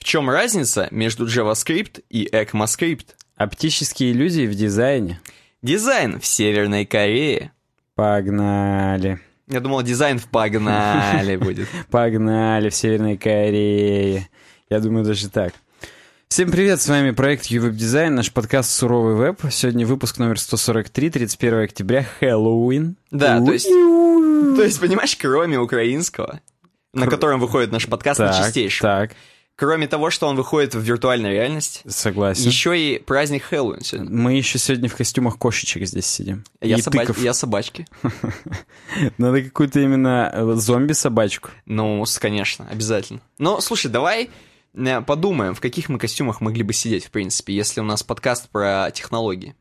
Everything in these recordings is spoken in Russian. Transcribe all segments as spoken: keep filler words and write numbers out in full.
чем разница между JavaScript и ECMAScript? Оптические иллюзии в дизайне. Дизайн в Северной Корее. Погнали. Я думал, дизайн в погнали будет. Погнали в Северной Корее. Я думаю, даже так. Всем привет, с вами проект YouWebDesign, наш подкаст «Суровый веб». Сегодня выпуск номер сто сорок три, тридцать первого октября, Хэллоуин. Да, то есть, то есть, понимаешь, кроме украинского, на Кр... котором выходит наш подкаст так, на чистейшем, так. Кроме того, что он выходит в виртуальной реальности, согласен. Еще и праздник Хэллоуин сегодня. Мы еще сегодня в костюмах кошечек здесь сидим. Я, соба... Я собачки. Надо какую-то именно зомби-собачку. Ну, конечно, обязательно. Но, слушай, давай подумаем, в каких мы костюмах могли бы сидеть, в принципе, если у нас подкаст про технологии.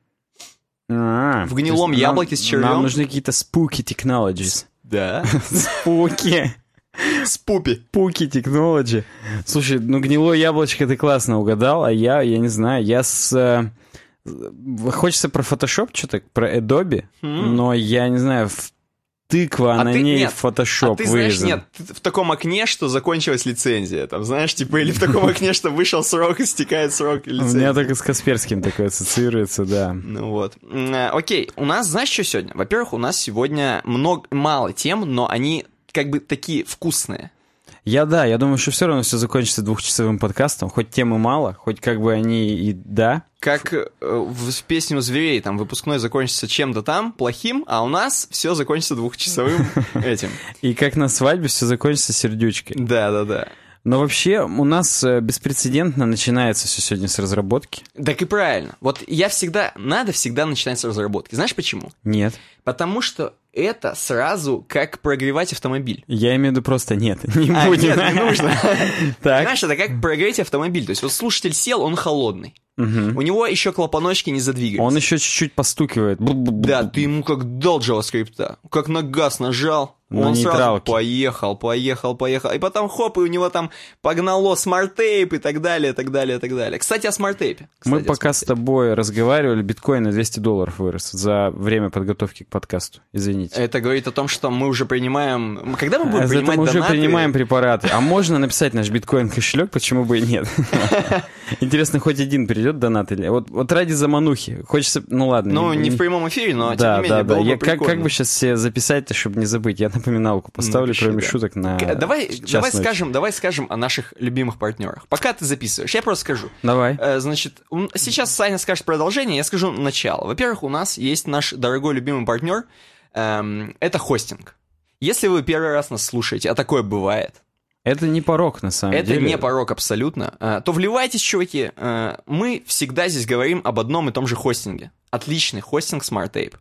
А, в гнилом яблоке нам, с червем. Нам нужны какие-то spooky technologies. Да. Спуки. Спупи. Пуки технологи. Слушай, ну гнилое яблочко ты классно угадал, а я, я не знаю, я с... Э, хочется про Photoshop что-то, про Adobe, mm. но я не знаю, в тыква, а на ты, ней нет, Photoshop а ты вырезан. Знаешь, нет, в таком окне, что закончилась лицензия, там, знаешь, типа, или в таком окне, что вышел срок, истекает срок лицензии. У меня только с Касперским такое ассоциируется, да. Ну вот. Окей, у нас, знаешь, что сегодня? Во-первых, у нас сегодня много, мало тем, но они... как бы такие вкусные. Я, да, я думаю, что все равно все закончится двухчасовым подкастом. Хоть темы мало, хоть как бы они и да. Как э, в, в песне у зверей, там, выпускной закончится чем-то там, плохим, а у нас все закончится двухчасовым этим. И как на свадьбе все закончится сердючкой. Да-да-да. Но вообще у нас беспрецедентно начинается все сегодня с разработки. Так и правильно. Вот я всегда... Надо всегда начинать с разработки. Знаешь почему? Нет. Потому что это сразу как прогревать автомобиль. Я имею в виду просто нет, не а, будем. Нет, не нужно. Так. Знаешь, это как прогреть автомобиль. То есть вот слушатель сел, он холодный. Угу. У него еще клапаночки не задвигались. Он еще чуть-чуть постукивает. Да, ты ему как дал JavaScript, как на газ нажал, на он нейтралке. Сразу поехал, поехал, поехал. И потом хоп, и у него там погнало смарт-тейп и так далее, так далее, так далее. Кстати, о смарт-тейпе. Кстати, Мы пока с тобой разговаривали, биткоин на двести долларов вырос за время подготовки к подкасту. Извините. Это говорит о том, что мы уже принимаем... Когда мы будем а принимать мы донаты? уже принимаем препараты. А можно написать наш биткоин-кошелек, почему бы и нет? Интересно, хоть один придет донат или... Вот, вот ради заманухи. Хочется... Ну ладно. Ну, не, не в прямом эфире, но да, тем не менее, да, было да. бы Я прикольно. Как, как бы сейчас себе записать-то, чтобы не забыть? Я напоминалку поставлю, Напиши, кроме да. шуток, на давай, час давай, ночи. скажем, давай скажем о наших любимых партнерах. Пока ты записываешь, я просто скажу. Давай. Э, значит, сейчас Саня скажет продолжение, я скажу начало. Во-первых, у нас есть наш дорогой любимый партнер. Эм, это хостинг. Если вы первый раз нас слушаете, а такое бывает... Это не порок, на самом это деле. Это не порок абсолютно. То вливайтесь, чуваки. Мы всегда здесь говорим об одном и том же хостинге. Отличный хостинг SmartTape.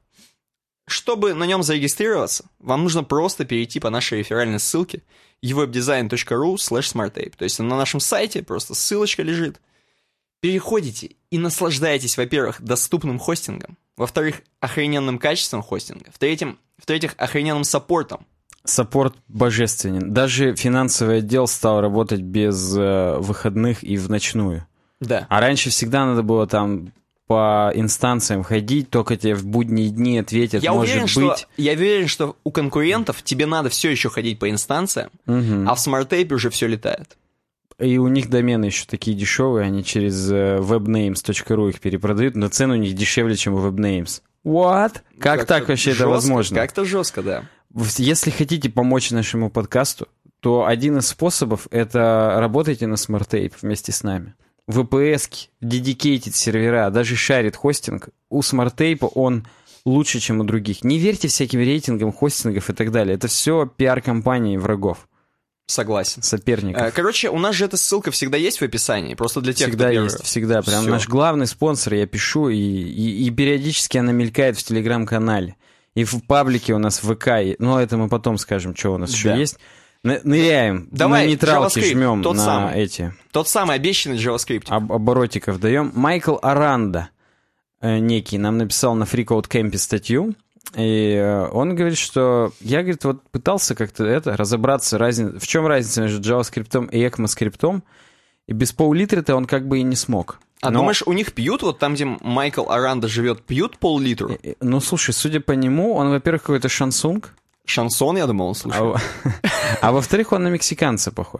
Чтобы на нем зарегистрироваться, вам нужно просто перейти по нашей реферальной ссылке uwebdesign.ru slash smarttape. То есть на нашем сайте просто ссылочка лежит. Переходите и наслаждаетесь, во-первых, доступным хостингом, во-вторых, охрененным качеством хостинга, в-третьих, в-третьих, охрененным саппортом. Саппорт божественен. Даже финансовый отдел стал работать без э, выходных и в ночную. Да. А раньше всегда надо было там по инстанциям ходить, только тебе в будние дни ответят, я может уверен, быть... Что, я уверен, что у конкурентов тебе надо все еще ходить по инстанциям, угу. а в SmartTape уже все летает. И у них домены еще такие дешевые, они через э, webnames точка ру их перепродают, но цены у них дешевле, чем у webnames. What? Как, как так вообще жестко, это возможно? Как-то жестко, да. Если хотите помочь нашему подкасту, то один из способов — это работайте на SmartTape вместе с нами. ви пи эс-ки, dedicated сервера, даже шарит хостинг. У SmartTape он лучше, чем у других. Не верьте всяким рейтингам, хостингов и так далее. Это все пиар-компании врагов. Согласен. Соперников. Короче, у нас же эта ссылка всегда есть в описании, просто для тех, всегда кто первый. Есть, всегда. Прям Всё. Наш главный спонсор, я пишу, и, и, и периодически она мелькает в Телеграм-канале. И в паблике у нас в ВК, ну это мы потом скажем, что у нас да. еще есть. Ныряем, давай, на нейтралки жмем тот на самый, эти. Тот самый обещанный JavaScript. Об, оборотиков даем. Майкл Аранда э, некий нам написал на FreeCodeCamp статью. И э, он говорит, что я, говорит, вот пытался как-то это разобраться, разни... в чем разница между JavaScript и ECMAScript, и без пол-литра-то он как бы и не смог. А Но... думаешь, у них пьют, вот там, где Майкл Аранда живет, пьют пол-литра? Э, э, ну, слушай, судя по нему, он, во-первых, какой-то шансунг. Шансон, я думал, он слушает. А, а во-вторых, он на мексиканца похож.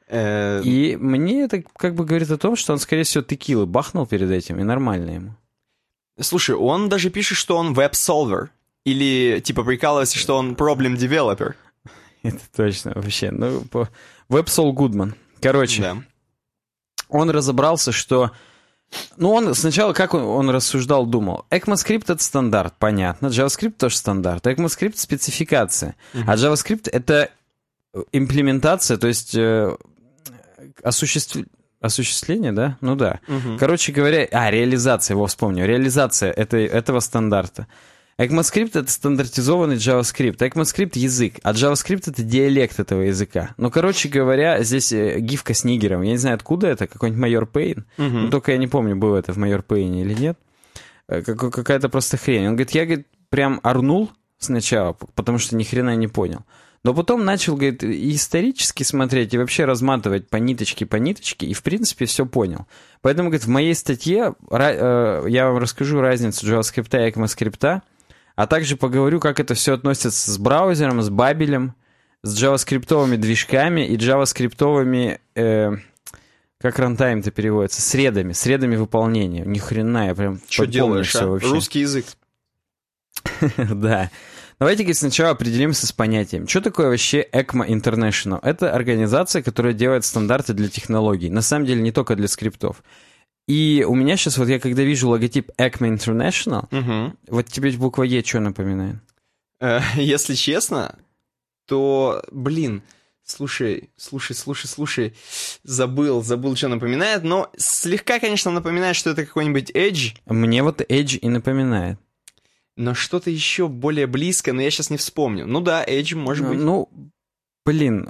Э, И мне это как бы говорит о том, что он, скорее всего, текилы бахнул перед этим, и нормально ему. Слушай, он даже пишет, что он веб-солвер. Или, типа, прикалывается, что он проблем-девелопер. Это точно, вообще. Ну, по... Веб-сол Гудман. Короче, Да. он разобрался, что... Ну, он сначала, как он, он рассуждал, думал. ECMAScript — это стандарт, понятно. JavaScript тоже стандарт. ECMAScript — спецификация. Uh-huh. А JavaScript — это имплементация, то есть э, осуществ... осуществление, да? Ну да. Uh-huh. Короче говоря... А, реализация, его вспомнил. Реализация этой, этого стандарта. ECMAScript — это стандартизованный JavaScript. ECMAScript — язык, а JavaScript — это диалект этого языка. Ну, короче говоря, здесь гифка с нигером. Я не знаю, откуда это, какой-нибудь Майор Пейн. Uh-huh. Ну, только я не помню, было это в Майор Пейне или нет. Как- какая-то просто хрень. Он говорит, я, говорит, прям орнул сначала, потому что ни хрена не понял. Но потом начал, говорит, и исторически смотреть, и вообще разматывать по ниточке, по ниточке, и, в принципе, все понял. Поэтому, говорит, в моей статье я вам расскажу разницу JavaScript и ECMAScript, а также поговорю, как это все относится с браузером, с бабелем, с джаваскриптовыми движками и джаваскриптовыми, э, как рантайм-то переводится, средами, средами выполнения. Ни хрена, я прям Что делаешь, а? Вообще. Русский язык. Да. Давайте сначала определимся с понятием. Что такое вообще ECMA International? Это организация, которая делает стандарты для технологий. На самом деле не только для скриптов. И у меня сейчас, вот я когда вижу логотип ECMA International, Угу. вот тебе буква Е что напоминает? Э, Если честно, то, блин, слушай, слушай, слушай, слушай, забыл, забыл, что напоминает, но слегка, конечно, напоминает, что это какой-нибудь Edge, Мне вот Edge и напоминает. но что-то еще более близкое, но я сейчас не вспомню. Ну да, Edge, может быть. Ну, блин,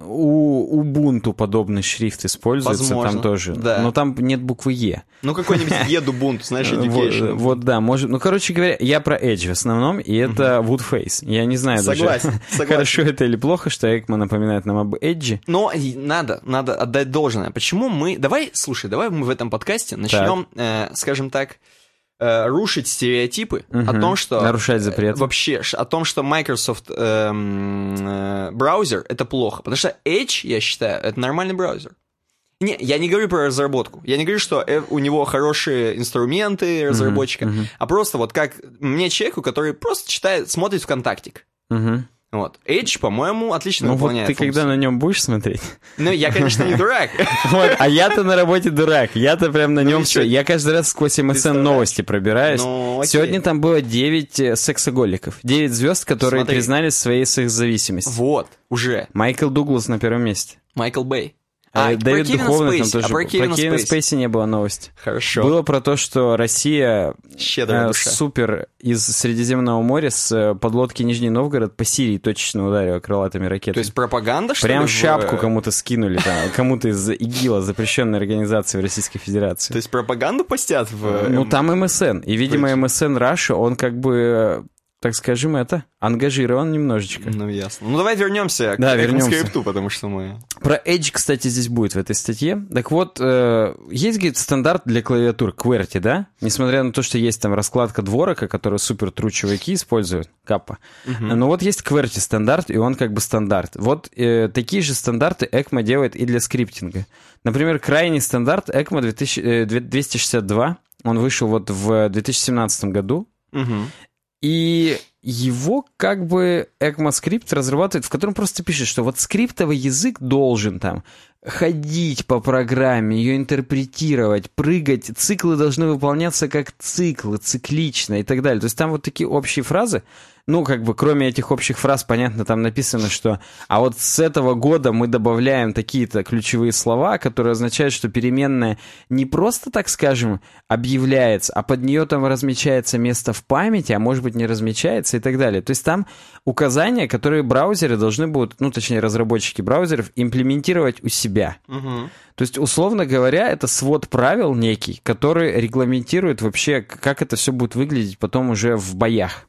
у Ubuntu подобный шрифт используется, Возможно, там тоже. да. Но там нет буквы Е. Ну, какой-нибудь Edubuntu, знаешь, Вот, Education. вот, да, может. Ну, короче говоря, я про Edge в основном, и это Woodface. Я не знаю Согласен, даже, согласен. хорошо это или плохо, что ECMA напоминает нам об Edge. Но и надо, надо отдать должное. Почему мы... Давай, слушай, давай мы в этом подкасте начнем, э, скажем так, э, рушить стереотипы Мгм. о том, что... Нарушать запрет. э, Вообще, ш- о том, что Microsoft эм, э, браузер — это плохо. Потому что Edge, я считаю, это нормальный браузер. Не, я не говорю про разработку. Я не говорю, что э, у него хорошие инструменты разработчика, мгм. а просто вот как мне, человеку, который просто читает, смотрит ВКонтактик. Мгм. Вот. Edge, по-моему, отлично Ну вот выполняет ты когда функцию. на нем будешь смотреть? Ну, я, конечно, не дурак. Вот, а я-то на работе дурак. Я-то прям на нем и все. чё? Я каждый раз сквозь эм эс эн новости пробираюсь. Ну, окей. Сегодня там было девять э, сексоголиков. девять звезд, которые Смотри. признались своей секс-зависимости. Вот, уже. Майкл Дуглас на первом месте. Майкл Бэй. А, А, Дэвид про Кевина Духовный там Спейси. тоже А про был. Кевина Про Кевина Спейси. Спейси не было новости. Хорошо. Было про то, что Россия Щедрая э, душа. супер из Средиземного моря с э, подлодки Нижний Новгород по Сирии точечно ударила крылатыми ракетами. То есть пропаганда, что Прям ли? в- шапку кому-то скинули, там, кому-то из ИГИЛа, запрещенной организации в Российской Федерации. То есть пропаганду постят в... Ну, эм, там эм эс эн. И, видимо, Точно. эм эс эн Russia, он как бы, э, так скажем, это, ангажирован немножечко. Ну, ясно. Ну, давай вернемся Да, к вернемся. скрипту, потому что мы... Про Edge, кстати, здесь будет в этой статье. Так вот, э, есть, говорит, стандарт для клавиатур QWERTY, да? Несмотря на то, что есть там раскладка дворока, которую супер true чуваки используют, капа. Но вот есть QWERTY стандарт, и он как бы стандарт. Вот э, такие же стандарты ECMA делает и для скриптинга. Например, крайний стандарт ECMA две тысячи, э, двести шестьдесят два, он вышел вот в две тысячи семнадцатом году. Мгм. И его как бы ECMAScript разрабатывает, в котором просто пишет, что вот скриптовый язык должен там ходить по программе, ее интерпретировать, прыгать, циклы должны выполняться как циклы, циклично и так далее. То есть там вот такие общие фразы, ну, как бы, кроме этих общих фраз, понятно, там написано, что а вот с этого года мы добавляем такие-то ключевые слова, которые означают, что переменная не просто, так скажем, объявляется, а под нее там размечается место в памяти, а может быть не размечается и так далее. То есть там указания, которые браузеры должны будут, ну, точнее, разработчики браузеров, имплементировать у себя. Мгм. То есть, условно говоря, это свод правил некий, который регламентирует вообще, как это все будет выглядеть потом уже в боях.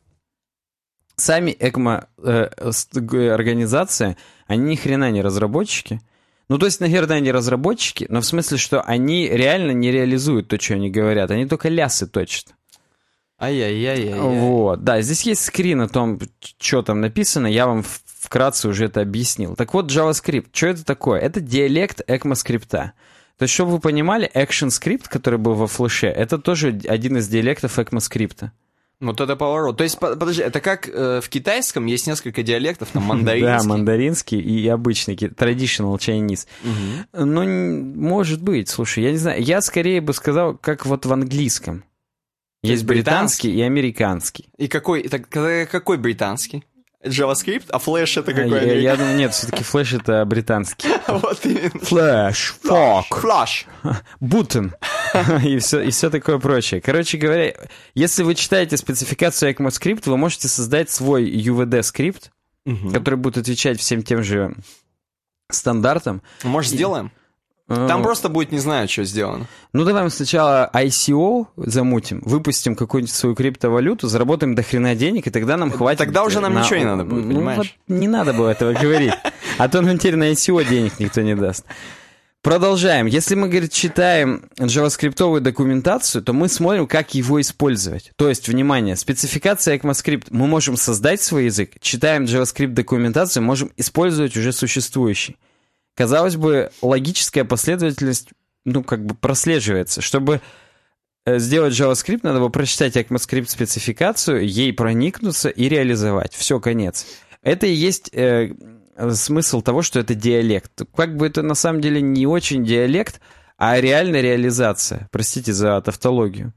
Сами ECMA э, ст- г- организация, они ни хрена не разработчики. Ну, то есть, наверное, они разработчики, но в смысле, что они реально не реализуют то, что они говорят. Они только лясы точат. Ай-яй-яй-яй. Вот, да, здесь есть скрин о том, что там написано. Я вам в вкратце уже это объяснил. Так вот, JavaScript, что это такое? Это диалект ECMAScript. То есть, чтобы вы понимали, ActionScript, который был во флеше, это тоже один из диалектов ECMAScript. Вот это поворот. То есть, подожди, это как э, в китайском есть несколько диалектов, там мандаринский. Да, мандаринский и обычный, traditional Chinese. Угу. Ну, может быть, слушай, я не знаю. Я скорее бы сказал, как вот в английском. Есть британский, британский и американский. И какой, так, какой британский? JavaScript? А Flash это какой? Я, я думаю, нет, все-таки Flash это британский. Вот именно. Flash, fuck, Flash, Button и все, и все такое прочее. Короче говоря, если вы читаете спецификацию ECMAScript, вы можете создать свой ю ви ди-скрипт, угу. который будет отвечать всем тем же стандартам. Может, и... сделаем? Там просто будет не знаю, что сделано. Ну, давай мы сначала ай си о замутим, выпустим какую-нибудь свою криптовалюту, заработаем до хрена денег, и тогда нам хватит... Тогда уже нам на... ничего не надо будет, ну, понимаешь? Вот не надо было этого говорить. А то нам теперь на ай си о денег никто не даст. Продолжаем. Если мы, говорит, читаем джаваскриптовую документацию, то мы смотрим, как его использовать. То есть, внимание, спецификация ECMAScript. Мы можем создать свой язык, читаем JavaScript документацию, можем использовать уже существующий. Казалось бы, логическая последовательность, ну, как бы прослеживается. Чтобы сделать JavaScript, надо было прочитать ECMAScript спецификацию, ей проникнуться и реализовать. Все, конец. Это и есть э, смысл того, что это диалект. Как бы это на самом деле не очень диалект, а реальная реализация. Простите за тавтологию.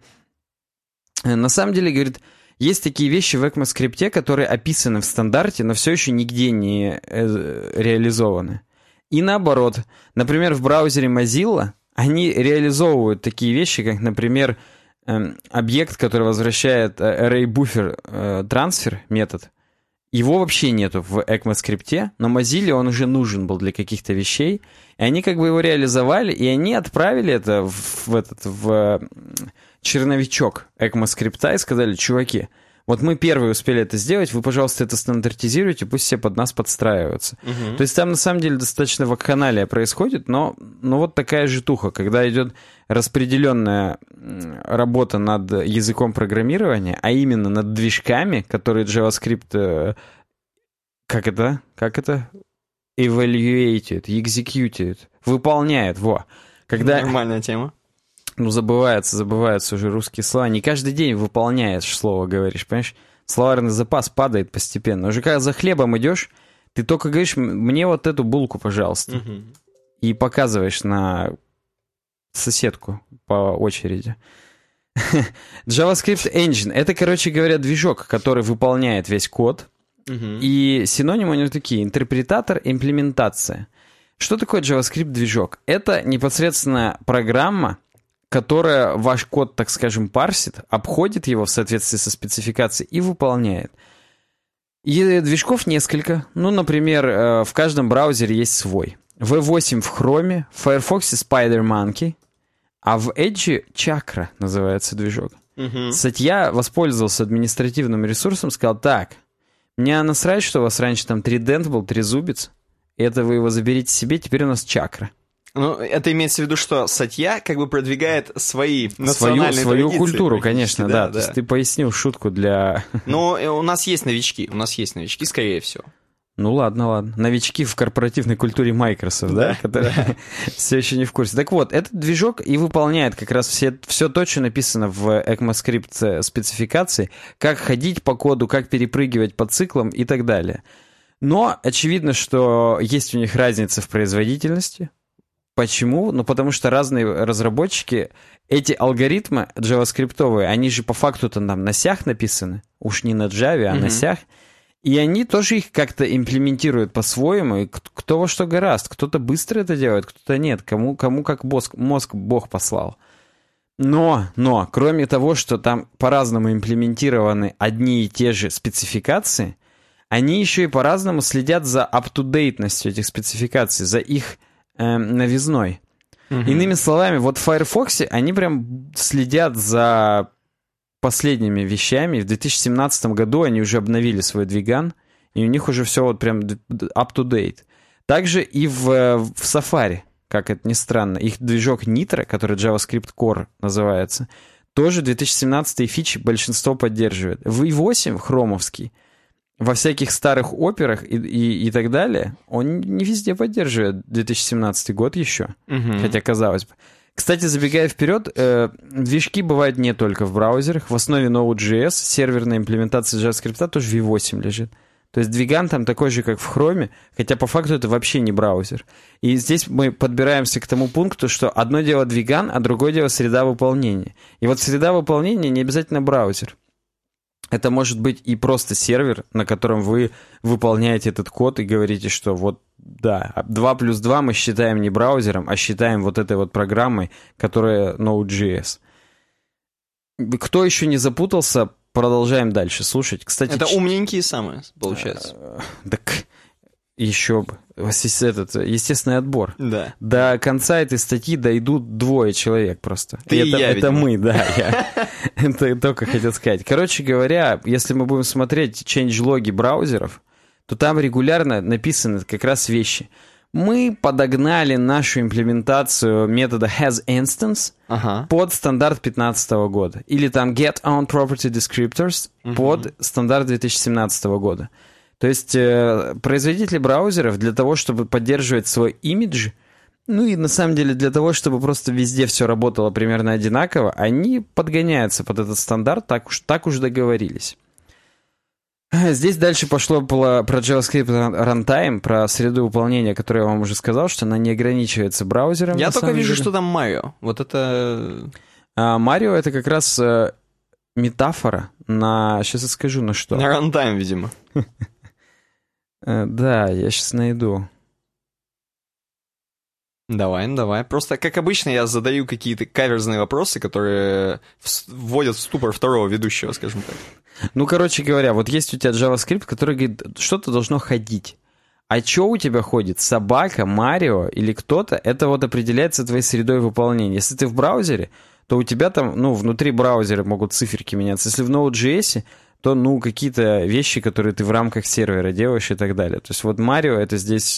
На самом деле, говорит, есть такие вещи в ECMAScript, которые описаны в стандарте, но все еще нигде не э, реализованы. И наоборот, например, в браузере Mozilla они реализовывают такие вещи, как, например, э, объект, который возвращает array buffer э, transfer метод. Его вообще нету в ECMAScript, но Mozilla он уже нужен был для каких-то вещей, и они как бы его реализовали, и они отправили это в, в этот в черновичок ECMAScript и сказали: чуваки, вот мы первые успели это сделать, вы, пожалуйста, это стандартизируйте, пусть все под нас подстраиваются. Uh-huh. То есть там, на самом деле, достаточно вакханалия происходит, но, но вот такая житуха, когда идет распределенная работа над языком программирования, а именно над движками, которые JavaScript, как это, как это, evaluated, executed, выполняет, во. Когда... Нормальная тема. Ну, забывается, забываются уже русские слова. Не каждый день выполняешь слово, говоришь, понимаешь? Словарный запас падает постепенно. Уже когда за хлебом идешь, ты только говоришь: мне вот эту булку, пожалуйста. Угу. И показываешь на соседку по очереди. JavaScript Engine — это, короче говоря, движок, который выполняет весь код. Угу. И синонимы у него такие: интерпретатор, имплементация. Что такое JavaScript-движок? Это непосредственно программа, которая ваш код, так скажем, парсит, обходит его в соответствии со спецификацией и выполняет. И движков несколько. Ну, например, в каждом браузере есть свой. ви восемь в Chrome, в Firefox SpiderMonkey, а в Edge Chakra называется движок. Uh-huh. Сатья воспользовался административным ресурсом, сказал: так, мне насрать, что у вас раньше там тридент был, трезубец, это вы его заберите себе, теперь у нас Chakra. Ну, это имеется в виду, что Сатья как бы продвигает свои национальные свою, свою культуру, традиции, конечно, да. да. То есть ты пояснил шутку для... Ну, у нас есть новички, у нас есть новички, скорее всего. Ну, ладно, ладно. Новички в корпоративной культуре Microsoft, да? да которые да. все еще не в курсе. Так вот, этот движок и выполняет как раз все, все то, что написано в ECMAScript спецификации, как ходить по коду, как перепрыгивать по циклам и так далее. Но очевидно, что есть у них разница в производительности. Почему? Ну, потому что разные разработчики, эти алгоритмы джаваскриптовые, они же по факту-то там на сях написаны, уж не на Java, а mm-hmm. на сях, и они тоже их как-то имплементируют по-своему, и кто во что гораст. Кто-то быстро это делает, кто-то нет, кому, кому как мозг, мозг Бог послал. Но, но, кроме того, что там по-разному имплементированы одни и те же спецификации, они еще и по-разному следят за up-to-date-ностью этих спецификаций, за их э, новизной. Uh-huh. Иными словами, вот в Firefox они прям следят за последними вещами. В две тысячи семнадцатом году они уже обновили свой двиган, и у них уже все вот прям up-to-date. Также и в, в Safari, как это ни странно, их движок Nitro, который JavaScript Core называется, тоже две тысячи семнадцатые фичи большинство поддерживает. ви восемь, хромовский, во всяких старых операх и, и, и так далее, он не везде поддерживает две тысячи семнадцатый год еще. Мгм. Хотя, казалось бы. Кстати, забегая вперед, э, движки бывают не только в браузерах. В основе Node.js серверная имплементация JavaScript тоже ви восемь лежит. То есть двиган там такой же, как в Chrome, хотя по факту это вообще не браузер. И здесь мы подбираемся к тому пункту, что одно дело двиган, а другое дело среда выполнения. И вот среда выполнения не обязательно браузер. Это может быть и просто сервер, на котором вы выполняете этот код и говорите, что вот, да, два плюс два мы считаем не браузером, а считаем вот этой вот программой, которая Node.js. Кто еще не запутался, продолжаем дальше слушать. Кстати, Это ч- умненькие самые, получается. Так еще бы. У вас есть этот естественный отбор. Да. До конца этой статьи дойдут двое человек просто. Ты и это, я, это видимо. мы, да. Я. Это только хотел сказать. Короче говоря, если мы будем смотреть change-логи браузеров, то там регулярно написаны как раз вещи. Мы подогнали нашу имплементацию метода hasInstance Ага. под стандарт пятнадцатого года. Или там get on property descriptors под стандарт две тысячи семнадцатого года. То есть э, производители браузеров для того, чтобы поддерживать свой имидж, ну и на самом деле для того, чтобы просто везде все работало примерно одинаково, они подгоняются под этот стандарт, так уж, так уж договорились. Здесь дальше пошло про JavaScript Runtime, про среду выполнения, которую я вам уже сказал, что она не ограничивается браузером. Я на только самом вижу, деле. что там Марио. Вот это... А Марио — это как раз э, метафора на... Сейчас я скажу, на что. На рантайм, видимо. Э, да, я сейчас найду. Давай, ну давай. Просто, как обычно, я задаю какие-то каверзные вопросы, которые вс- вводят в ступор второго ведущего, скажем так. Ну, короче говоря, вот есть у тебя JavaScript, который говорит, что-то должно ходить. А что у тебя ходит? Собака, Марио или кто-то? Это вот определяется твоей средой выполнения. Если ты в браузере, то у тебя там, ну, внутри браузера могут циферки меняться. Если в Node.js, то, ну, какие-то вещи, которые ты в рамках сервера делаешь и так далее. То есть вот Марио — это здесь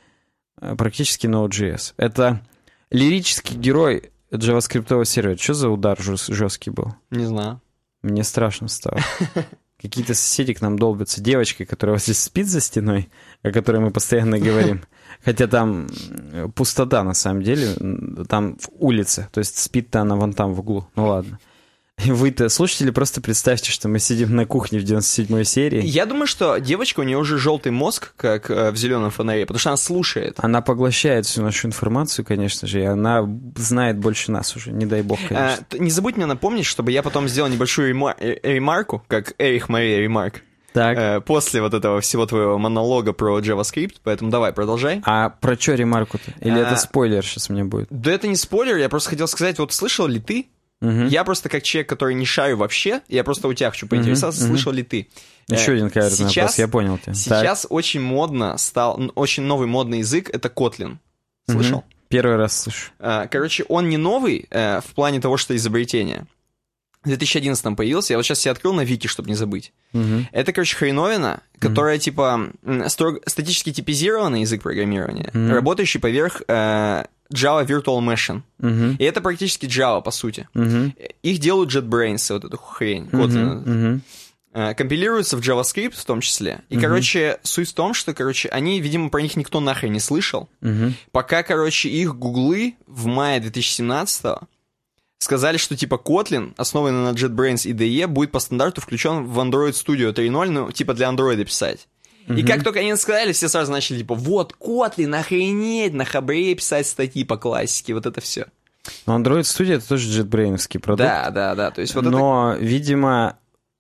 практически Node.js. Это лирический герой JavaScript сервера. Что за удар жесткий был? Не знаю. Мне страшно стало. Какие-то соседи к нам долбятся. Девочка, которая вот здесь спит за стеной, о которой мы постоянно говорим. Хотя там пустота, на самом деле. Там в улице. То есть спит-то она вон там в углу. Ну ладно. И вы-то, слушатели, просто представьте, что мы сидим на кухне в девяносто седьмой серии. Я думаю, что девочка, у нее уже желтый мозг, как э, в зеленом фонаре, потому что она слушает. Она поглощает всю нашу информацию, конечно же, и она знает больше нас уже, не дай бог, конечно. А, т- не забудь мне напомнить, чтобы я потом сделал небольшую рема- э, ремарку, как Эрих Мария ремарк, Так, э, после вот этого всего твоего монолога про JavaScript, поэтому давай, продолжай. а про что ремарку-то? Или А- это спойлер сейчас мне будет? Да это не спойлер, я просто хотел сказать, вот слышал ли ты? Мгм. Я просто как человек, который не шарю вообще, я просто у тебя хочу поинтересоваться, Мгм, слышал ли ты? Еще Э, один каверзный сейчас- вопрос, я понял тебя. Так. Сейчас очень модно стал, н- очень новый модный язык, это Kotlin. Слышал? Мгм. Первый раз слышу. Э, Короче, он не новый э, в плане того, что изобретение. В две тысячи одиннадцатом появился, я вот сейчас себе открыл на Вики, чтобы не забыть. Мгм. Это, короче, хреновина, которая, типа, м, строго, статически типизированный язык программирования, Мгм. работающий поверх э, Java Virtual Machine. Мгм. И это практически Java, по сути. Мгм. Их делают JetBrains, вот эту хрень, Мгм. Kotlin. Мгм. Э, компилируются в JavaScript в том числе. И, Мгм. короче, суть в том, что, короче, они, видимо, про них никто нахрен не слышал. Мгм. Пока, короче, их гуглы в мае две тысячи семнадцатого сказали, что, типа, Kotlin, основанный на JetBrains и ди и и, будет по стандарту включен в Android Studio три ноль, ну, типа, для Android писать. И как только они это сказали, все сразу начали, типа, вот, Kotlin, охренеть, на Хабре писать статьи по классике, вот это все. Но Android Studio — это тоже JetBrains-ский продукт. Да, да, да, то есть вот это... Но, видимо,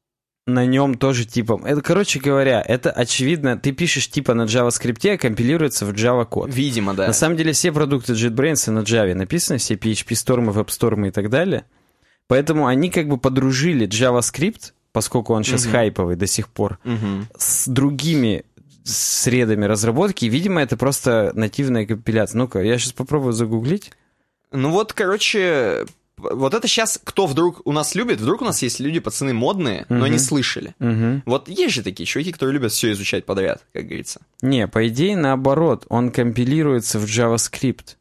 на нем тоже типа... Это, короче говоря, это очевидно. Ты пишешь типа на JavaScript, а компилируется в Java код. Видимо, да. На самом деле все продукты JetBrains на Java написаны, все пи эйч пи Storm, WebStorm и так далее. Поэтому они как бы подружили JavaScript, поскольку он сейчас Мгм. хайповый до сих пор, Мгм. с другими средами разработки. И, видимо, это просто нативная компиляция. Ну-ка, я сейчас попробую загуглить. Ну вот, короче, вот это сейчас кто вдруг у нас любит, вдруг у нас есть люди, пацаны модные, но Мгм. не слышали. Мгм. Вот есть же такие чуваки, которые любят все изучать подряд, как говорится. Не, по идее, наоборот, он компилируется в JavaScript.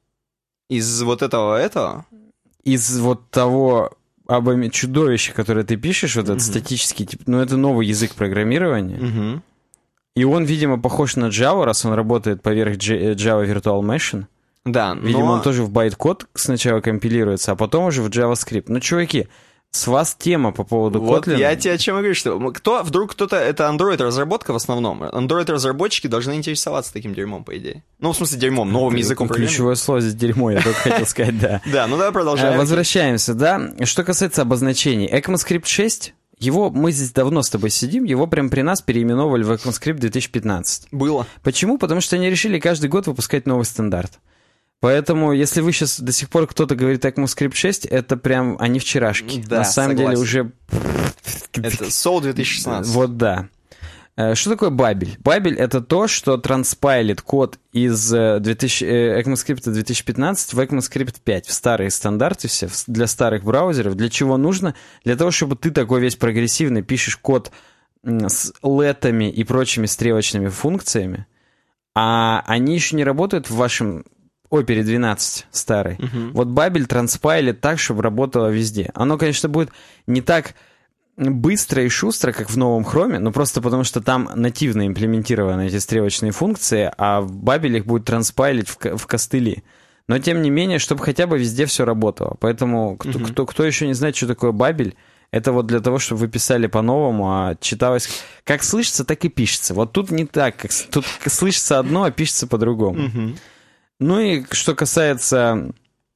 Из вот этого этого. Из вот того обоме... чудовища, которое ты пишешь, вот этот Мгм. статический тип, ну, это новый язык программирования. Мгм. И он, видимо, похож на Java, раз он работает поверх Java Virtual Machine. Да, Видимо, но... он тоже в байткод сначала компилируется, а потом уже в JavaScript. Ну, чуваки, с вас тема по поводу вот Kotlin. Я тебе о чем говорю, что кто, вдруг кто-то, это Android-разработка в основном, Android-разработчики должны интересоваться таким дерьмом, по идее. Ну, в смысле дерьмом, новым языком программирования. Ключевое слово здесь дерьмо, я только хотел сказать, да. Да, ну давай продолжаем. Возвращаемся, да. Что касается обозначений. ECMAScript шесть, его, мы здесь давно с тобой сидим, его прям при нас переименовали в ECMAScript две тысячи пятнадцать. Было. Почему? Потому что они решили каждый год выпускать новый стандарт. Поэтому, если вы сейчас до сих пор кто-то говорит ECMAScript шесть, это прям они вчерашки. Да, На самом согласен. деле уже... Это соул две тысячи шестнадцать. Вот да. Что такое Бабель? Бабель — это то, что транспайлит код из две тысячи, ECMAScript две тысячи пятнадцать в ECMAScript пять, в старые стандарты все, для старых браузеров. Для чего нужно? Для того, чтобы ты такой весь прогрессивный пишешь код с летами и прочими стрелочными функциями, а они еще не работают в вашем Opera двенадцать старой. Uh-huh. Вот Бабель транспайлит так, чтобы работало везде. Оно, конечно, будет не так быстро и шустро, как в новом Хроме, но просто потому, что там нативно имплементированы эти стрелочные функции, а в Бабеле их будет транспайлить в, в костыли. Но, тем не менее, чтобы хотя бы везде все работало. Поэтому, кто, uh-huh. кто, кто еще не знает, что такое Бабель, это вот для того, чтобы вы писали по-новому, а читалось... Как слышится, так и пишется. Вот тут не так. Как, тут слышится одно, а пишется по-другому. Uh-huh. Ну и что касается...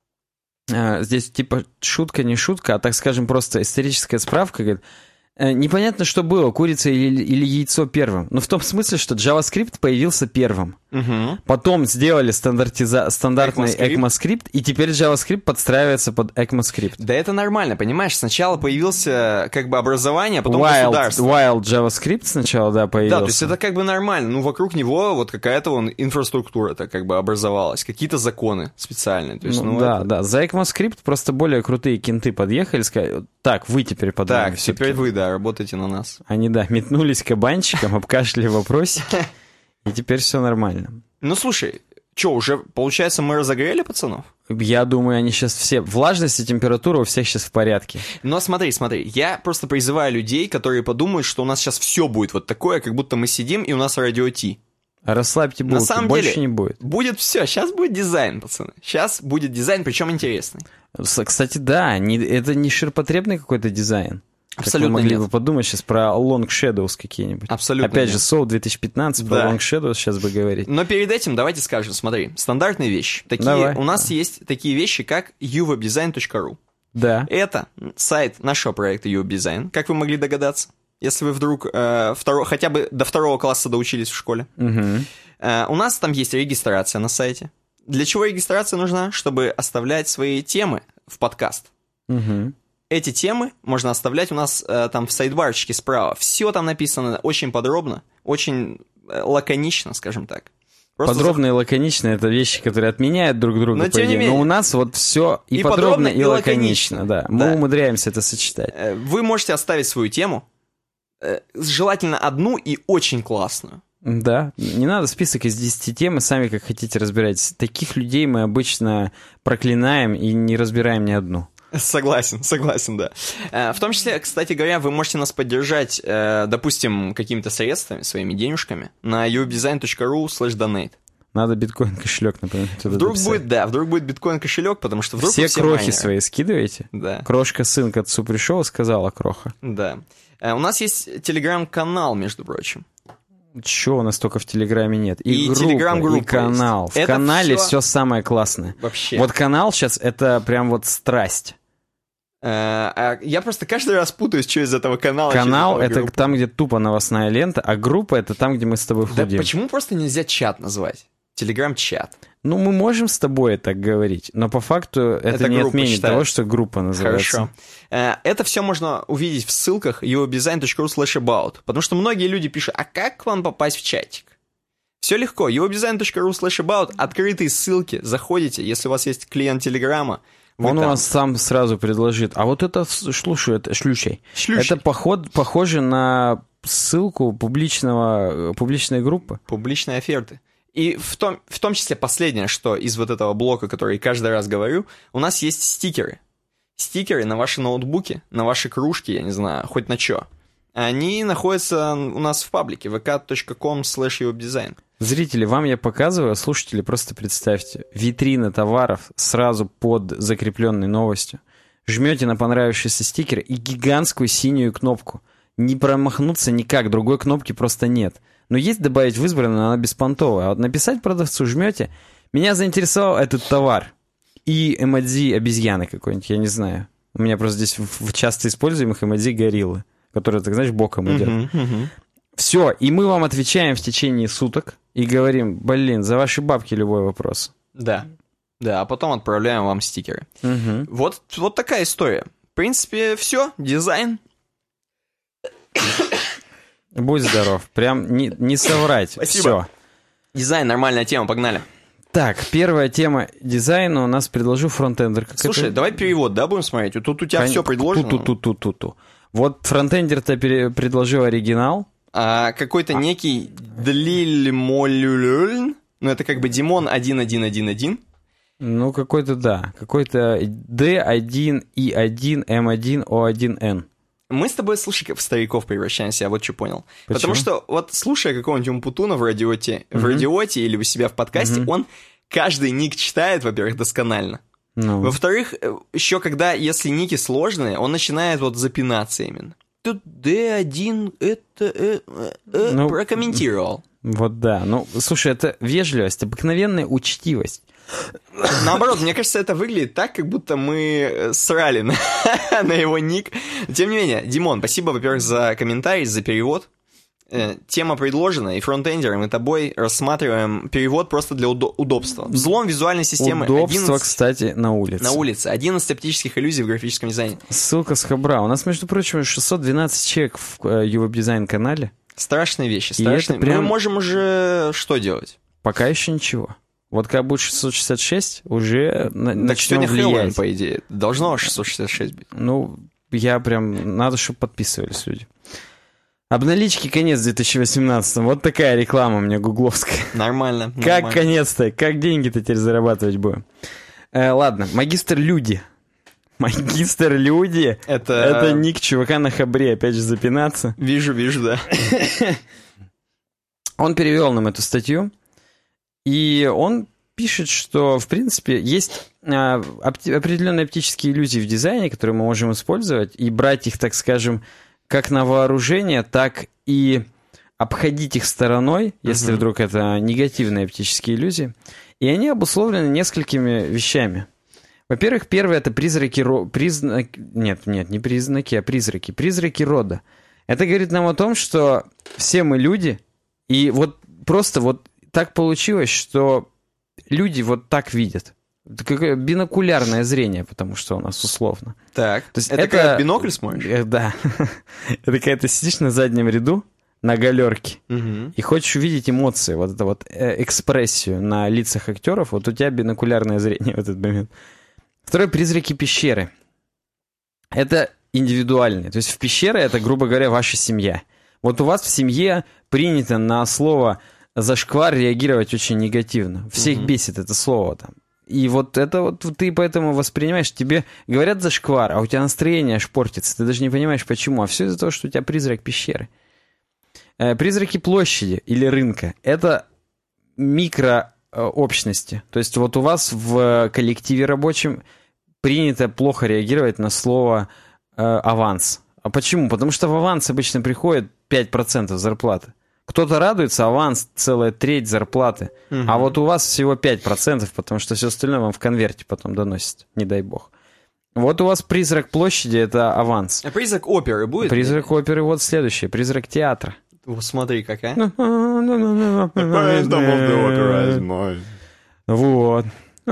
Э, здесь типа шутка, не шутка, а, так скажем, просто историческая справка. Говорит, э, непонятно, что было, курица или, или яйцо первым. Но в том смысле, что JavaScript появился первым. Угу. Потом сделали стандартиза... стандартный ECMAScript. ECMAScript, и теперь JavaScript подстраивается под ECMAScript. Да это нормально, понимаешь? Сначала появился как бы образование, а потом Wild, государство. Wild JavaScript сначала, да, появился. Да, то есть это как бы нормально. Ну, вокруг него вот какая-то вон инфраструктура-то как бы образовалась. Какие-то законы специальные. То есть, ну, ну, да, это... да. За ECMAScript просто более крутые кенты подъехали, сказали, так, вы теперь под Так, нами все-таки. теперь вы, да, работаете на нас. Они, да, метнулись кабанчиком, обкашляли вопросики, и теперь все нормально. Ну, слушай, что, уже, получается, мы разогрели пацанов? Я думаю, они сейчас все... Влажность и температура у всех сейчас в порядке. Но смотри, смотри, я просто призываю людей, которые подумают, что у нас сейчас все будет вот такое, как будто мы сидим, и у нас радио Ти. Расслабьте булки, На самом больше деле, не будет. Будет все, сейчас будет дизайн, пацаны. Сейчас будет дизайн, причем интересный. Кстати, да, не, это не ширпотребный какой-то дизайн. Абсолютно как вы могли нет. бы подумать сейчас про Long Shadows какие-нибудь. Абсолютно Опять нет. же, соул две тысячи пятнадцать, Да. про Long Shadows сейчас бы говорить. Но перед этим давайте скажем, смотри, стандартные вещи. Такие, Давай. у нас есть такие вещи, как ю веб дизайн точка ру. Да. Это сайт нашего проекта YouWebDesign, как вы могли догадаться, если вы вдруг э, второ, хотя бы до второго класса доучились в школе. Угу. Э, у нас там есть регистрация на сайте. Для чего регистрация нужна? Чтобы оставлять свои темы в подкаст. Угу. Эти темы можно оставлять у нас э, там в сайдбарчике справа. Все там написано очень подробно, очень э, лаконично, скажем так. Просто подробно и лаконично — это вещи, которые отменяют друг друга, Но, по тем не идее. менее. Но у нас вот все и, И подробно, подробно, и и лаконично. лаконично. Да. Мы Да. умудряемся это сочетать. Э, Вы можете оставить свою тему, э, желательно одну и очень классную. Да, не надо список из десяти тем, и сами как хотите разбирайтесь. Таких людей мы обычно проклинаем и не разбираем ни одну. Согласен, согласен, да. Э, В том числе, кстати говоря, вы можете нас поддержать, э, допустим, какими-то средствами, своими денежками на ю веб дизайн точка ру слэш донейт. Надо биткоин-кошелек, например, туда Вдруг дописать. будет, да, вдруг будет биткоин-кошелек, потому что вдруг Все вы все крохи майнеры. свои скидываете. Да, Крошка сын к отцу пришел, сказала кроха. да. Э, У нас есть телеграм-канал, между прочим. Чего у нас только в Телеграме нет? И, И группа, Телеграм-группа и канал. есть. В Это канале всё- все самое классное. Вообще. Вот канал сейчас это прям вот страсть. Э, а Я просто каждый раз путаюсь, что из этого канала. что из Канал этого это группы. там, где тупо новостная лента, а группа это там, где мы с тобой Да худим. почему просто нельзя чат назвать? Телеграм-чат. Ну, мы можем с тобой так говорить, но по факту это, Это не группа отменит считается. того, что группа называется. Хорошо. Э, Это все можно увидеть в ссылках ю веб дизайн точка ру слэш about. Потому что многие люди пишут, а как к вам попасть в чатик? Все легко. ю веб дизайн точка ру слэш about, открытые ссылки, заходите. Если у вас есть клиент Телеграма, вы Он у там. нас сам сразу предложит. А вот это, слушай, это шлющей. Шлющий. Это поход, похоже на ссылку публичного, публичной группы. Публичные оферты. И в том, в том числе последнее, что из вот этого блока, который я каждый раз говорю, у нас есть стикеры. Стикеры на ваши ноутбуки, на ваши кружки, я не знаю, хоть на чё. Они находятся у нас в паблике ви кей точка ком слэш вебдизайн. Зрители, вам я показываю, а слушатели просто представьте. Витрина товаров сразу под закрепленной новостью. Жмете на понравившийся стикер и гигантскую синюю кнопку. Не промахнуться никак, другой кнопки просто нет. Но есть добавить в избранную, но она беспонтовая. А вот написать продавцу жмете. Меня заинтересовал этот товар. И эмодзи обезьяны какой-нибудь, я не знаю. У меня просто здесь в часто используемых эмодзи гориллы, которые, так знаешь, боком идет. Uh-huh, uh-huh. Все, и мы вам отвечаем в течение суток и говорим, блин, за ваши бабки любой вопрос. Да, да, а потом отправляем вам стикеры. Uh-huh. Вот, вот такая история. В принципе, все, дизайн. Будь здоров, прям не, не соврать. Спасибо. Все. Дизайн, нормальная тема, погнали. Так, первая тема дизайна у нас предложил фронтендер. Как Слушай, это? давай перевод, да, будем смотреть? Тут у тебя Кон... все предложено. Ту-ту-ту-ту-ту. Вот фронтендер-то пере... предложил оригинал. А какой-то а. некий Длиль-Молюлюльн, ну это как бы Димон один один один один. Ну, какой-то, да, какой-то ди один и один эм один о один эн. Мы с тобой, слушай, как в стариков превращаемся, я вот что понял. Почему? Потому что вот слушая какого-нибудь Умпутуна в радиоте, mm-hmm. в радиоте или у себя в подкасте, mm-hmm. он каждый ник читает, во-первых, досконально. No. Во-вторых, еще когда, если ники сложные, он начинает вот запинаться именно. Тут ди один это э, э, ну, прокомментировал. Вот да. Ну, слушай, это вежливость, обыкновенная учтивость. Наоборот, мне кажется, это выглядит так, как будто мы срали на, на его ник. Тем не менее, Димон, спасибо, во-первых, за комментарий, за перевод. Э, тема предложена, и фронтендером, и тобой рассматриваем перевод просто для удо- удобства. Взлом визуальной системы. Удобство, одиннадцать... кстати, на улице. На улице. одиннадцать оптических иллюзий в графическом дизайне. Ссылка с Хабра. У нас, между прочим, шестьсот двенадцать человек в э, ю-веб-дизайн-канале. Страшные вещи, страшные. Прям... Мы можем уже что делать? Пока еще ничего. Вот когда будет шестьсот шестьдесят шесть, уже на- так начнем сегодня влиять. Хэллоуин, по идее. Должно шестьсот шестьдесят шесть быть. Ну, я прям... Надо, чтобы подписывались люди. Обналички конец две тысячи восемнадцатого. Вот такая реклама у меня гугловская. Нормально. Как нормально. конец-то? Как деньги-то теперь зарабатывать будем? Э, ладно, магистр люди. Магистр люди. Это... Это ник чувака на Хабре, опять же, запинаться. Вижу, вижу, да. Он перевел нам эту статью. И он пишет, что, в принципе, есть а, опти- определенные оптические иллюзии в дизайне, которые мы можем использовать, и брать их, так скажем, как на вооружение, так и обходить их стороной, если uh-huh. вдруг это негативные оптические иллюзии. И они обусловлены несколькими вещами. Во-первых, первое — это призраки... Ро... Признак... Нет, нет, не признаки, а призраки. Призраки рода. Это говорит нам о том, что все мы люди, и вот просто вот так получилось, что люди вот так видят. Это какое бинокулярное зрение, потому что у нас условно. Так, то есть это, это как бинокль смотришь? Э, да. Это когда ты сидишь на заднем ряду, на галерке, угу. и хочешь увидеть эмоции, вот это вот э, экспрессию на лицах актеров, вот у тебя бинокулярное зрение в этот момент. Второе — призраки пещеры. Это индивидуальные. То есть в пещере это, грубо говоря, ваша семья. Вот у вас в семье принято на слово «зашквар» реагировать очень негативно. Всех угу. бесит это слово там. И вот это вот ты поэтому воспринимаешь, тебе говорят зашквар, а у тебя настроение аж портится, ты даже не понимаешь почему. А все из-за того, что у тебя призрак пещеры. Э, призраки площади или рынка — это микрообщности. То есть вот у вас в коллективе рабочем принято плохо реагировать на слово э, аванс. А почему? Потому что в аванс обычно приходит пять процентов зарплаты. Кто-то радуется, аванс целая треть зарплаты. Угу. А вот у вас всего пять процентов, потому что все остальное вам в конверте потом доносит, не дай бог. Вот у вас призрак площади — это аванс. А призрак оперы будет? Призрак оперы вот следующий. Призрак театра. О, смотри, какая. Вот.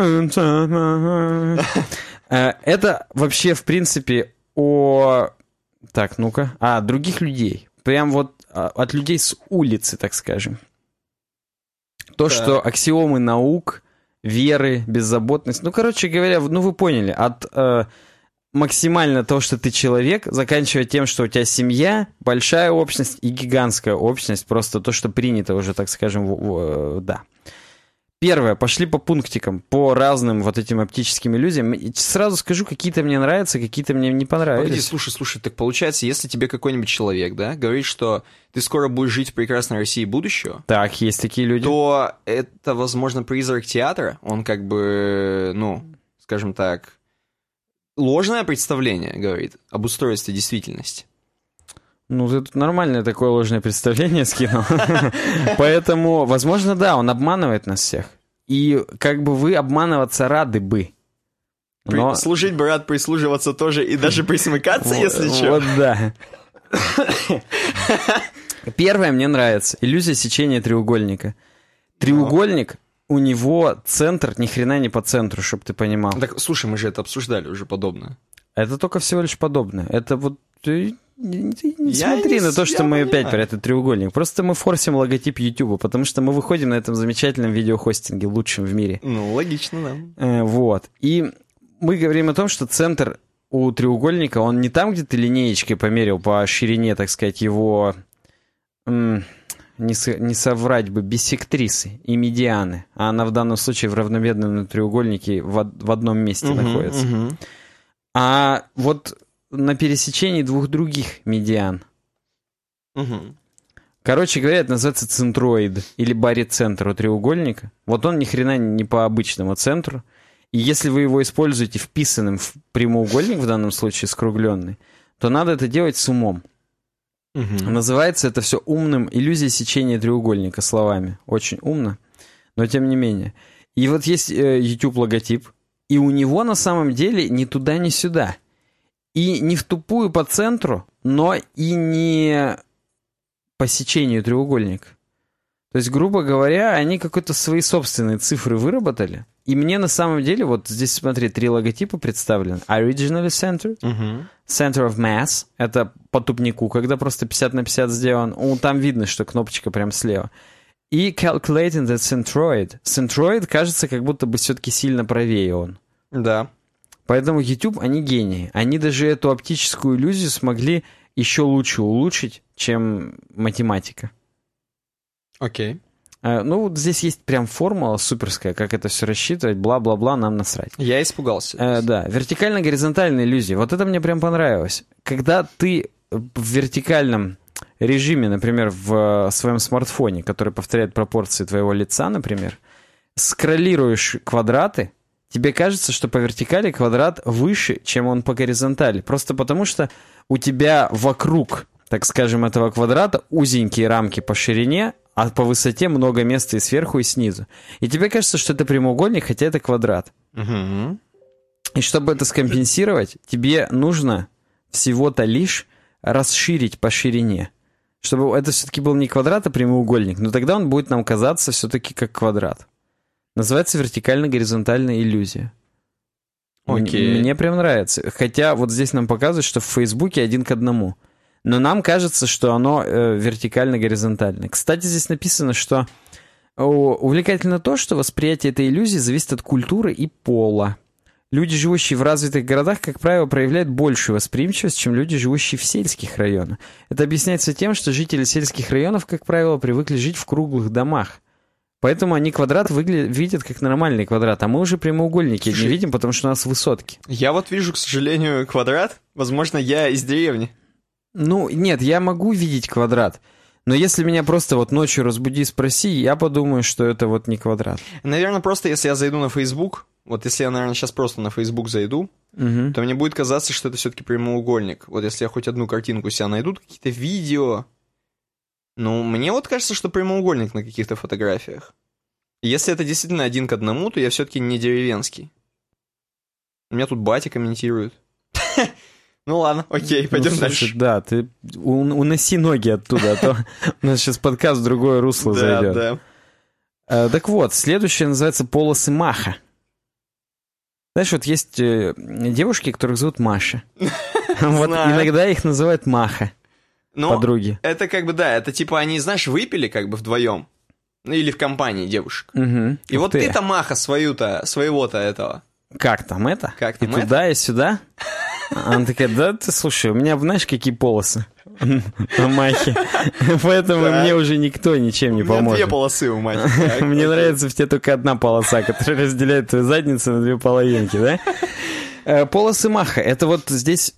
Это вообще, в принципе, о... Так, ну-ка. А, других людей. Прям вот от людей с улицы, так скажем. То, так. что аксиомы наук, веры, беззаботность. Ну, короче говоря, ну вы поняли. От э, максимально того, что ты человек, заканчивая тем, что у тебя семья, большая общность и гигантская общность. Просто то, что принято уже, так скажем, в, в, да. Первое, пошли по пунктикам, по разным вот этим оптическим иллюзиям. Сразу скажу, какие-то мне нравятся, какие-то мне не понравились. Погоди, слушай, слушай, так получается, если тебе какой-нибудь человек, да, говорит, что ты скоро будешь жить в прекрасной России будущего, так, есть такие люди, то это, возможно, призрак театра, он как бы, ну, скажем так, ложное представление говорит об устройстве действительности. Ну, ты тут нормальное такое ложное представление скинул. Поэтому, возможно, да, он обманывает нас всех. И как бы вы обманываться рады бы. Но... Служить бы рад, прислуживаться тоже и даже присмыкаться, если что. Вот да. Первое мне нравится. Иллюзия сечения треугольника. Треугольник, у него центр ни хрена не по центру, чтобы ты понимал. Так, слушай, мы же это обсуждали уже подобное. Это только всего лишь подобное. Это вот... Ты не, не смотри не, на то, что мы понимаю. Опять про этот треугольник. Просто мы форсим логотип YouTube, потому что мы выходим на этом замечательном видеохостинге, лучшем в мире. Ну, логично, да. Э, вот. И мы говорим о том, что центр у треугольника, он не там, где ты линеечкой померил по ширине, так сказать, его... М- не, со- не соврать бы, биссектрисы и медианы. А она в данном случае в равномерном треугольнике в, в одном месте uh-huh, находится. Uh-huh. А вот... на пересечении двух других медиан. Угу. Короче говоря, это называется центроид или барицентр у треугольника. Вот он ни хрена не по обычному центру. И если вы его используете вписанным в прямоугольник, в данном случае скругленный, то надо это делать с умом. Угу. Называется это все умным иллюзией сечения треугольника словами. Очень умно, но тем не менее. И вот есть э, YouTube-логотип, и у него на самом деле ни туда, ни сюда. И не в тупую по центру, но и не по сечению треугольника. То есть, грубо говоря, они какие-то свои собственные цифры выработали. И мне на самом деле, вот здесь, смотри, три логотипа представлены. Originally Center, uh-huh. Center of Mass, это по тупнику, когда просто пятьдесят на пятьдесят сделан. О, там видно, что кнопочка прям слева. И Calculating the Centroid. Centroid кажется, как будто бы все-таки сильно правее он. Да. Поэтому YouTube, они гении. Они даже эту оптическую иллюзию смогли еще лучше улучшить, чем математика. Окей. Okay. А, ну, вот здесь есть прям формула суперская, как это все рассчитывать, бла-бла-бла, нам насрать. Я испугался. А, да, вертикально-горизонтальная иллюзия. Вот это мне прям понравилось. Когда ты в вертикальном режиме, например, в своем смартфоне, который повторяет пропорции твоего лица, например, скроллируешь квадраты, тебе кажется, что по вертикали квадрат выше, чем он по горизонтали. Просто потому, что у тебя вокруг, так скажем, этого квадрата узенькие рамки по ширине, а по высоте много места и сверху, и снизу. И тебе кажется, что это прямоугольник, хотя это квадрат. Угу. И чтобы это скомпенсировать, тебе нужно всего-то лишь расширить по ширине. Чтобы это все-таки был не квадрат, а прямоугольник. Но тогда он будет нам казаться все-таки как квадрат. Называется вертикально-горизонтальная иллюзия. Окей. Мне прям нравится. Хотя вот здесь нам показывают, что в Фейсбуке один к одному. Но нам кажется, что оно э, вертикально-горизонтальное. Кстати, здесь написано, что о, увлекательно то, что восприятие этой иллюзии зависит от культуры и пола. Люди, живущие в развитых городах, как правило, проявляют большую восприимчивость, чем люди, живущие в сельских районах. Это объясняется тем, что жители сельских районов, как правило, привыкли жить в круглых домах. Поэтому они квадрат выглядят, видят как нормальный квадрат, а мы уже прямоугольники Слушай, не видим, потому что у нас высотки. Я вот вижу, к сожалению, квадрат. Возможно, я из деревни. Ну, нет, я могу видеть квадрат. Но если меня просто вот ночью разбуди и спроси, я подумаю, что это вот не квадрат. Наверное, просто если я зайду на Facebook, вот если я, наверное, сейчас просто на Facebook зайду, угу. то мне будет казаться, что это все-таки прямоугольник. Вот если я хоть одну картинку себя найду, какие-то видео... Ну, мне вот кажется, что прямоугольник на каких-то фотографиях. Если это действительно один к одному, то я все-таки не деревенский. У меня тут батя комментирует. Ну ладно, окей, пойдем дальше. Да, ты уноси ноги оттуда, а то у нас сейчас подкаст в другое русло зайдет. Да, да. Так вот, следующее называется полосы Маха. Знаешь, вот есть девушки, которых зовут Маша. Вот иногда их называют Маха. Ну, подруги. Это как бы, да, это типа они, знаешь, выпили как бы вдвоем. Ну, или в компании девушек. Угу. И Ух вот ты. ты-то Маха свою-то, своего-то этого. Как там это? Как там и это? туда, и сюда? Она такая, да ты, слушай, у меня, знаешь, какие полосы на махе, поэтому мне уже никто ничем не поможет. У меня две полосы у махи. Мне нравится в тебе только одна полоса, которая разделяет твою задницу на две половинки, да? Полосы маха, это вот здесь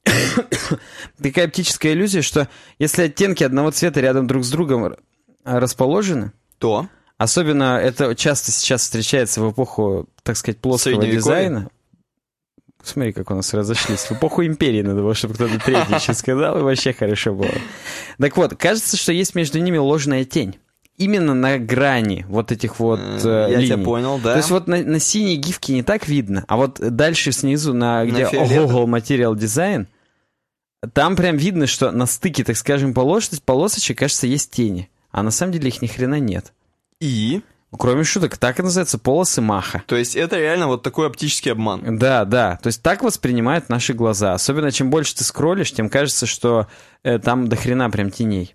такая оптическая иллюзия, что если оттенки одного цвета рядом друг с другом расположены, то... Особенно это часто сейчас встречается в эпоху, так сказать, плоского дизайна. Смотри, как у нас разошлись. В эпоху империи надо было, чтобы кто-то третий еще сказал, и вообще хорошо было. Так вот, кажется, что есть между ними ложная тень. Именно на грани вот этих вот э, Я линий. тебя понял, да. То есть вот на, на синей гифке не так видно, а вот дальше снизу, на, где Google Material Design, там прям видно, что на стыке, так скажем, полос, полосочек, кажется, есть тени. А на самом деле их ни хрена нет. И? Кроме шуток, так и называется полосы маха. То есть это реально вот такой оптический обман. Да, да. То есть так воспринимают наши глаза. Особенно чем больше ты скроллишь, тем кажется, что э, там до хрена прям теней.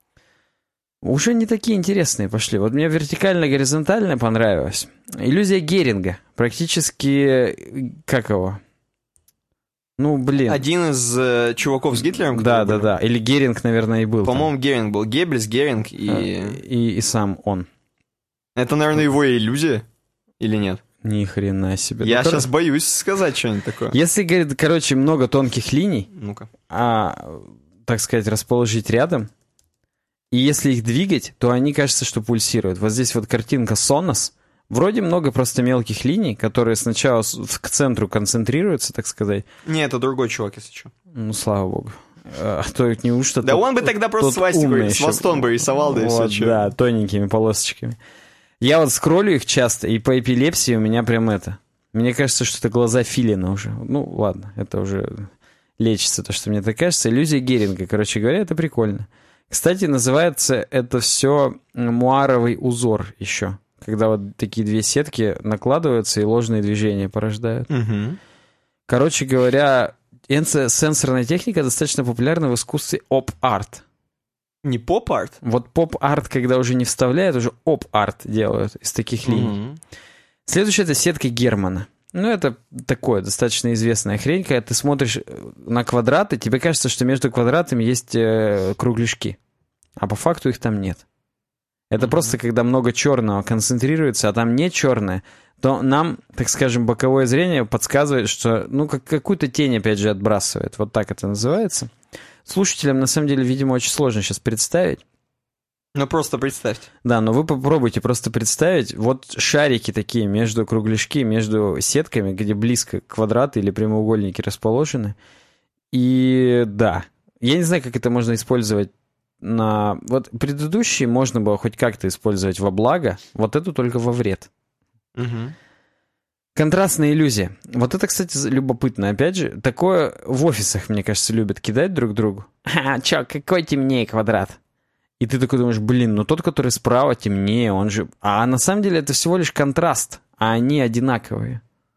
Уже не такие интересные пошли. Вот мне вертикально-горизонтально понравилось. Иллюзия Геринга. Практически... Как его? Ну, блин. Один из э, чуваков с Гитлером? Да, да, были? да. Или Геринг, наверное, и был. По-моему, Геринг был. Геббельс, Геринг и... и... И сам он. Это, наверное, его иллюзия? Или нет? Ни хрена себе. Я ну, сейчас кор... боюсь сказать что-нибудь такое. Если, говорит, короче, много тонких линий, ну-ка, а, так сказать, расположить рядом, и если их двигать, то они, кажется, что пульсируют. Вот здесь вот картинка Sonos. Вроде много просто мелких линий, которые сначала к центру концентрируются, так сказать. Не, это другой чувак, если что. Ну, слава богу. А то неужто... Да тот, он бы тогда просто свастику с хвостом бы рисовал, да и вот, все. Да, тоненькими полосочками. Я вот скроллю их часто, и по эпилепсии у меня прям это... Мне кажется, что это глаза филина уже. Ну, ладно, это уже лечится, то, что мне так кажется. Иллюзия Геринга, короче говоря, это прикольно. Кстати, называется это все муаровый узор еще. Когда вот такие две сетки накладываются и ложные движения порождают. Угу. Короче говоря, сенсорная техника достаточно популярна в искусстве оп-арт. Не поп-арт? Вот поп-арт, когда уже не вставляют, уже оп-арт делают из таких линий. Угу. Следующая — это сетка Германа. Ну, это такое достаточно известная хрень, когда ты смотришь на квадраты, тебе кажется, что между квадратами есть э, кругляшки, а по факту их там нет. Это mm-hmm. просто когда много черного концентрируется, а там не черное, то нам, так скажем, боковое зрение подсказывает, что, ну, как, какую-то тень, опять же, отбрасывает. Вот так это называется. Слушателям, на самом деле, видимо, очень сложно сейчас представить. Ну, просто представьте. Да, но вы попробуйте просто представить, вот шарики такие между кругляшки, между сетками, где близко квадраты или прямоугольники расположены. И да, я не знаю, как это можно использовать на... Вот предыдущие можно было хоть как-то использовать во благо, вот эту только во вред. Угу. Контрастная иллюзия. Вот это, кстати, любопытно. Опять же, такое в офисах, мне кажется, любят кидать друг другу. Ха, чё, какой темнее квадрат? И ты такой думаешь, блин, ну тот, который справа, темнее, он же... А на самом деле это всего лишь контраст, а они одинаковые.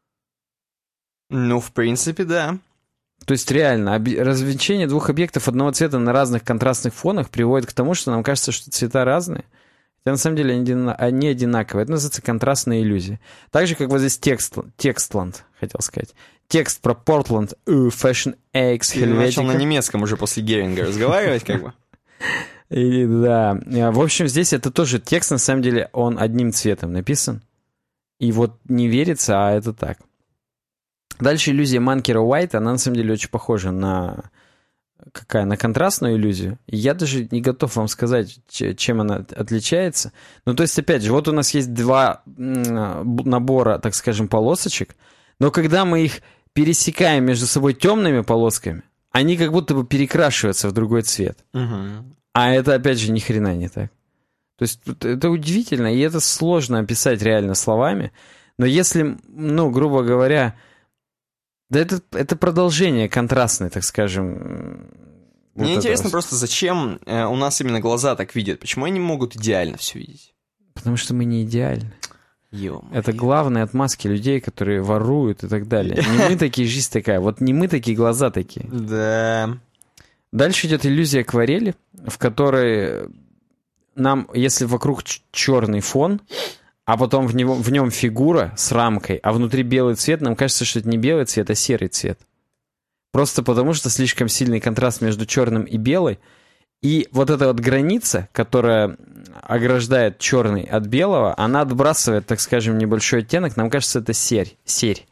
Ну, в принципе, да. То есть реально, об... развлечение двух объектов одного цвета на разных контрастных фонах приводит к тому, что нам кажется, что цвета разные. Хотя на самом деле они, они одинаковые. Это называется контрастная иллюзия. Так же, как вот здесь текст, Текстланд, хотел сказать. Текст про Portland, Fashion X, Helvetica. Ты начал на немецком уже после Геринга разговаривать, как бы. И, да. В общем, здесь это тоже текст, на самом деле, он одним цветом написан. И вот не верится, а это так. Дальше иллюзия Манкера Уайта, она на самом деле очень похожа на... Какая? На контрастную иллюзию. И я даже не готов вам сказать, чем она отличается. Ну, то есть, опять же, вот у нас есть два набора, так скажем, полосочек, но когда мы их пересекаем между собой темными полосками, они как будто бы перекрашиваются в другой цвет. Угу. А это, опять же, ни хрена не так. То есть это удивительно, и это сложно описать реально словами. Но если, ну, грубо говоря, да это, это продолжение контрастное, так скажем. Мне вот интересно этого. просто, зачем э, у нас именно глаза так видят? Почему они могут идеально все видеть? Потому что мы не идеальны. Ё-моё. Это главные отмазки людей, которые воруют и так далее. Не мы такие, жизнь такая. Вот не мы такие, глаза такие. Да. Дальше идет иллюзия акварели, в которой нам, если вокруг черный фон, а потом в, него, в нем фигура с рамкой, а внутри белый цвет, нам кажется, что это не белый цвет, а серый цвет. Просто потому, что слишком сильный контраст между черным и белой. И вот эта вот граница, которая ограждает черный от белого, она отбрасывает, так скажем, небольшой оттенок. Нам кажется, это серь. Серь.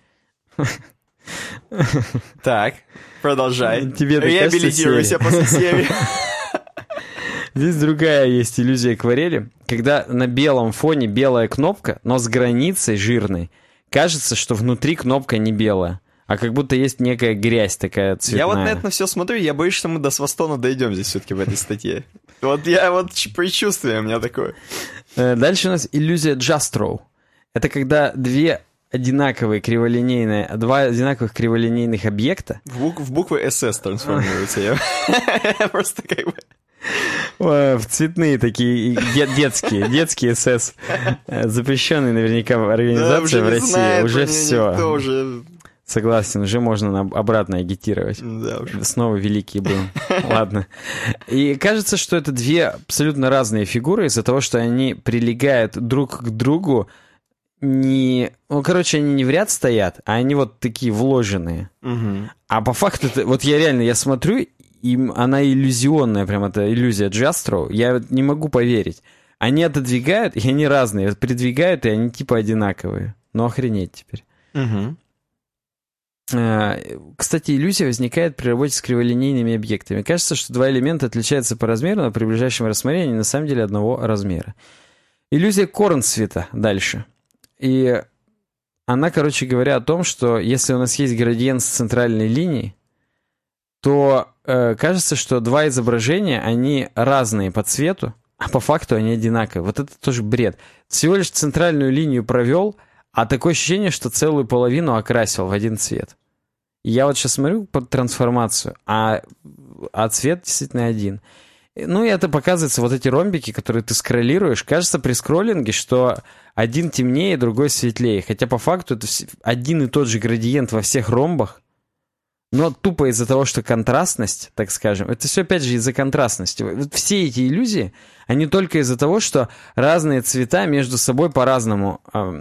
Так, продолжай. Тебе реабилитируйся после серии. Здесь другая есть иллюзия акварели. Когда на белом фоне белая кнопка, но с границей жирной, кажется, что внутри кнопка не белая, а как будто есть некая грязь такая цветная. Я вот на это на все смотрю, я боюсь, что мы до Свастона дойдем здесь все-таки в этой статье. Вот я вот предчувствие у меня такое. Дальше у нас иллюзия Jastrow. Это когда две одинаковые криволинейные, два одинаковых криволинейных объекта в, бук, в буквы эс эс трансформируются. Я просто как бы... В цветные такие детские, детские эс эс, запрещенные наверняка организации в России, уже все. Согласен, уже можно обратно агитировать. Да уж. Снова великий был. Ладно. И кажется, что это две абсолютно разные фигуры из-за того, что они прилегают друг к другу. Не... Ну, короче, они не в ряд стоят, а они вот такие вложенные. Угу. А по факту, вот я реально, я смотрю, и она иллюзионная, прям это иллюзия Jastrow. Я не могу поверить. Они отодвигают, и они разные. Придвигают, и они типа одинаковые. Ну, охренеть теперь. Угу. Кстати, иллюзия возникает при работе с криволинейными объектами. Кажется, что два элемента отличаются по размеру, но при ближайшем рассмотрении на самом деле одного размера. Иллюзия Корнсвита дальше. И она, короче говоря, о том, что если у нас есть градиент с центральной линией, то э, кажется, что два изображения, они разные по цвету, а по факту они одинаковые. Вот это тоже бред. Всего лишь центральную линию провел, а такое ощущение, что целую половину окрасил в один цвет. И я вот сейчас смотрю под трансформацию, а, а цвет действительно один. Ну и это показывается, вот эти ромбики, которые ты скроллируешь, кажется при скроллинге, что один темнее, другой светлее. Хотя по факту это один и тот же градиент во всех ромбах, но тупо из-за того, что контрастность, так скажем, это все опять же из-за контрастности. Вот все эти иллюзии, они только из-за того, что разные цвета между собой по-разному,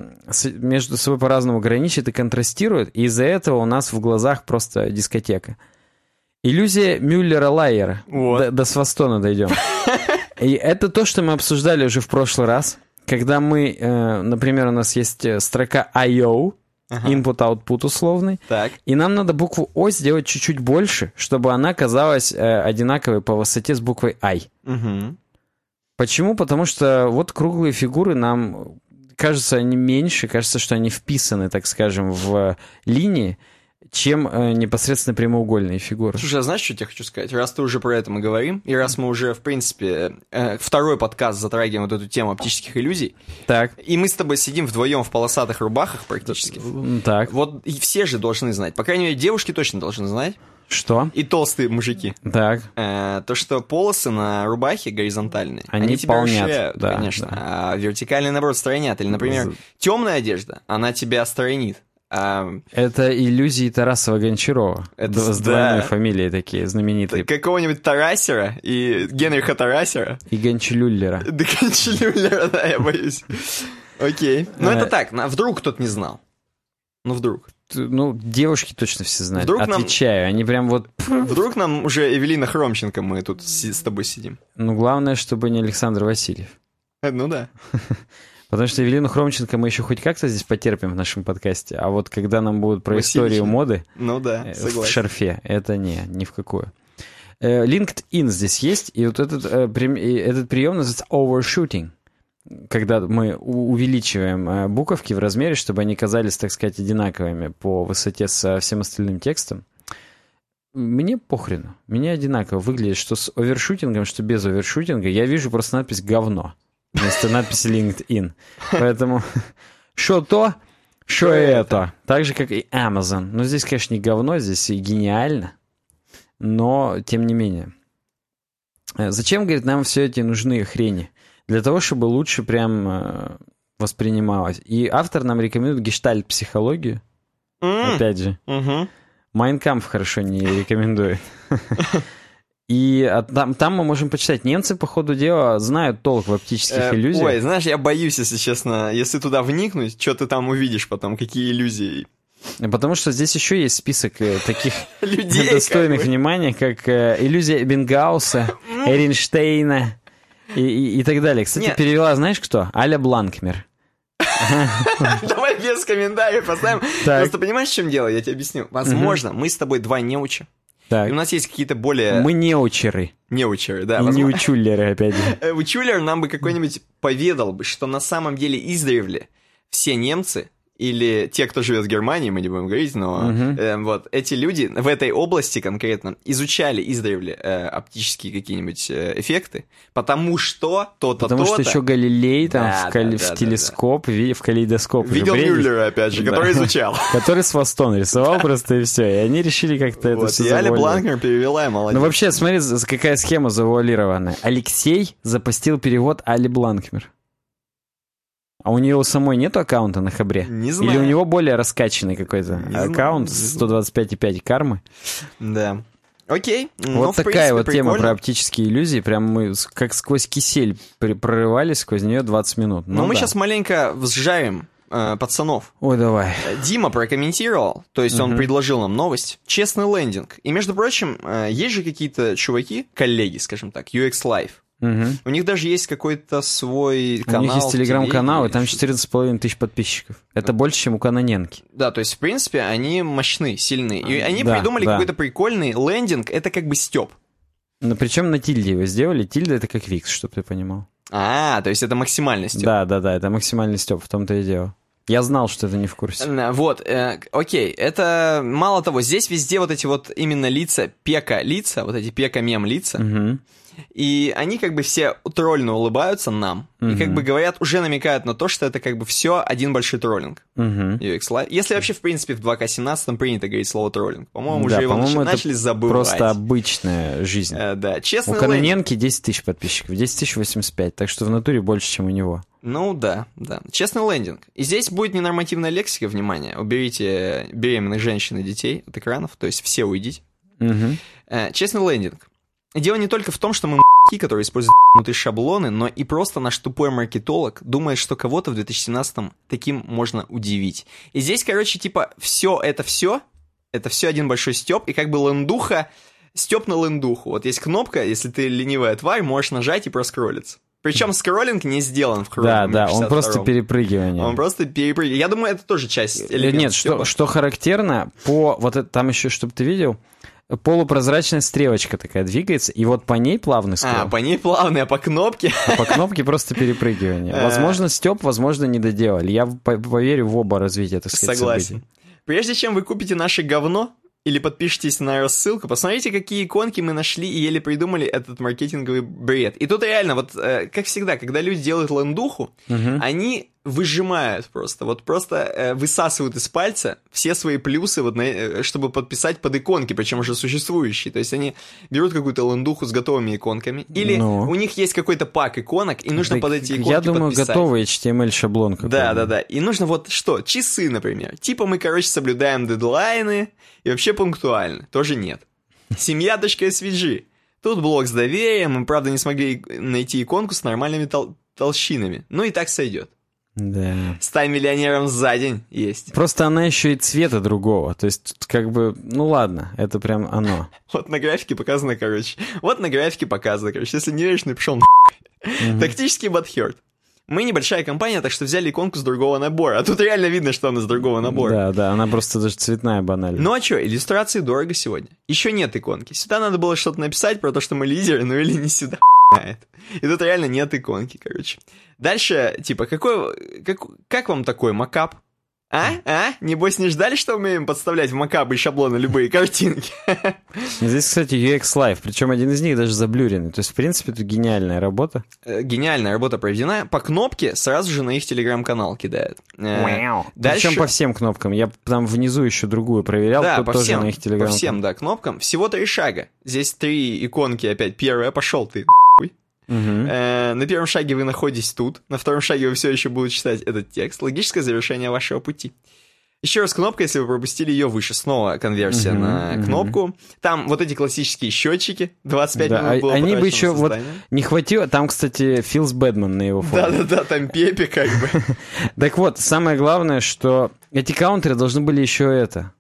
между собой по-разному граничат и контрастируют, и из-за этого у нас в глазах просто дискотека. Иллюзия Мюллера-Лайера. Вот. До, до Свастона дойдем. И это то, что мы обсуждали уже в прошлый раз, когда мы, э, например, у нас есть строка ай о, ага. Input-Output условный, так. И нам надо букву О сделать чуть-чуть больше, чтобы она казалась э, одинаковой по высоте с буквой I. Угу. Почему? Потому что вот круглые фигуры нам, кажется, они меньше, кажется, что они вписаны, так скажем, в линии, чем э, непосредственно прямоугольные фигуры. Слушай, а знаешь, что я тебе хочу сказать? Раз ты уже про это мы говорим, и раз мы уже, в принципе, э, второй подкаст затрагиваем вот эту тему оптических иллюзий, так. И мы с тобой сидим вдвоем в полосатых рубахах практически. Так. Вот и все же должны знать, по крайней мере, девушки точно должны знать. Что? И толстые мужики. Так. Э, то, что полосы на рубахе горизонтальные, они, они тебя полнят, расширяют, да, конечно, да. А вертикальные, наоборот, стройнят. Или, например, З... темная одежда, она тебя стройнит. А... Это иллюзии Тарасова-Гончарова. Это, с да. двойной фамилией такие знаменитые. Какого-нибудь Тарасера и Генриха Тарасера. И Гончалюллера. Да, Гончалюллера, да, я боюсь. Окей. Ну, это так, вдруг кто-то не знал. Ну, вдруг. Ну, девушки точно все знают. Вдруг Отвечаю, нам... они прям вот... Вдруг нам уже Эвелина Хромченко, мы тут с тобой сидим. Ну, главное, чтобы не Александр Васильев. Ну, да. Потому что Эвелину Хромченко мы еще хоть как-то здесь потерпим в нашем подкасте, а вот когда нам будут про Васильевич. Историю моды ну, да, в шарфе, это не, ни в какую. LinkedIn здесь есть, и вот этот, этот прием называется overshooting, когда мы увеличиваем буковки в размере, чтобы они казались, так сказать, одинаковыми по высоте со всем остальным текстом. Мне похрену. Мне одинаково выглядит, что с овершутингом, что без овершутинга. Я вижу просто надпись «говно» вместо надписи LinkedIn. Поэтому что то, что это. Так же, как и Amazon. Но здесь, конечно, не говно, здесь и гениально. Но, тем не менее. Зачем, говорит, нам все эти нужны хрени? Для того, чтобы лучше прям воспринималось. И автор нам рекомендует гештальт-психологию. Mm. Опять же. Mm-hmm. Mein Kampf хорошо не рекомендует. И там, там мы можем почитать. Немцы, по ходу дела, знают толк в оптических э, иллюзиях. Ой, знаешь, я боюсь, если честно, если туда вникнуть, что ты там увидишь потом, какие иллюзии. Потому что здесь еще есть список э, таких Людей, достойных как бы. внимания, как э, иллюзия Эббингауса, Эйренштейна и, и, и так далее. Кстати, Нет. перевела, знаешь кто? Аля Бланкмер. Давай без комментариев поставим. Так. Просто понимаешь, в чем дело? Я тебе объясню. Возможно, мы с тобой два неуча. Так. И у нас есть какие-то более... Мы неучеры. Неучеры, да. И возможно. неучулеры, опять же. Э, Учулер нам бы какой-нибудь поведал бы, что на самом деле издревле все немцы, или те, кто живет в Германии, мы не будем говорить, но Мгм. э, вот эти люди в этой области конкретно изучали издревле э, оптические какие-нибудь э, эффекты, потому что то-то, Потому то-то... что еще Галилей там Да, в, каль- да, в да, да, телескоп, ви- в калейдоскоп. Видел бредит. Мюллера, опять же, Да. который изучал. Который с Востон рисовал просто и все. И они решили как-то это Вот, все и Аля завуалировать. Бланкер перевела, и молодец. Ну вообще, смотри, за- какая схема завуалированная. Алексей запостил перевод Али Бланкмер. А у нее у самой нету аккаунта на Хабре? Не знаю. Или у него более раскачанный какой-то Не знаю, аккаунт не с знаю. сто двадцать пять и пять кармы? Да. Окей. Ну, Вот в такая принципе, вот тема прикольно. про оптические иллюзии. Прям мы с- как сквозь кисель при- прорывались сквозь нее двадцать минут. Но Ну мы да. сейчас маленько взжарим э, пацанов. Ой, давай. Дима прокомментировал, то есть он Мгм. предложил нам новость. Честный лендинг. И, между прочим, э, есть же какие-то чуваки, коллеги, скажем так, ю экс Live. Мгм. У них даже есть какой-то свой У канал. них есть в телеграм-канал, и телеге. там четырнадцать с половиной тысяч подписчиков. Это больше, чем у Каноненки. Да, то есть, в принципе, они мощны, сильные. И они Да, придумали да. какой-то прикольный лендинг, это как бы стёб. Но причем на тильде его сделали. Тильда — это как Викс, чтобы ты понимал. А, то есть это максимальный стёб. Да, да, да, это максимальный стёб, в том-то и дело. Я знал, что это не в курсе. Э, Вот, э, окей, это мало того, здесь везде вот эти вот именно лица, пека-лица, вот эти пека-мем-лица, Мгм. и они как бы все тролльно улыбаются нам, и как Мгм. бы говорят, уже намекают на то, что это как бы все один большой троллинг. Мгм. ю экс Live. Если вообще, в принципе, в два ка семнадцать принято говорить слово троллинг. По-моему, Да, уже его по-моему, нач- это начали забывать. Просто обычная жизнь. Э, да, У честно. Каноненки десять тысяч подписчиков, десять тысяч восемьдесят пять, так что в натуре больше, чем у него. Ну да, да. Честный лендинг. И здесь будет ненормативная лексика, внимание. Уберите беременных женщин и детей от экранов, то есть все уйдите. Мгм. Э, Честный лендинг. Дело не только в том, что мы м***ки, которые используют ***нутые шаблоны, но и просто наш тупой маркетолог думает, что кого-то в две тысячи семнадцатом таким можно удивить. И здесь, короче, типа, все это все, это все один большой стёб, и как бы лендуха, стёб на лендуху. Вот есть кнопка, если ты ленивая тварь, можешь нажать и проскроллиться. Причем скроллинг не сделан в Chrome. Да, да, он шестьдесят просто втором. перепрыгивание. Он просто перепрыгивает. Я думаю, это тоже часть Э, элемента Нет, что, стёба. что характерно, по вот это, там еще, чтобы ты видел, полупрозрачная стрелочка такая двигается, и вот по ней плавный скролл. А, по ней плавно, а по кнопке... А по кнопке просто перепрыгивание. Э. Возможно, Степ, возможно, не доделали. Я по- поверю в оба развития, так сказать, Согласен. событий. Прежде чем вы купите наше говно или подпишитесь на рассылку, посмотрите, какие иконки мы нашли и еле придумали этот маркетинговый бред. И тут реально, вот э, как всегда, когда люди делают лендуху, Мгм. они выжимают просто, вот просто э, высасывают из пальца все свои плюсы, вот, на, э, чтобы подписать под иконки, причем уже существующие. То есть они берут какую-то лендуху с готовыми иконками, или Ну. у них есть какой-то пак иконок, и нужно Так под эти иконки Я думаю, подписать. готовый эйч ти эм эль-шаблон какой-то. Да, да, да. И нужно вот что? Часы, например. Типа мы, короче, соблюдаем дедлайны и вообще пунктуальны. Тоже нет. Семья.svg. Тут блок с доверием. Мы, правда, не смогли найти иконку с нормальными тол- толщинами. Ну и так сойдет. Да. Стань миллионером за день есть. Просто она еще и цвета другого. То есть, тут как бы, ну ладно, это прям оно. Вот на графике показано, короче. Вот на графике показано, короче. Если не веришь, напиши нахуй. Тактический бадхерт. Мы небольшая компания, так что взяли иконку с другого набора. А тут реально видно, что она с другого набора. Да, да, она просто даже цветная банально. Ну а что, иллюстрации дорого сегодня. Еще нет иконки. Сюда надо было что-то написать про то, что мы лидеры, ну или не сюда, знает. И тут реально нет иконки, короче. Дальше, типа, какой, как, как вам такой макап? А? А? Небось, не ждали, что умеем подставлять в макапы и шаблоны любые картинки? Здесь, кстати, ю экс Live, причем один из них даже заблюренный. То есть, в принципе, это гениальная работа. Э, Гениальная работа проведена. По кнопке сразу же на их телеграм-канал кидает. Э, Дальше... Причем по всем кнопкам. Я там внизу еще другую проверял, Да, тут по тоже всем, на их по телеграм. всем, да, кнопкам. Всего три шага. Здесь три иконки опять. Первая, пошел ты, хуй. Мгм. Э, На первом шаге вы находитесь тут. На втором шаге вы все еще будете читать этот текст. Логическое завершение вашего пути. Еще раз кнопка, если вы пропустили ее выше, снова конверсия uh-huh, на uh-huh. кнопку. Там вот эти классические счетчики, двадцать пять да, минут было они бы еще вот не хватило, там, кстати, Филс Бэдман на его фоне. Да-да-да, там Пепе как бы. Так вот, самое главное, что эти каунтеры должны были еще это...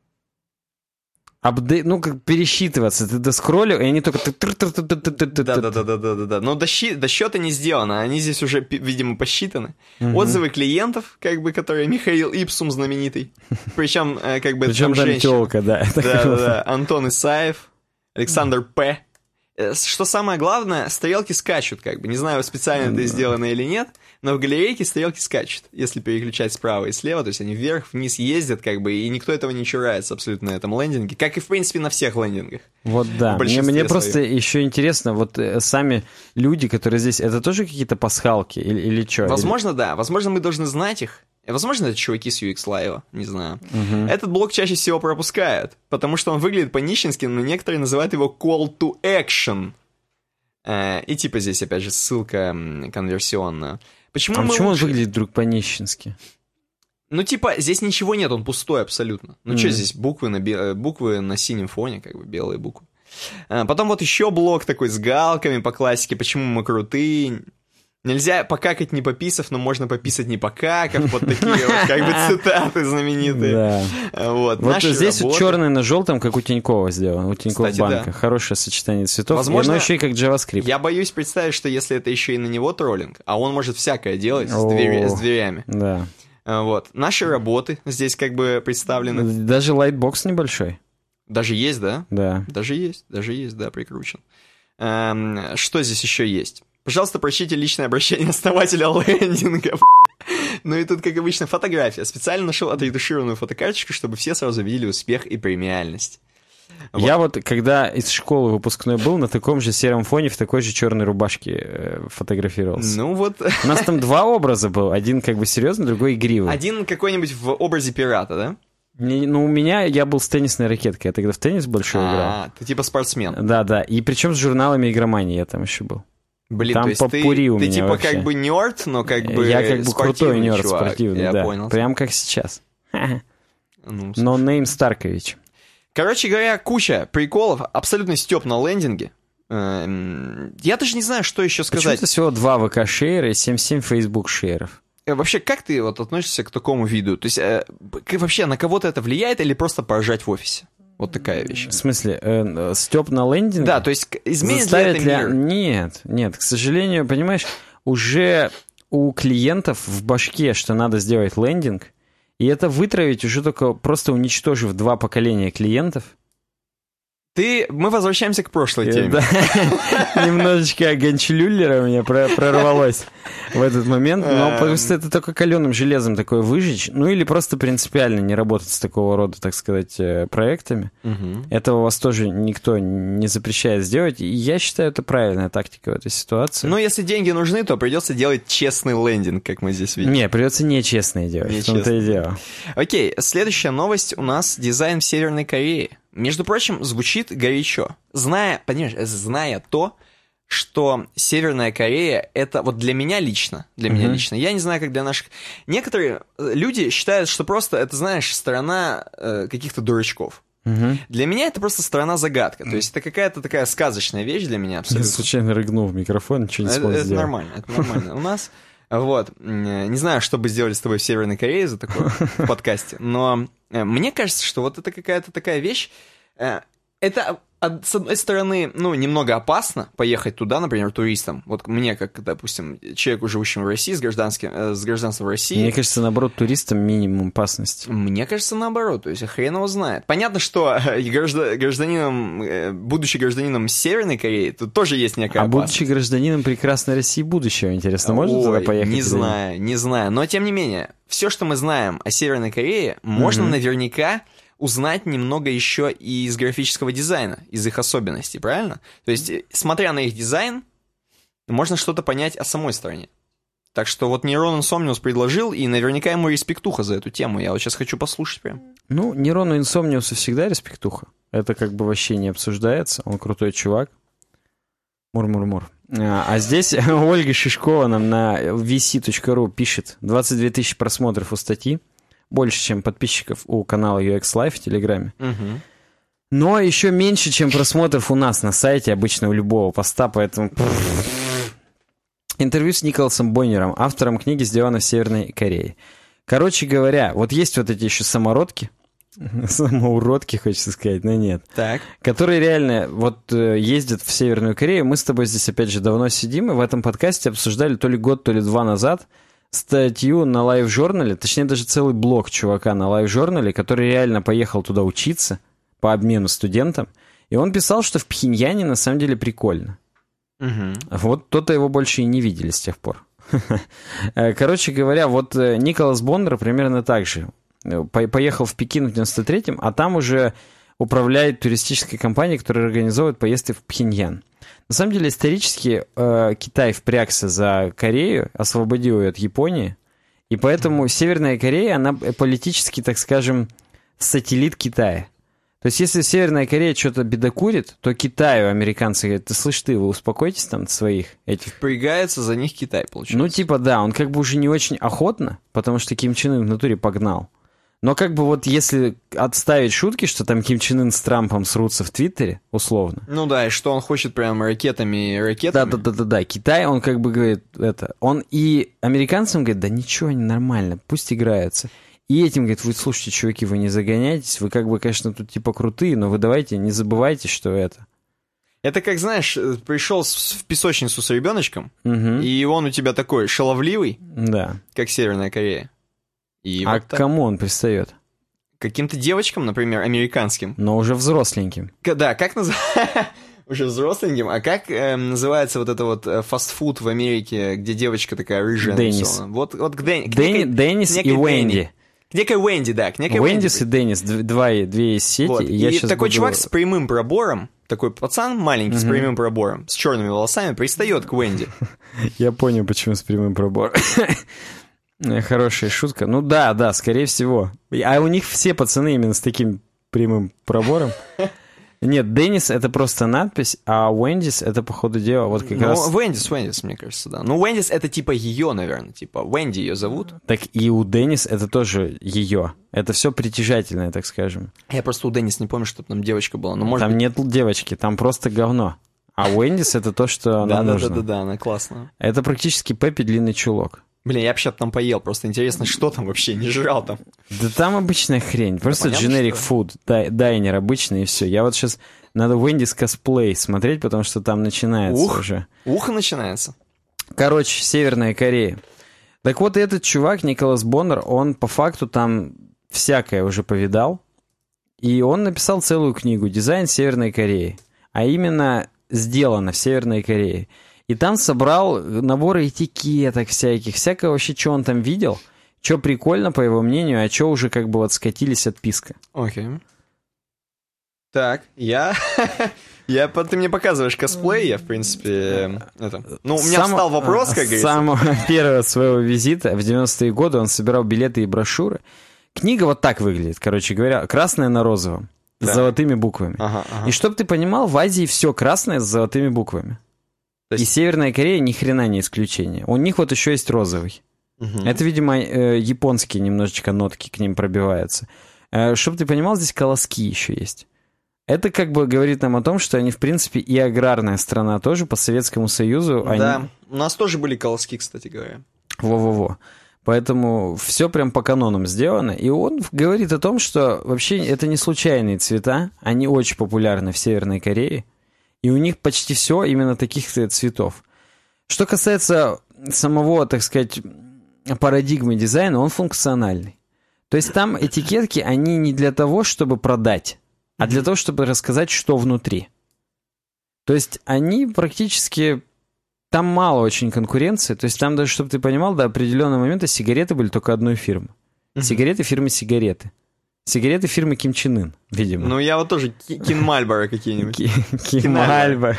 Апдейт, ну, как пересчитываться. Ты доскроллил, и они только... Да-да-да-да-да-да. Но до счета не сделано. Они здесь уже, видимо, посчитаны. Угу. Отзывы клиентов, как бы, которые... Михаил Ипсум знаменитый. Причем, как бы, Причем там тёлка, да. Да-да-да. Антон Исаев, Александр П. Что самое главное, стрелки скачут, как бы. Не знаю, специально это сделано или нет, но в галерейке стрелки скачут, если переключать справа и слева, то есть они вверх, вниз ездят, как бы, и никто этого не чурается абсолютно на этом лендинге, как и, в принципе, на всех лендингах. Вот да, мне, мне просто еще интересно, вот э, сами люди, которые здесь, это тоже какие-то пасхалки или, или что? Возможно, или... да, возможно, мы должны знать их. Возможно, это чуваки с ю экс Live, не знаю. Uh-huh. Этот блок чаще всего пропускают, потому что он выглядит по-нищенски, но некоторые называют его call to action. И типа здесь, опять же, ссылка конверсионная. Почему, а почему лучше... он выглядит вдруг по-нищенски? Ну, типа, здесь ничего нет, он пустой абсолютно. Ну, mm. что здесь, буквы на, бе... буквы на синем фоне, как бы, белые буквы. Потом вот еще блок такой с галками по классике, почему мы крутые... Нельзя покакать не пописав, но можно пописать не покакав. Вот такие вот как бы цитаты знаменитые. Да. Вот, вот здесь работы... вот черный на желтом, как у Тинькова сделано. У Тинькова банка. Да. Хорошее сочетание цветов. Возможно, и оно еще и как JavaScript. Я боюсь представить, что если это еще и на него троллинг, а он может всякое делать с, двери... с дверями. Да. Вот. Наши работы здесь как бы представлены. Даже лайтбокс небольшой. Даже есть, да? Да. Даже есть, даже есть, да, прикручен. Эм, что здесь еще есть? Пожалуйста, прочтите личное обращение основателя лендинга. Ну и тут, как обычно, фотография. Специально нашел отретушированную фотокарточку, чтобы все сразу видели успех и премиальность. Вот. Я вот, когда из школы выпускной был, на таком же сером фоне, в такой же черной рубашке э, фотографировался. Ну вот... У нас там два образа был. Один как бы серьезный, другой игривый. Один какой-нибудь в образе пирата, да? Не, ну, у меня, я был с теннисной ракеткой. Я тогда в теннис большой играл. А, ты типа спортсмен. Да-да. И причем с журналами игромании я там еще был. Блин, там то есть ты, ты типа вообще. Как бы нерд, но как бы я как бы крутой нерд чувак. Спортивный, я да. Понял. Прям как сейчас. Ну, Но name Старкович. Короче говоря, куча приколов, абсолютно стёб на лендинге. Я даже не знаю, что еще сказать. Почему-то всего два ВК-шейра и семьдесят семь Facebook-шейров. Вообще, как ты вот относишься к такому виду? То есть, э, вообще, на кого-то это влияет или просто поржать в офисе? Вот такая вещь. В смысле, э, стёб на лендинге? Да, то есть изменит ли это мир? Ли... Нет, нет, к сожалению, понимаешь, уже у клиентов в башке, что надо сделать лендинг, и это вытравить уже только просто уничтожив два поколения клиентов. Ты... Мы возвращаемся к прошлой теме. Да. Немножечко Гончалюллера у меня прорвалось в этот момент, но просто это только каленым железом такое выжечь, ну или просто принципиально не работать с такого рода, так сказать, проектами. Этого вас тоже никто не запрещает сделать, и я считаю, это правильная тактика в этой ситуации. Но если деньги нужны, то придется делать честный лендинг, как мы здесь видим. Не, придется нечестные делать, в том-то и дело. Окей, следующая новость у нас дизайн в Северной Корее. Между прочим, звучит горячо. Зная, понимаешь, зная то, что Северная Корея, это вот для меня лично, для mm-hmm. меня лично, я не знаю, как для наших... Некоторые люди считают, что просто это, знаешь, страна э, каких-то дурачков. Mm-hmm. Для меня это просто страна-загадка. То есть это какая-то такая сказочная вещь для меня абсолютно. Я случайно рыгнул в микрофон, ничего не смог это, сделать. Это нормально, это нормально. У нас... Вот, не знаю, что бы сделали с тобой в Северной Корее за такое в подкасте, но мне кажется, что вот это какая-то такая вещь, это, с одной стороны, ну, немного опасно поехать туда, например, туристам. Вот мне, как, допустим, человеку, живущему в России, с, гражданским, с гражданством России... Мне кажется, наоборот, туристам минимум опасности. Мне кажется, наоборот, то есть хрен его знает. Понятно, что гражданином, будучи гражданином Северной Кореи, тут тоже есть некая а опасность. А будучи гражданином прекрасной России будущего, интересно, можно Ой, туда поехать? не знаю, не знаю. Но, тем не менее, все, что мы знаем о Северной Корее, можно mm-hmm. наверняка... узнать немного еще и из графического дизайна, из их особенностей, правильно? То есть, смотря на их дизайн, можно что-то понять о самой стране. Так что вот Нейрон Инсомниус предложил, и наверняка ему респектуха за эту тему. Я вот сейчас хочу послушать прям. Ну, Нейрону Инсомниусу всегда респектуха. Это как бы вообще не обсуждается. Он крутой чувак. Мур-мур-мур. А, а здесь Ольга Шишкова нам на ви си точка ру пишет. двадцать две тысячи просмотров у статьи. больше, чем подписчиков у канала ю экс Live в Телеграме. Угу. Но еще меньше, чем просмотров у нас на сайте, обычно у любого поста, поэтому... Интервью с Николасом Боннером, автором книги «Сделано в Северной Корее». Короче говоря, вот есть вот эти еще самородки, самоуродки, хочется сказать, но нет, так. которые реально вот ездят в Северную Корею. Мы с тобой здесь, опять же, давно сидим, и в этом подкасте обсуждали то ли год, то ли два назад статью на Live-журнале, точнее, даже целый блог чувака на Live-журнале, который реально поехал туда учиться по обмену студентам, и он писал, что в Пхеньяне на самом деле прикольно. Угу. Вот то-то его больше и не видели с тех пор. Короче говоря, вот Николас Боннер примерно так же. Поехал в Пекин в девяносто третьем, а там уже управляет туристической компанией, которая организовывает поездки в Пхеньян. На самом деле, исторически э, Китай впрягся за Корею, освободил ее от Японии, и поэтому Северная Корея, она политически, так скажем, сателлит Китая. То есть, если Северная Корея что-то бедокурит, то Китаю американцы говорят: ты слышь, ты, вы успокойтесь там своих этих. Впрягается за них Китай, получается. Ну, типа, да, он как бы уже не очень охотно, потому что Ким Чен Ын в натуре погнал. Но как бы вот если отставить шутки, что там Ким Чен Ын с Трампом срутся в Твиттере, условно. Ну да, и что он хочет прям ракетами и ракетами. Да-да-да-да-да. Китай, он как бы говорит это. Он и американцам говорит: да ничего, они нормально, пусть играются. И этим говорит: вы слушайте, чуваки, вы не загоняйтесь, вы как бы, конечно, тут типа крутые, но вы давайте не забывайте, что это. Это как, знаешь, пришел в песочницу с ребеночком, угу. и он у тебя такой шаловливый, да. как Северная Корея. И а вот к кому он пристает? Каким-то девочкам, например, американским. Но уже взросленьким. К- да, как называется? Уже взросленьким. А как э, называется вот это вот фастфуд в Америке, где девочка такая рыжая? Деннис. Нарисована? Вот, вот к, Дэн... к Дэн... некой... Деннис и Уэнди. К некой Уэнди, да. К некой Уэндис Уэнди. и Деннис, два, две из сети. Вот. И, я и такой буду... чувак с прямым пробором, такой пацан маленький, mm-hmm. с прямым пробором, с черными волосами, пристает к Уэнди. Я понял, почему с прямым пробором. Хорошая шутка. Ну да, да, скорее всего. А у них все пацаны именно с таким прямым пробором. Нет, Деннис — это просто надпись, а Уэндис — это, по ходу дела, вот как ну, раз... Уэндис, Уэндис, мне кажется, да. Ну, Уэндис — это типа ее, наверное, типа Уэнди ее зовут. Так и у Деннис это тоже ее. Это все притяжательное, так скажем. Я просто у Деннис не помню, чтобы там девочка была. Но, может там быть... нет девочки, там просто говно. А Уэндис — это то, что нам нужно. Да-да-да, она классная. Это практически Пеппи длинный чулок. Блин, я вообще там поел, просто интересно, что там вообще, не жрал там. Да там обычная хрень, просто да, generic food, дай, дайнер обычный и все. Я вот сейчас надо Wendy's косплей смотреть, потому что там начинается Ух, уже. Ухо начинается. Короче, Северная Корея. Так вот, этот чувак, Николас Боннер, он по факту там всякое уже повидал, и он написал целую книгу «Дизайн Северной Кореи», а именно «Сделано в Северной Корее». И там собрал наборы этикеток всяких, всякого вообще, что он там видел, что прикольно, по его мнению, а что уже как бы вот скатились отписка. Окей. Okay. Так, я... я... Ты мне показываешь косплей, я, в принципе... Это... Ну, у меня Сам... встал вопрос, как говорится. С самого первого своего визита в девяностые годы он собирал билеты и брошюры. Книга вот так выглядит, короче говоря, красная на розовом, да. С золотыми буквами. Ага, ага. И чтоб ты понимал, в Азии все красное с золотыми буквами. И Северная Корея ни хрена не исключение. У них вот еще есть розовый. Угу. Это, видимо, э, японские немножечко нотки к ним пробиваются. Э, чтоб ты понимал, здесь колоски еще есть. Это как бы говорит нам о том, что они, в принципе, и аграрная страна тоже по Советскому Союзу. Да, они... у нас тоже были колоски, кстати говоря. Во-во-во. Поэтому все прям по канонам сделано. И он говорит о том, что вообще это не случайные цвета. Они очень популярны в Северной Корее. И у них почти все именно таких цветов. Что касается самого, так сказать, парадигмы дизайна, он функциональный. То есть там этикетки, они не для того, чтобы продать, а для того, чтобы рассказать, что внутри. То есть они практически... Там мало очень конкуренции. То есть там даже, чтобы ты понимал, до определенного момента сигареты были только одной фирмы. Сигареты фирмы сигареты. Сигареты фирмы Ким Чен Ын, видимо. Ну, я вот тоже Кин Мальборо какие-нибудь. Кин Мальборо.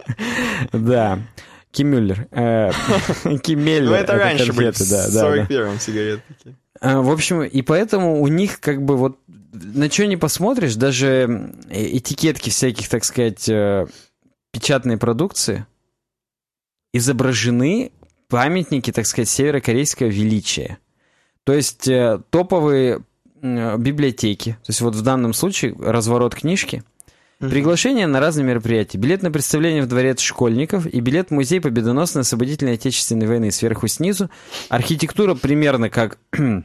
Да. Ким Мюллер. Ким Меллер. Ну, это раньше были, в сорок первом сигареты такие. В общем, и поэтому у них как бы вот на что не посмотришь, даже этикетки всяких, так сказать, печатной продукции изображены памятники, так сказать, северокорейского величия. То есть э, топовые э, библиотеки, то есть вот в данном случае разворот книжки, mm-hmm. приглашение на разные мероприятия, билет на представление в дворец школьников и билет в музей победоносной освободительной Отечественной войны сверху снизу. Архитектура примерно как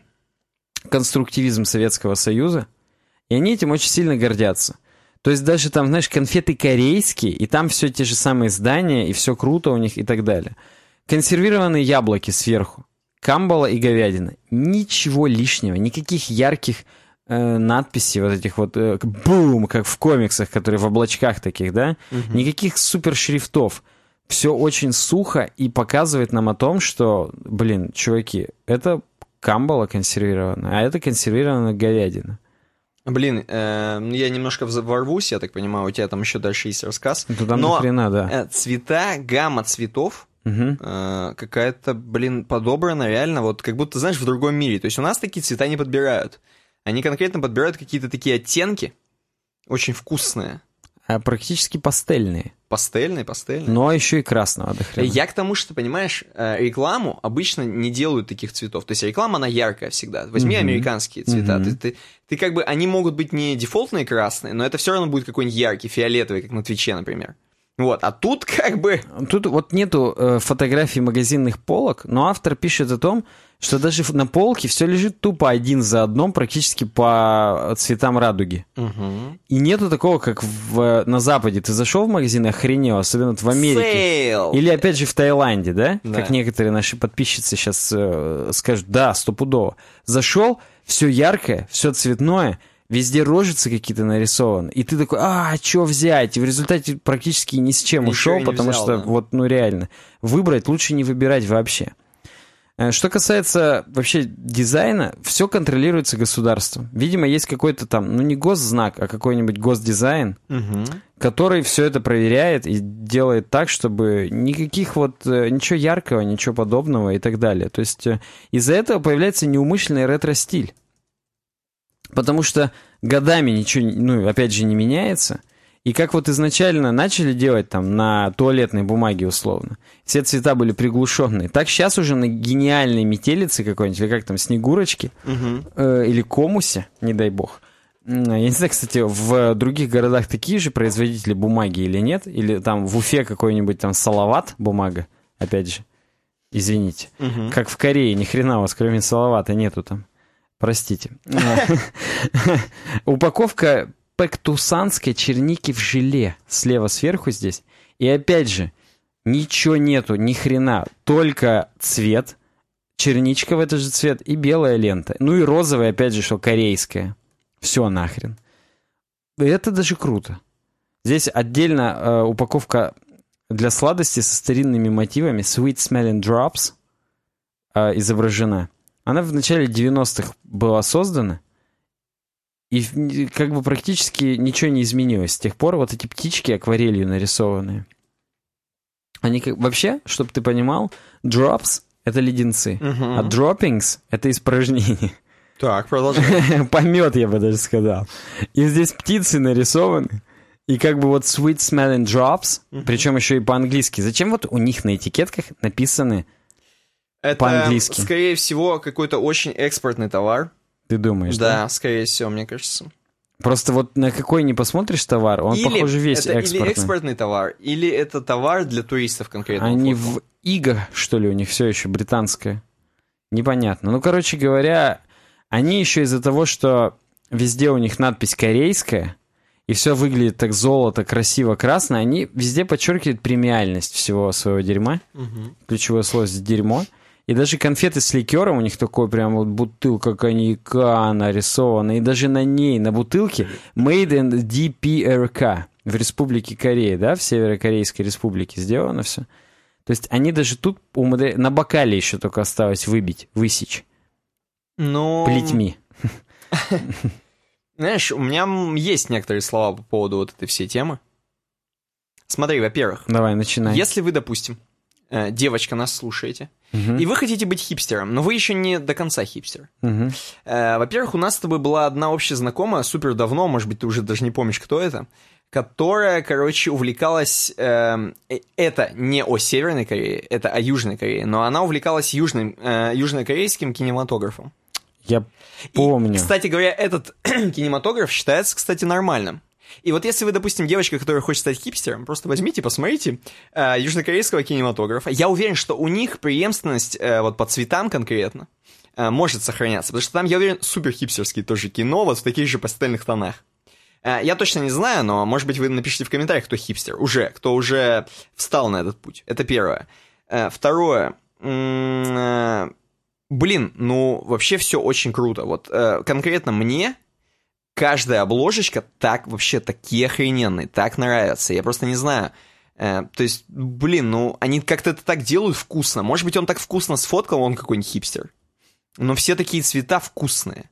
конструктивизм Советского Союза, и они этим очень сильно гордятся. То есть даже там, знаешь, конфеты корейские, и там все те же самые здания, и все круто у них и так далее. Консервированные яблоки сверху, камбала и говядина. Ничего лишнего, никаких ярких э, надписей, вот этих вот э, бум, как в комиксах, которые в облачках таких, да? Угу. Никаких супершрифтов. Все очень сухо и показывает нам о том, что, блин, чуваки, это камбала консервированная, а это консервированная говядина. Блин, э, я немножко ворвусь, я так понимаю, у тебя там еще дальше есть рассказ. Ну, там но нахрена, да. э, цвета, гамма цветов угу. э, какая-то, блин, подобрана реально, вот как будто, знаешь, в другом мире. То есть у нас такие цвета не подбирают. Они конкретно подбирают какие-то такие оттенки, очень вкусные. А практически пастельные. Пастельные, пастельные. Но еще и красного до хрена. Я к тому, что, понимаешь, рекламу обычно не делают таких цветов. То есть реклама, она яркая всегда. Возьми mm-hmm. американские цвета. Mm-hmm. Ты, ты, ты как бы, они могут быть не дефолтные красные, но это все равно будет какой-нибудь яркий, фиолетовый, как на Твиче, например. Вот, а тут как бы... Тут вот нету э, фотографий магазинных полок, но автор пишет о том, что даже на полке все лежит тупо один за одном, практически по цветам радуги. Угу. И нету такого, как в, на Западе. Ты зашел в магазин и охренел, особенно в Америке. Сейл. Или опять же в Таиланде, да? Да. Как некоторые наши подписчицы сейчас э, скажут, да, стопудово. Зашел, все яркое, все цветное, везде рожицы какие-то нарисованы, и ты такой, а, что взять? И в результате практически ни с чем Ничего ушел, потому взял, что, да. вот, ну реально, выбрать лучше не выбирать вообще. Что касается вообще дизайна, все контролируется государством. Видимо, есть какой-то там, ну не госзнак, а какой-нибудь госдизайн, угу. который все это проверяет и делает так, чтобы никаких вот, ничего яркого, ничего подобного и так далее. То есть из-за этого появляется неумышленный ретро-стиль. Потому что годами ничего, ну, опять же, не меняется. И как вот изначально начали делать там на туалетной бумаге условно, все цвета были приглушенные. Так сейчас уже на гениальной метелице какой-нибудь, или как там, Снегурочке, угу. э, или Комусе, не дай бог. Я не знаю, кстати, в других городах такие же производители бумаги или нет. Или там в Уфе какой-нибудь там Салават бумага, опять же. Извините. Угу. Как в Корее, ни хрена у вас кроме Салавата нету там. Простите. Упаковка пектусанской черники в желе. Слева сверху здесь. И опять же, ничего нету, ни хрена. Только цвет, черничка в этот же цвет и белая лента. Ну и розовая, опять же, что корейская. Все нахрен. Это даже круто. Здесь отдельно э, упаковка для сладости со старинными мотивами Sweet Smelling Drops э, изображена. Она в начале девяностых была создана, и как бы практически ничего не изменилось. С тех пор вот эти птички акварелью нарисованные. Они как... Вообще, чтобы ты понимал, drops — это леденцы, uh-huh. а droppings — это испражнения. Так, продолжай. Помет, я бы даже сказал. И здесь птицы нарисованы. И как бы вот sweet smelling drops, uh-huh. причем еще и по-английски. Зачем вот у них на этикетках написаны это, по-английски? Скорее всего, какой-то очень экспортный товар. Ты думаешь, да? Да, скорее всего, мне кажется. Просто вот на какой не посмотришь товар, он, или похоже, весь это экспортный. Или экспортный товар, или это товар для туристов конкретно. Они в иго, что ли, у них все еще британское. Непонятно. Ну, короче говоря, они еще из-за того, что везде у них надпись корейская, и все выглядит так золото, красиво, красно, они везде подчеркивают премиальность всего своего дерьма. Угу. Ключевое слово здесь дерьмо. И даже конфеты с ликером, у них такой прям вот бутылка коньяка нарисована. И даже на ней, на бутылке, Made in ди пи эр кей в Республике Корея, да, в Северокорейской Республике сделано все. То есть они даже тут умудряются, на бокале еще только осталось выбить, высечь. Но... Плетьми. Знаешь, у меня есть некоторые слова по поводу вот этой всей темы. Смотри, во-первых. Давай, начинай. Если вы, допустим, девочка, нас слушаете, угу. и вы хотите быть хипстером, но вы еще не до конца хипстер. Угу. Во-первых, у нас с тобой была одна общая знакомая, супер давно, может быть, ты уже даже не помнишь, кто это, которая, короче, увлекалась... Э, это не о Северной Корее, это о Южной Корее, но она увлекалась южным, э, южнокорейским кинематографом. Я помню. И, кстати говоря, этот кинематограф считается, кстати, нормальным. И вот если вы, допустим, девочка, которая хочет стать хипстером, просто возьмите, посмотрите э, южнокорейского кинематографа. Я уверен, что у них преемственность э, вот по цветам конкретно э, может сохраняться, потому что там, я уверен, супер хипстерские тоже кино, вот в таких же пастельных тонах. Э, я точно не знаю, но, может быть, вы напишите в комментариях, кто хипстер, уже, кто уже встал на этот путь. Это первое. Э, второе. М- э, блин, ну, вообще все очень круто. Вот э, конкретно мне... Каждая обложечка так вообще такие охрененные, так нравятся. Я просто не знаю. Э, то есть, блин, ну, они как-то это так делают вкусно. Может быть, он так вкусно сфоткал, он какой-нибудь хипстер. Но все такие цвета вкусные.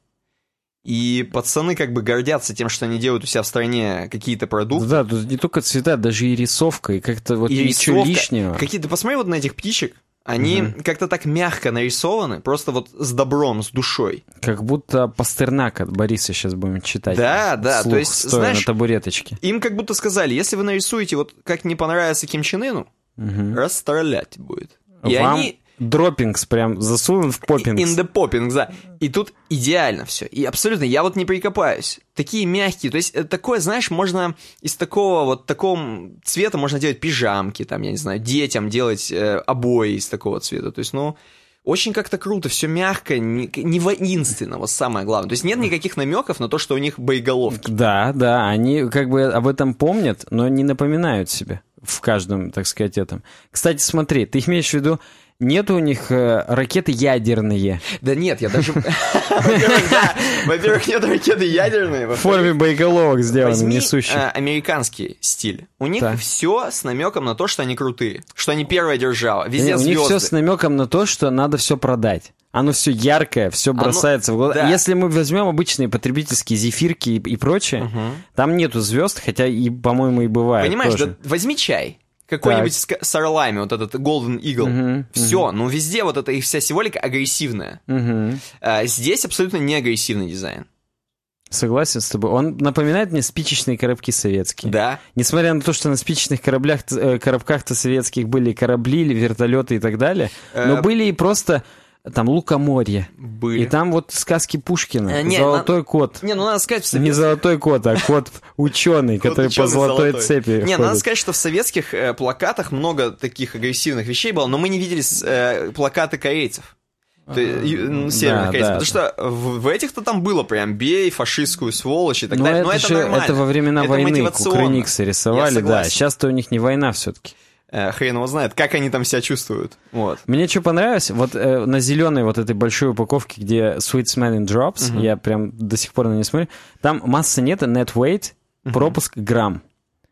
И пацаны как бы гордятся тем, что они делают у себя в стране какие-то продукты. Да, тут не только цвета, даже и рисовка, и как-то вот и ничего рисовка. лишнего. Какие-то, посмотри вот на этих птичек. Они угу. как-то так мягко нарисованы, просто вот с добром, с душой. Как будто Пастернака от Бориса сейчас будем читать. Да, да, вслух, то есть, стоя знаешь, на табуреточке. Им как будто сказали, если вы нарисуете вот как не понравится Ким Чен Ыну, угу. расстрелять будет. И Вам они... дроппингс прям засунут в поппингс. In the poppings, да. И тут идеально все. И абсолютно, я вот не прикопаюсь. Такие мягкие, то есть это такое, знаешь, можно из такого вот такого цвета можно делать пижамки, там, я не знаю, детям делать э, обои из такого цвета. То есть, ну, очень как-то круто, все мягко, не, не воинственно, вот самое главное. То есть нет никаких намеков на то, что у них боеголовки. Да, да, они как бы об этом помнят, но не напоминают себе в каждом, так сказать, этом. Кстати, смотри, ты имеешь в виду, нет у них э, ракеты ядерные. Да нет, я даже... Во-первых, да. Во-первых, нет ракеты ядерные. В форме боеголовок сделаны, Возьми несущие. э, американский стиль. У них так. все с намеком на то, что они крутые. Что они первая держава. Везде у звезды. них все с намеком на то, что надо все продать. Оно все яркое, все бросается Оно... в глаза. Да. Если мы возьмем обычные потребительские зефирки и, и прочее, угу. там нету звезд, хотя и, по-моему, и бывает. Понимаешь, тоже. Да, возьми чай. Какой-нибудь с, с орлами, вот этот Golden Eagle. Uh-huh, все, uh-huh. ну везде вот эта их вся символика агрессивная. Uh-huh. А, здесь абсолютно не агрессивный дизайн. Согласен с тобой. Он напоминает мне спичечные коробки советские. Да. Несмотря на то, что на спичечных кораблях, э, коробках-то советских были корабли, вертолеты и так далее, uh-huh. но были и просто... Там Лукоморье. Были. И там вот сказки Пушкина. А, нет, золотой на... кот. Не, ну надо сказать... В совет... Не золотой кот, а кот ученый, который по золотой цепи. Не, надо сказать, что в советских э, плакатах много таких агрессивных вещей было, но мы не видели э, плакаты корейцев. То есть, северных корейцев. Потому что в, в этих-то там было прям бей фашистскую сволочь и так далее. Но это нормально. Это во времена войны кукрыниксы рисовали, да. Сейчас-то у них не война все-таки. Хрен его знает, как они там себя чувствуют. Вот. Мне что понравилось, вот э, на зеленой вот этой большой упаковке, где Sweet Smelling Drops, uh-huh. я прям до сих пор на нее смотрю, там масса нет, net weight, uh-huh. пропуск грамм.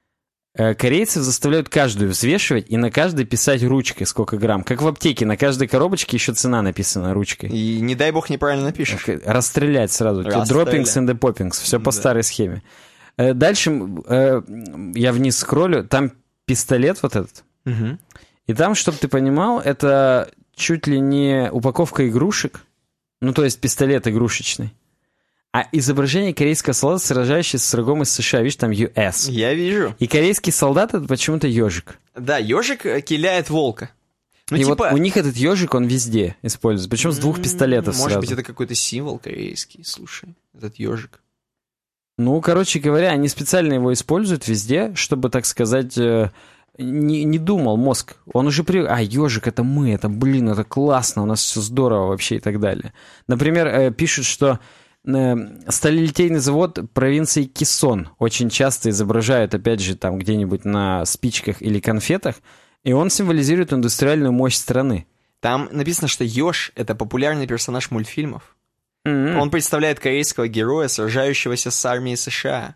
Э, корейцев заставляют каждую взвешивать и на каждой писать ручкой, сколько грамм. Как в аптеке, на каждой коробочке еще цена написана ручкой. И не дай бог неправильно напишешь. Расстрелять сразу. Droppings and the poppings, все по да. старой схеме. Э, дальше э, я вниз скроллю, там пистолет вот этот. Угу. И там, чтобы ты понимал, это чуть ли не упаковка игрушек, ну, то есть пистолет игрушечный, а изображение корейского солдата, сражающегося с врагом из США. Видишь, там ю эс. Я вижу. И корейский солдат — это почему-то ежик. Да, ежик киляет волка. Ну, и типа... вот у них этот ежик, он везде используется, причем с двух пистолетов Может сразу. быть, это какой-то символ корейский, слушай, этот ежик. Ну, короче говоря, они специально его используют везде, чтобы, так сказать... Не, не думал мозг. Он уже привык. А, ежик, это мы, это, блин, это классно, у нас все здорово вообще и так далее. Например, э, пишут, что э, сталелитейный завод провинции Кесон очень часто изображают, опять же, там где-нибудь на спичках или конфетах, и он символизирует индустриальную мощь страны. Там написано, что еж — это популярный персонаж мультфильмов. Mm-hmm. Он представляет корейского героя, сражающегося с армией США.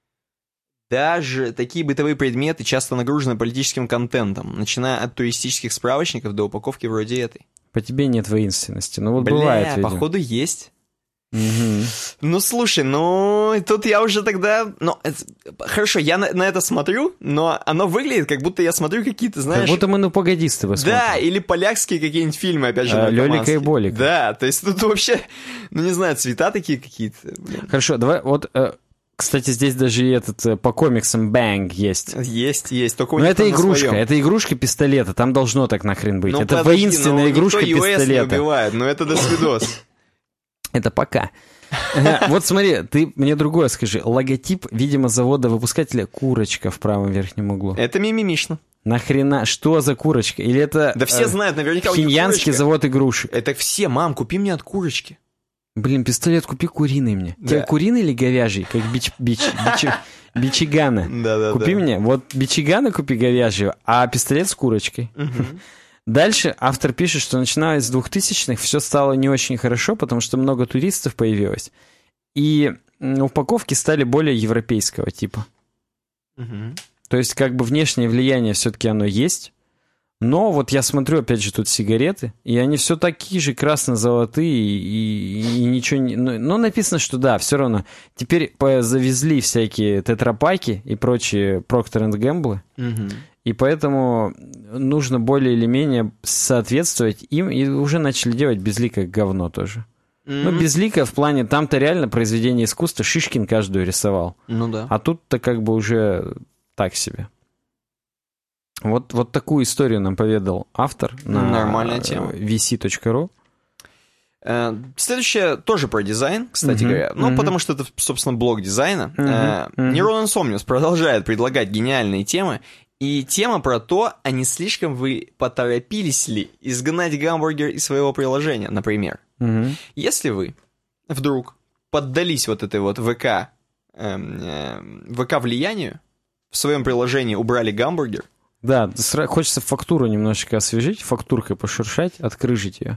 Даже такие бытовые предметы часто нагружены политическим контентом, начиная от туристических справочников до упаковки вроде этой. По тебе нет воинственности, ну вот Бля, бывает, видимо. Походу есть. Угу. Ну, слушай, ну, тут я уже тогда... Ну, это... Хорошо, я на, на это смотрю, но оно выглядит, как будто я смотрю какие-то, знаешь... Как будто мы «Ну, погоди» с тобой смотрим. Да, или полякские какие-нибудь фильмы, опять же, а, Лёлика и Болика. Да, то есть тут вообще, ну, не знаю, цвета такие какие-то. Блин. Хорошо, давай, вот... Кстати, здесь даже и этот по комиксам Bang есть. Есть, есть. Только у Но них это игрушка, это игрушка пистолета, там должно так нахрен быть. Ну, это подожди, воинственная ну, игрушка никто ю эс пистолета. Не убивает, но это досвидос. Это пока. Вот смотри, ты мне другое скажи. Логотип, видимо, завода-выпускателя курочка в правом верхнем углу. Это мимимишно. Нахрена? Что за курочка? Или это... Да все знают, наверняка у них Хиньянский курочка. завод игрушек. Это все, мам, купи мне от курочки. Блин, пистолет купи куриный мне. Да. Тебе куриный или говяжий? Как бич... бич... бич... бичигана. Да-да-да. Купи мне. Вот бичигана купи говяжьего, а пистолет с курочкой. Дальше автор пишет, что начиная с двухтысячных все стало не очень хорошо, потому что много туристов появилось. И упаковки стали более европейского типа. Угу. То есть как бы внешнее влияние все-таки оно есть. Но вот я смотрю, опять же, тут сигареты, и они все такие же красно-золотые, и, и, и ничего не... Но, но написано, что да, все равно. Теперь завезли всякие тетрапаки и прочие Procter энд Gamble, Угу. и поэтому нужно более или менее соответствовать им, и уже начали делать безликое говно тоже. Mm-hmm. Ну, безликое в плане, там-то реально произведение искусства, Шишкин каждую рисовал. Ну да. А тут-то как бы уже так себе. Вот, вот такую историю нам поведал автор на Нормальная тема. ви си точка ру. Следующее тоже про дизайн, кстати uh-huh, говоря. Ну, uh-huh. потому что это, собственно, блог дизайна. Uh-huh, uh-huh. Neuron Insomnius продолжает предлагать гениальные темы. И тема про то, а не слишком вы поторопились ли изгнать гамбургер из своего приложения, например. Uh-huh. Если вы вдруг поддались вот этой вот ВК, э, э, ВК влиянию, в своем приложении убрали гамбургер. Да, хочется фактуру немножечко освежить, фактуркой пошуршать, открыжить ее.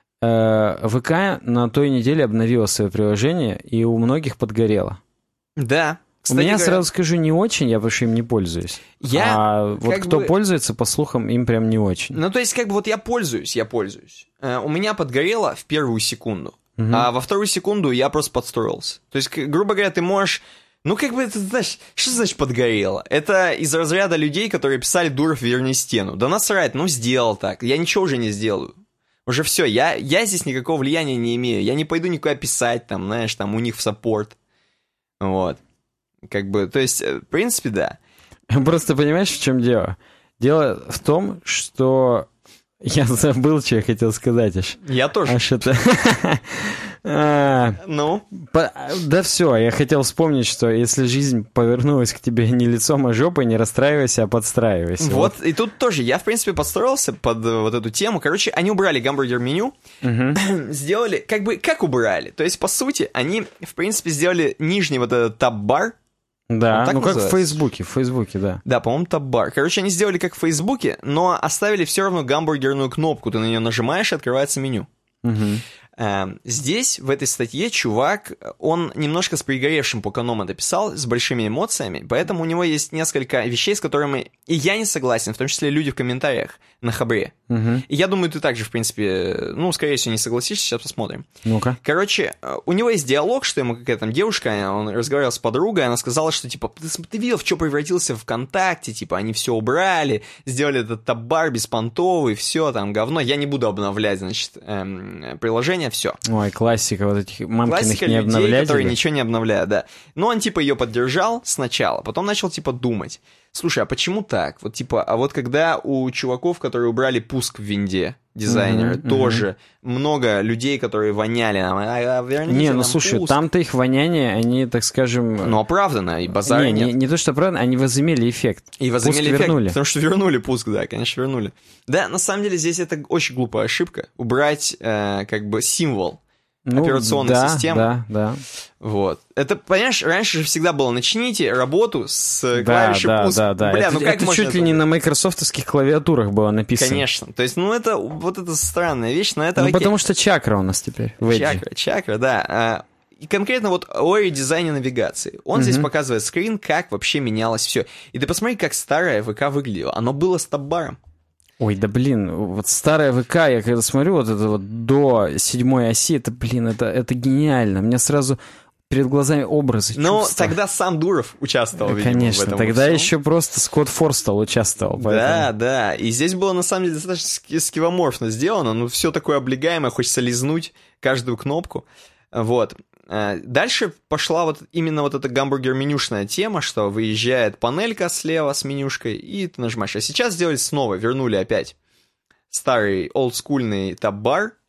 ВК на той неделе обновила свое приложение, и у многих подгорело. Да. Кстати, у меня, говоря, сразу скажу, не очень, я потому что им не пользуюсь. Я, а вот кто бы... пользуется, по слухам, им прям не очень. Ну, то есть, как бы вот я пользуюсь, я пользуюсь. У меня подгорело в первую секунду, угу. а во вторую секунду я просто подстроился. То есть, грубо говоря, ты можешь... Ну, как бы это, знаешь, что значит подгорело? Это из разряда людей, которые писали «Дуров, верни стену». Да насрать, ну, сделал так, я ничего уже не сделаю. Уже все, я, я здесь никакого влияния не имею. Я не пойду никуда писать, там, знаешь, там, у них в саппорт. Вот. Как бы, то есть, в принципе, да. Просто понимаешь, в чем дело? Дело в том, что... Я забыл, что я хотел сказать аж. Я тоже. Аж это... Ну? Да все, я хотел вспомнить, что если жизнь повернулась к тебе не лицом, а жопой, не расстраивайся, а подстраивайся. Вот, и тут тоже, я, в принципе, подстроился под вот эту тему. Короче, они убрали гамбургер-меню, сделали, как бы, как убрали? То есть, по сути, они, в принципе, сделали нижний вот этот таб-бар. Да, ну как в Фейсбуке, в Фейсбуке, да. Да, по-моему, таб-бар. Короче, они сделали как в Фейсбуке, но оставили все равно гамбургерную кнопку. Ты на нее нажимаешь, и открывается меню. Угу. Здесь, в этой статье, чувак, он немножко с пригоревшим пуканом это писал, с большими эмоциями, поэтому у него есть несколько вещей, с которыми и я не согласен, в том числе люди в комментариях на Хабре. Угу. И я думаю, ты также, в принципе, ну, скорее всего, не согласишься, сейчас посмотрим. Ну-ка. Короче, у него есть диалог, что ему какая-то там девушка, он разговаривал с подругой, она сказала, что, типа, ты, ты видел, в что превратился ВКонтакте, типа, они все убрали, сделали этот таб-бар беспонтовый, все там, говно, я не буду обновлять, значит, эм, приложение, все. Ой, классика вот этих мамкиных классика не людей, обновлять. которые ничего не обновляют, да. Но он, типа, ее поддержал сначала, потом начал, типа, думать. Слушай, а почему так? Вот, типа, а вот когда у чуваков, которые убрали пуск в винде, дизайнеры, mm-hmm, тоже mm-hmm. много людей, которые воняли нам, а, а, верните не, ну нам слушай, пуск. там-то их воняние, они, так скажем... Ну, оправданно, и базара не, нет. Не, не то, что оправданно, они возымели эффект. И возымели пуск эффект, вернули. Потому что вернули пуск, да, конечно, вернули. Да, на самом деле, здесь это очень глупая ошибка, убрать, э, как бы, символ. Ну, операционной да, системы. Да, да. Вот. Это, понимаешь, раньше же всегда было начните работу с да, клавишей да, пуск. Да, да, Бля, это, ну как это можно чуть это... ли не на майкрософтовских клавиатурах было написано. Конечно. То есть, ну это, вот это странная вещь, но это Ну окей. потому что чакра у нас теперь в Edge. Чакра, чакра, да. И конкретно вот о дизайне навигации. Он uh-huh. здесь показывает скрин, как вообще менялось все. И ты посмотри, как старое ВК выглядело. Оно было с таб-баром. Ой, да блин, вот старая ВК, я когда смотрю вот это вот до седьмой оси, это, блин, это, это гениально. У меня сразу перед глазами образы, Ну, чувства. тогда сам Дуров участвовал, да, видимо, конечно, в этом. тогда еще просто Скотт Форстелл участвовал. Поэтому... Да, да, и здесь было, на самом деле, достаточно скивоморфно сделано, ну, все такое облегаемое, хочется лизнуть каждую кнопку, вот. Дальше пошла вот именно вот эта гамбургер-менюшная тема, что выезжает панелька слева с менюшкой, и ты нажимаешь. А сейчас сделали снова, вернули опять старый олдскульный таб-бар,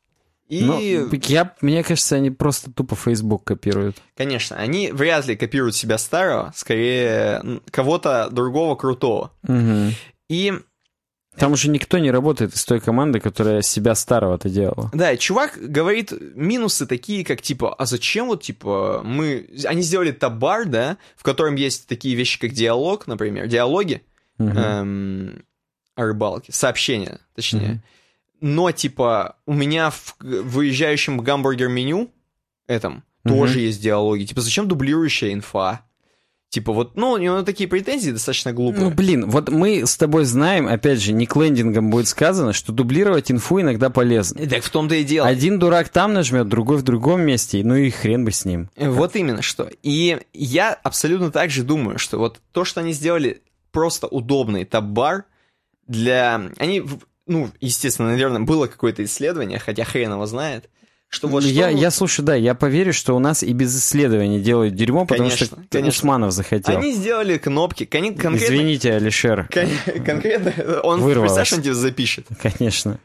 И... Ну, я, мне кажется, они просто тупо Facebook копируют. Конечно, они вряд ли копируют себя старого, скорее кого-то другого крутого. Угу. И... Там уже никто не работает из той команды, которая себя старого-то делала. Да, и чувак говорит минусы такие, как типа, а зачем вот, типа, мы... Они сделали таб-бар, да, в котором есть такие вещи, как диалог, например, диалоги Угу. эм, о рыбалке, сообщения, точнее. Угу. Но, типа, у меня в выезжающем гамбургер-меню этом Угу. тоже есть диалоги. Типа, зачем дублирующая инфа? Типа, вот, ну, у него такие претензии достаточно глупые. Ну, блин, вот мы с тобой знаем, опять же, не клендингом будет сказано, что дублировать инфу иногда полезно. Так в том-то и дело. Один дурак там нажмет, другой в другом месте, ну и хрен бы с ним. Вот именно что. И я абсолютно так же думаю, что вот то, что они сделали просто удобный таб-бар для... Они, ну, естественно, наверное, было какое-то исследование, хотя хрен его знает, что вот я, что... я, слушай, да, я поверю, что у нас и без исследований делают дерьмо, потому Конечно, что конечно. Усманов захотел. Они сделали кнопки, кон- конкретно... Извините, Алишер. Кон- конкретно... Он, Вырвалось. представляешь, он тебя запишет. Конечно.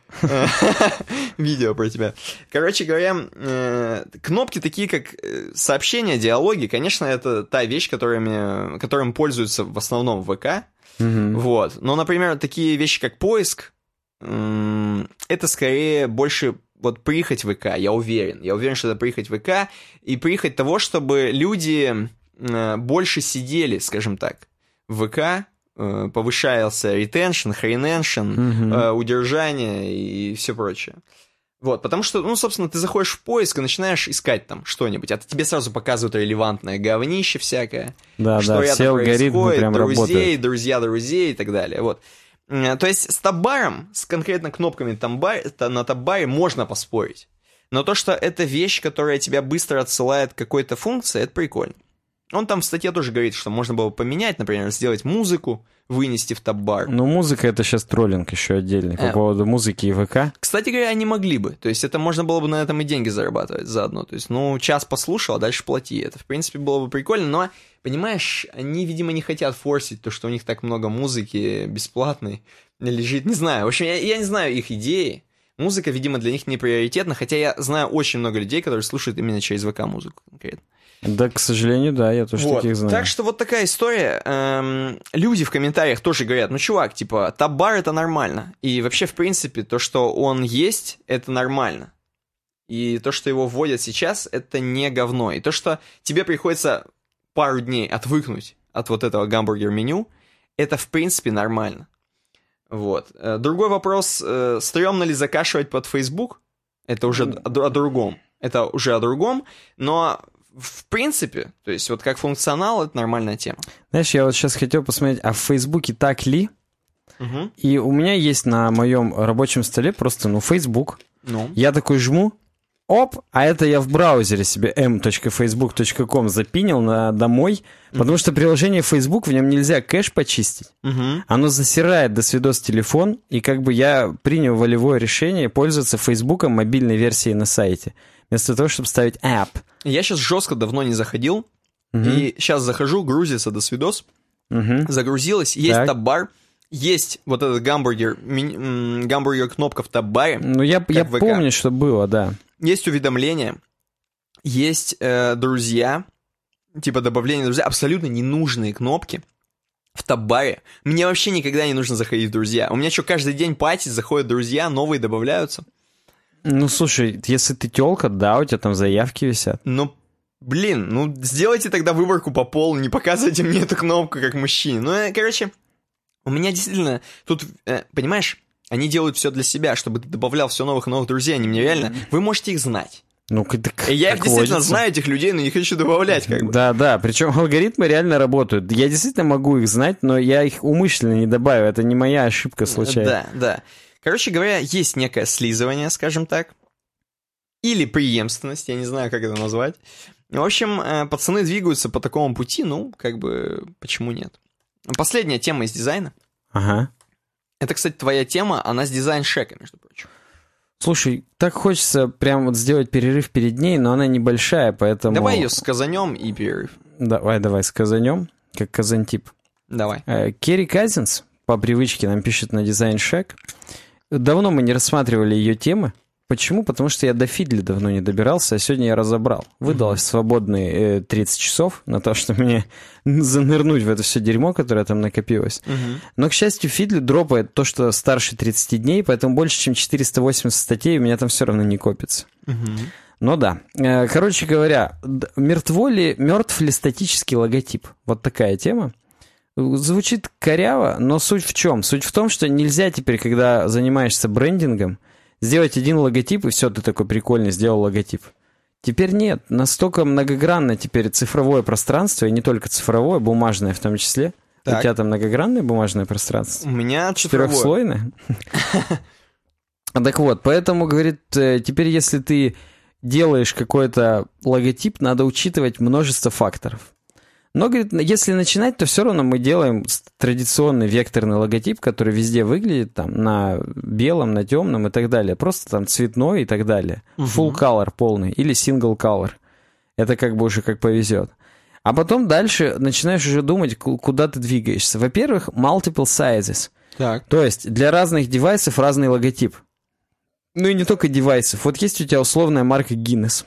Видео про тебя. Короче говоря, э, кнопки такие, как э, сообщения, диалоги, конечно, это та вещь, которыми, которым пользуются в основном в ВК. Мгм. Вот. Но, например, такие вещи, как поиск, м, это скорее больше вот прихоть ВК, я уверен. Я уверен, что это прихоть ВК и прихоть того, чтобы люди э, больше сидели, скажем так, в ВК, э, повышался ретеншн, хрененшн, Мгм. э, удержание и все прочее. Вот, потому что, ну, собственно, ты заходишь в поиск и начинаешь искать там что-нибудь, а тебе сразу показывают релевантное говнище всякое, Да, что да, рядом все алгоритмы происходит, прям друзей, работают. друзья друзей и так далее, вот. Э, То есть с таб-баром, с конкретно кнопками тамбар- та- на таб-баре можно поспорить. Но то, что это вещь, которая тебя быстро отсылает к какой-то функции, это прикольно. Он там в статье тоже говорит, что можно было поменять, например, сделать музыку, вынести в таб-бар. Ну, музыка — это сейчас троллинг еще отдельный. По Э. поводу музыки и ВК. Кстати говоря, они могли бы. То есть это можно было бы на этом и деньги зарабатывать заодно. То есть, ну, час послушал, а дальше плати. Это, в принципе, было бы прикольно, но, понимаешь, они, видимо, не хотят форсить то, что у них так много музыки бесплатной лежит. Не знаю. В общем, я, я не знаю их идеи. Музыка, видимо, для них не приоритетна, хотя я знаю очень много людей, которые слушают именно через ВК музыку конкретно. Да, к сожалению, да, я тоже Вот. таких знаю. Так что вот такая история. Эм, люди в комментариях тоже говорят, ну, чувак, типа, таб-бар это нормально. И вообще, в принципе, то, что он есть, это нормально. И то, что его вводят сейчас, это не говно. И то, что тебе приходится пару дней отвыкнуть от вот этого гамбургер-меню, это, в принципе, нормально. Вот. Э, Другой вопрос, э, стрёмно ли закашивать под Facebook? Это уже о, о другом. Это уже о другом, но... В принципе, то есть вот как функционал, это нормальная тема. Знаешь, я вот сейчас хотел посмотреть, а в Фейсбуке так ли? Угу. И у меня есть на моем рабочем столе просто, ну, Facebook. Ну. Я такой жму, оп, а это я в браузере себе эм точка фейсбук точка ком запинил на домой, потому что приложение Facebook, в нем нельзя кэш почистить. Угу. Оно засирает до свидос телефон, и как бы я принял волевое решение пользоваться Фейсбуком мобильной версией на сайте, вместо того, чтобы ставить app. Я сейчас жестко давно не заходил, Мгм. и сейчас захожу, грузится до свидос, Мгм. загрузилось, есть Так. таб-бар, есть вот этот гамбургер, ми- м, гамбургер-кнопка в таб-баре, Ну, я, я в ВК. помню, что было, да. есть уведомления, есть э, друзья, типа добавление друзья, абсолютно ненужные кнопки в таб-баре. Мне вообще никогда не нужно заходить в друзья. У меня что, каждый день пати, заходят друзья, новые добавляются. Ну, слушай, если ты тёлка, да, у тебя там заявки висят. Ну, блин, ну сделайте тогда выборку по полу, не показывайте мне эту кнопку как мужчине. Ну, э, короче, у меня действительно тут, э, понимаешь, они делают все для себя, чтобы ты добавлял все новых и новых друзей, они мне реально, вы можете их знать. Ну, так, И я их как действительно водится. знаю, этих людей, но не хочу добавлять, как бы. Да, да, причем алгоритмы реально работают. Я действительно могу их знать, но я их умышленно не добавил. Это не моя ошибка случайно. Да, да. Короче говоря, есть некое слизывание, скажем так. Или преемственность, я не знаю, как это назвать. В общем, э, пацаны двигаются по такому пути, ну, как бы, почему нет? Последняя тема из дизайна. Ага. Это, кстати, твоя тема, она с дизайн-шека, между прочим. Слушай, так хочется прям вот сделать перерыв перед ней, но она небольшая, поэтому... Давай ее сказанем и перерыв. Давай, давай, сказанем, как казантип. Давай. Э, Керри Казинс по привычке нам пишет на Design Shack. Давно мы не рассматривали ее темы, Почему? Потому что я до Фидли давно не добирался, а сегодня я разобрал. Выдалось mm-hmm. свободные э, тридцать часов на то, чтобы мне занырнуть в это все дерьмо, которое там накопилось. Mm-hmm. Но, к счастью, Фидли дропает то, что старше тридцати дней, поэтому больше, чем четыреста восемьдесят статей у меня там все равно не копится. Mm-hmm. Но да. Короче говоря, мертво ли, мертв ли статический логотип? Вот такая тема. Звучит коряво, но суть в чем? Суть в том, что нельзя теперь, когда занимаешься брендингом, сделать один логотип, и все, ты такой прикольный, сделал логотип. Теперь нет. Настолько многогранно теперь цифровое пространство, и не только цифровое, бумажное в том числе. Так. У тебя там многогранное бумажное пространство? У меня цифровое. Четырехслойное? Так вот, поэтому, говорит, теперь если ты делаешь какой-то логотип, надо учитывать множество факторов. Но, говорит, если начинать, то все равно мы делаем традиционный векторный логотип, который везде выглядит, там, на белом, на темном и так далее. Просто там цветной и так далее. Uh-huh. Full color полный или single color. Это как бы уже как повезет. А потом дальше начинаешь уже думать, куда ты двигаешься. Во-первых, multiple sizes. Так. То есть для разных девайсов разный логотип. Ну и не только девайсов. Вот есть у тебя условная марка Guinness.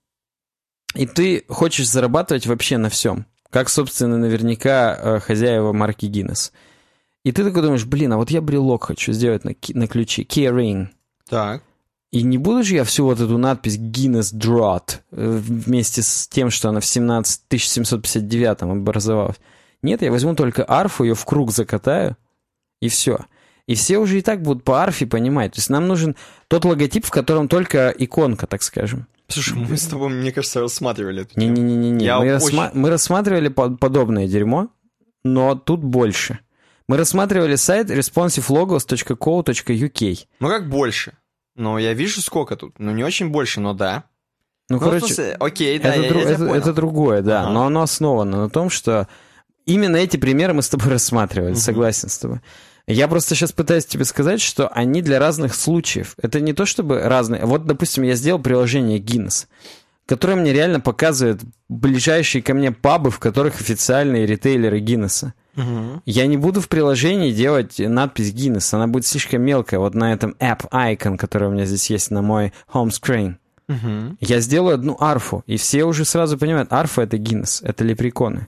И ты хочешь зарабатывать вообще на всем. Как, собственно, наверняка хозяева марки Guinness. И ты такой думаешь, блин, а вот я брелок хочу сделать на, на ключе. Keyring. Так. И не буду же я всю вот эту надпись Guinness Draught вместе с тем, что она в тысяча семьсот пятьдесят девятом образовалась. Нет, я возьму только арфу, ее в круг закатаю, и все. И все уже и так будут по арфе понимать. То есть нам нужен тот логотип, в котором только иконка, так скажем. Слушай, мы с тобой, мне кажется, рассматривали эту тему. Не-не-не, мы, очень... рассма... мы рассматривали подобное дерьмо, но тут больше. Мы рассматривали сайт responsive logos точка co точка uk. Ну как больше? Ну, я вижу, сколько тут. Ну, не очень больше, но да. Ну, ну короче, смысле, окей, да, это, я, дру... я это, это другое, да. Ага. Но оно основано на том, что именно эти примеры мы с тобой рассматривали, угу. Согласен с тобой. Я просто сейчас пытаюсь тебе сказать, что они для разных случаев. Это не то, чтобы разные. Вот, допустим, я сделал приложение Guinness, которое мне реально показывает ближайшие ко мне пабы, в которых официальные ритейлеры Гиннесса. Угу. Я не буду в приложении делать надпись Guinness, она будет слишком мелкая. Вот на этом app icon, который у меня здесь есть на мой home screen. Угу. Я сделаю одну арфу, и все уже сразу понимают, арфа — это Guinness, это лепреконы.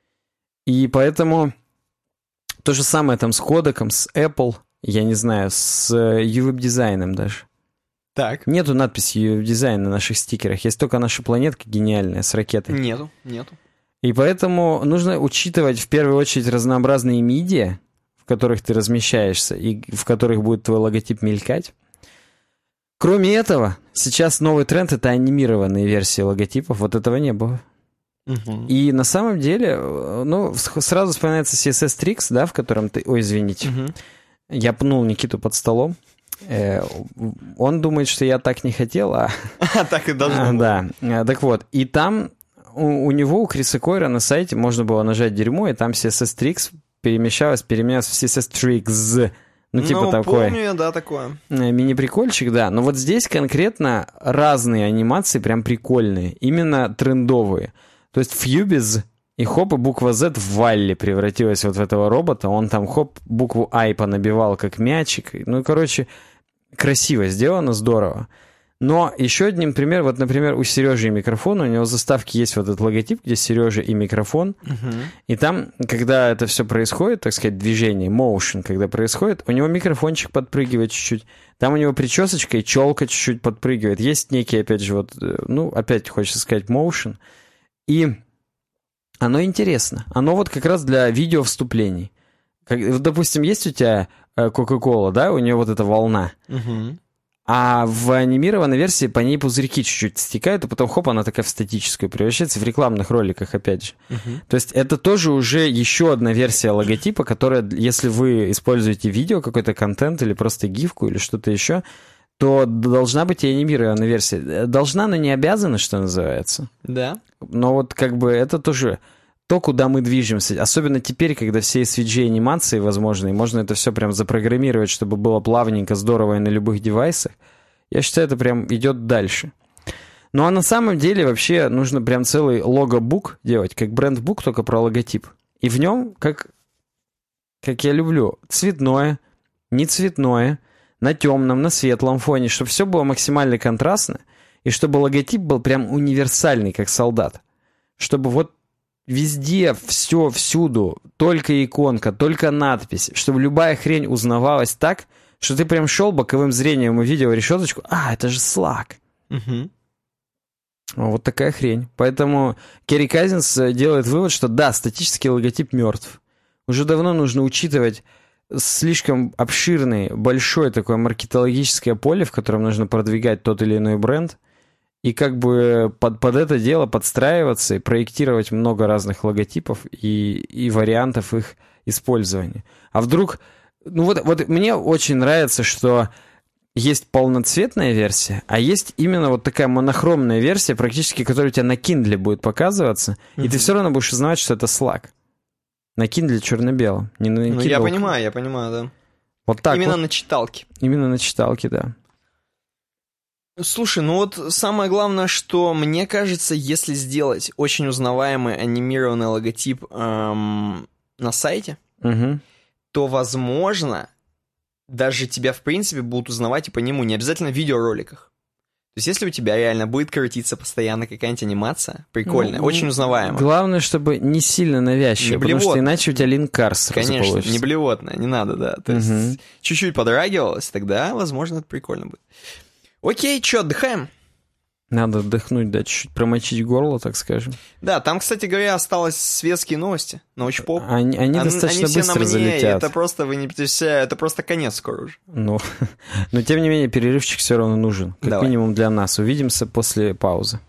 И поэтому то же самое там с кодеком, с Apple, я не знаю, с ю веб-дизайном даже. Так. Нету надписи ю веб-дизайн на наших стикерах, есть только наша планетка гениальная с ракетой. Нету, нету. И поэтому нужно учитывать в первую очередь разнообразные медиа, в которых ты размещаешься и в которых будет твой логотип мелькать. Кроме этого, сейчас новый тренд — это анимированные версии логотипов. Вот этого не было. Угу. И на самом деле, ну, сразу вспоминается си эс эс Tricks, да, в котором ты... Ой, извините. Угу. Я пнул Никиту под столом. Э, он думает, что я так не хотел, а... Так и должно быть. Да, так вот. И там у, у него, у Криса Койра на сайте можно было нажать дерьмо, и там си эс эс Tricks перемещалось, перемещалось в си эс эс Tricks. Ну, типа ну, такой. Помню я, да, такое. Мини-прикольчик, да. Но вот здесь конкретно разные анимации, прям прикольные. Именно трендовые. То есть Фьюбиз и хоп, и буква Z в Валли превратилась вот в этого робота. Он там хоп, букву I понабивал как мячик. Ну, короче, красиво сделано, здорово. Но еще один пример, вот, например, у Сережи и микрофон, у него в заставке есть вот этот логотип, где Сережа и микрофон, uh-huh. И там, когда это все происходит, так сказать, движение, motion, когда происходит, у него микрофончик подпрыгивает чуть-чуть, там у него причесочка и челка чуть-чуть подпрыгивает, есть некий, опять же, вот, ну, опять хочется сказать, motion, и оно интересно, оно вот как раз для видео вступлений. Как, вот, допустим, есть у тебя Coca-Cola, да, у нее вот эта волна, uh-huh. А в анимированной версии по ней пузырьки чуть-чуть стекают, и потом хоп, она такая в статическую превращается в рекламных роликах, опять же. Uh-huh. То есть это тоже уже еще одна версия логотипа, которая, если вы используете видео, какой-то контент или просто гифку или что-то еще, то должна быть и анимированная версия. Должна, но не обязана, что называется. Да. Но вот как бы это тоже... То, куда мы движемся, особенно теперь, когда все эс ви джи-анимации возможны, и можно это все прям запрограммировать, чтобы было плавненько, здорово и на любых девайсах, я считаю, это прям идет дальше. Ну а на самом деле вообще нужно прям целый лого-бук делать, как бренд-бук, только про логотип. И в нем, как, как я люблю, цветное, не цветное, на темном, на светлом фоне, чтобы все было максимально контрастно, и чтобы логотип был прям универсальный, как солдат. Чтобы вот везде, все, всюду, только иконка, только надпись, чтобы любая хрень узнавалась так, что ты прям шел боковым зрением и видел решеточку, а, это же Slack. Угу. Вот такая хрень. Поэтому Керри Казинс делает вывод, что да, статический логотип мертв. Уже давно нужно учитывать слишком обширное, большое такое маркетологическое поле, в котором нужно продвигать тот или иной бренд, и как бы под, под это дело подстраиваться и проектировать много разных логотипов и, и вариантов их использования. А вдруг... Ну вот, вот мне очень нравится, что есть полноцветная версия, а есть именно вот такая монохромная версия, практически, которая у тебя на Kindle будет показываться, mm-hmm. и ты все равно будешь узнавать, что это Slack. На Kindle черно-белом. Не на ну, я понимаю, я понимаю, да. Вот так Именно вот. на читалке. Именно на читалке, да. Слушай, ну вот самое главное, что мне кажется, если сделать очень узнаваемый анимированный логотип эм, на сайте, угу. то, возможно, даже тебя, в принципе, будут узнавать и по нему, не обязательно в видеороликах. То есть, если у тебя реально будет крутиться постоянно какая-нибудь анимация, прикольная, ну, очень узнаваемая. Главное, чтобы не сильно навязчиво, не потому что иначе у тебя линкар сразу Конечно, получится. не блевотная, не надо, да. То угу. есть, чуть-чуть подрагивалось, тогда, возможно, это прикольно будет. Окей, что, отдыхаем? Надо отдохнуть, да, чуть-чуть промочить горло, так скажем. Да, там, кстати говоря, осталось светские новости, научпоп. Они, они Ан- достаточно они все быстро на мне, залетят. Это просто, вы не представляете, это просто конец скоро уже. Ну, но тем не менее, перерывчик все равно нужен. Как Давай. минимум для нас. Увидимся после паузы.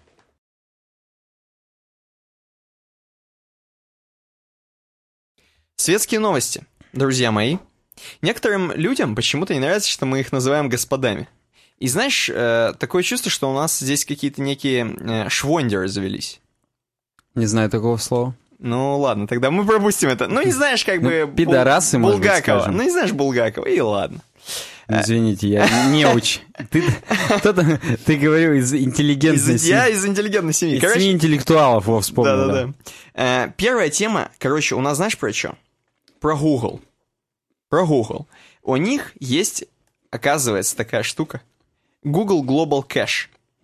Светские новости, друзья мои. Некоторым людям почему-то не нравится, что мы их называем господами. И знаешь, э, такое чувство, что у нас здесь какие-то некие э, швондеры завелись. Не знаю такого слова. Ну ладно, тогда мы пропустим это. Ну не знаешь, как бы... Ну, пидорасы, Бул... может быть, Булгакова. скажем. Ну не знаешь Булгакова, и ладно. Извините, я неуч. Ты, кто-то, ты говорил из интеллигентной из, семьи. Я из интеллигентной семьи. Из семьи интеллектуалов его вспомнил. Да-да-да. Да. Э, первая тема, короче, у нас знаешь про что? Про Google. Про Google. У них есть, оказывается, такая штука. Google Global Cache.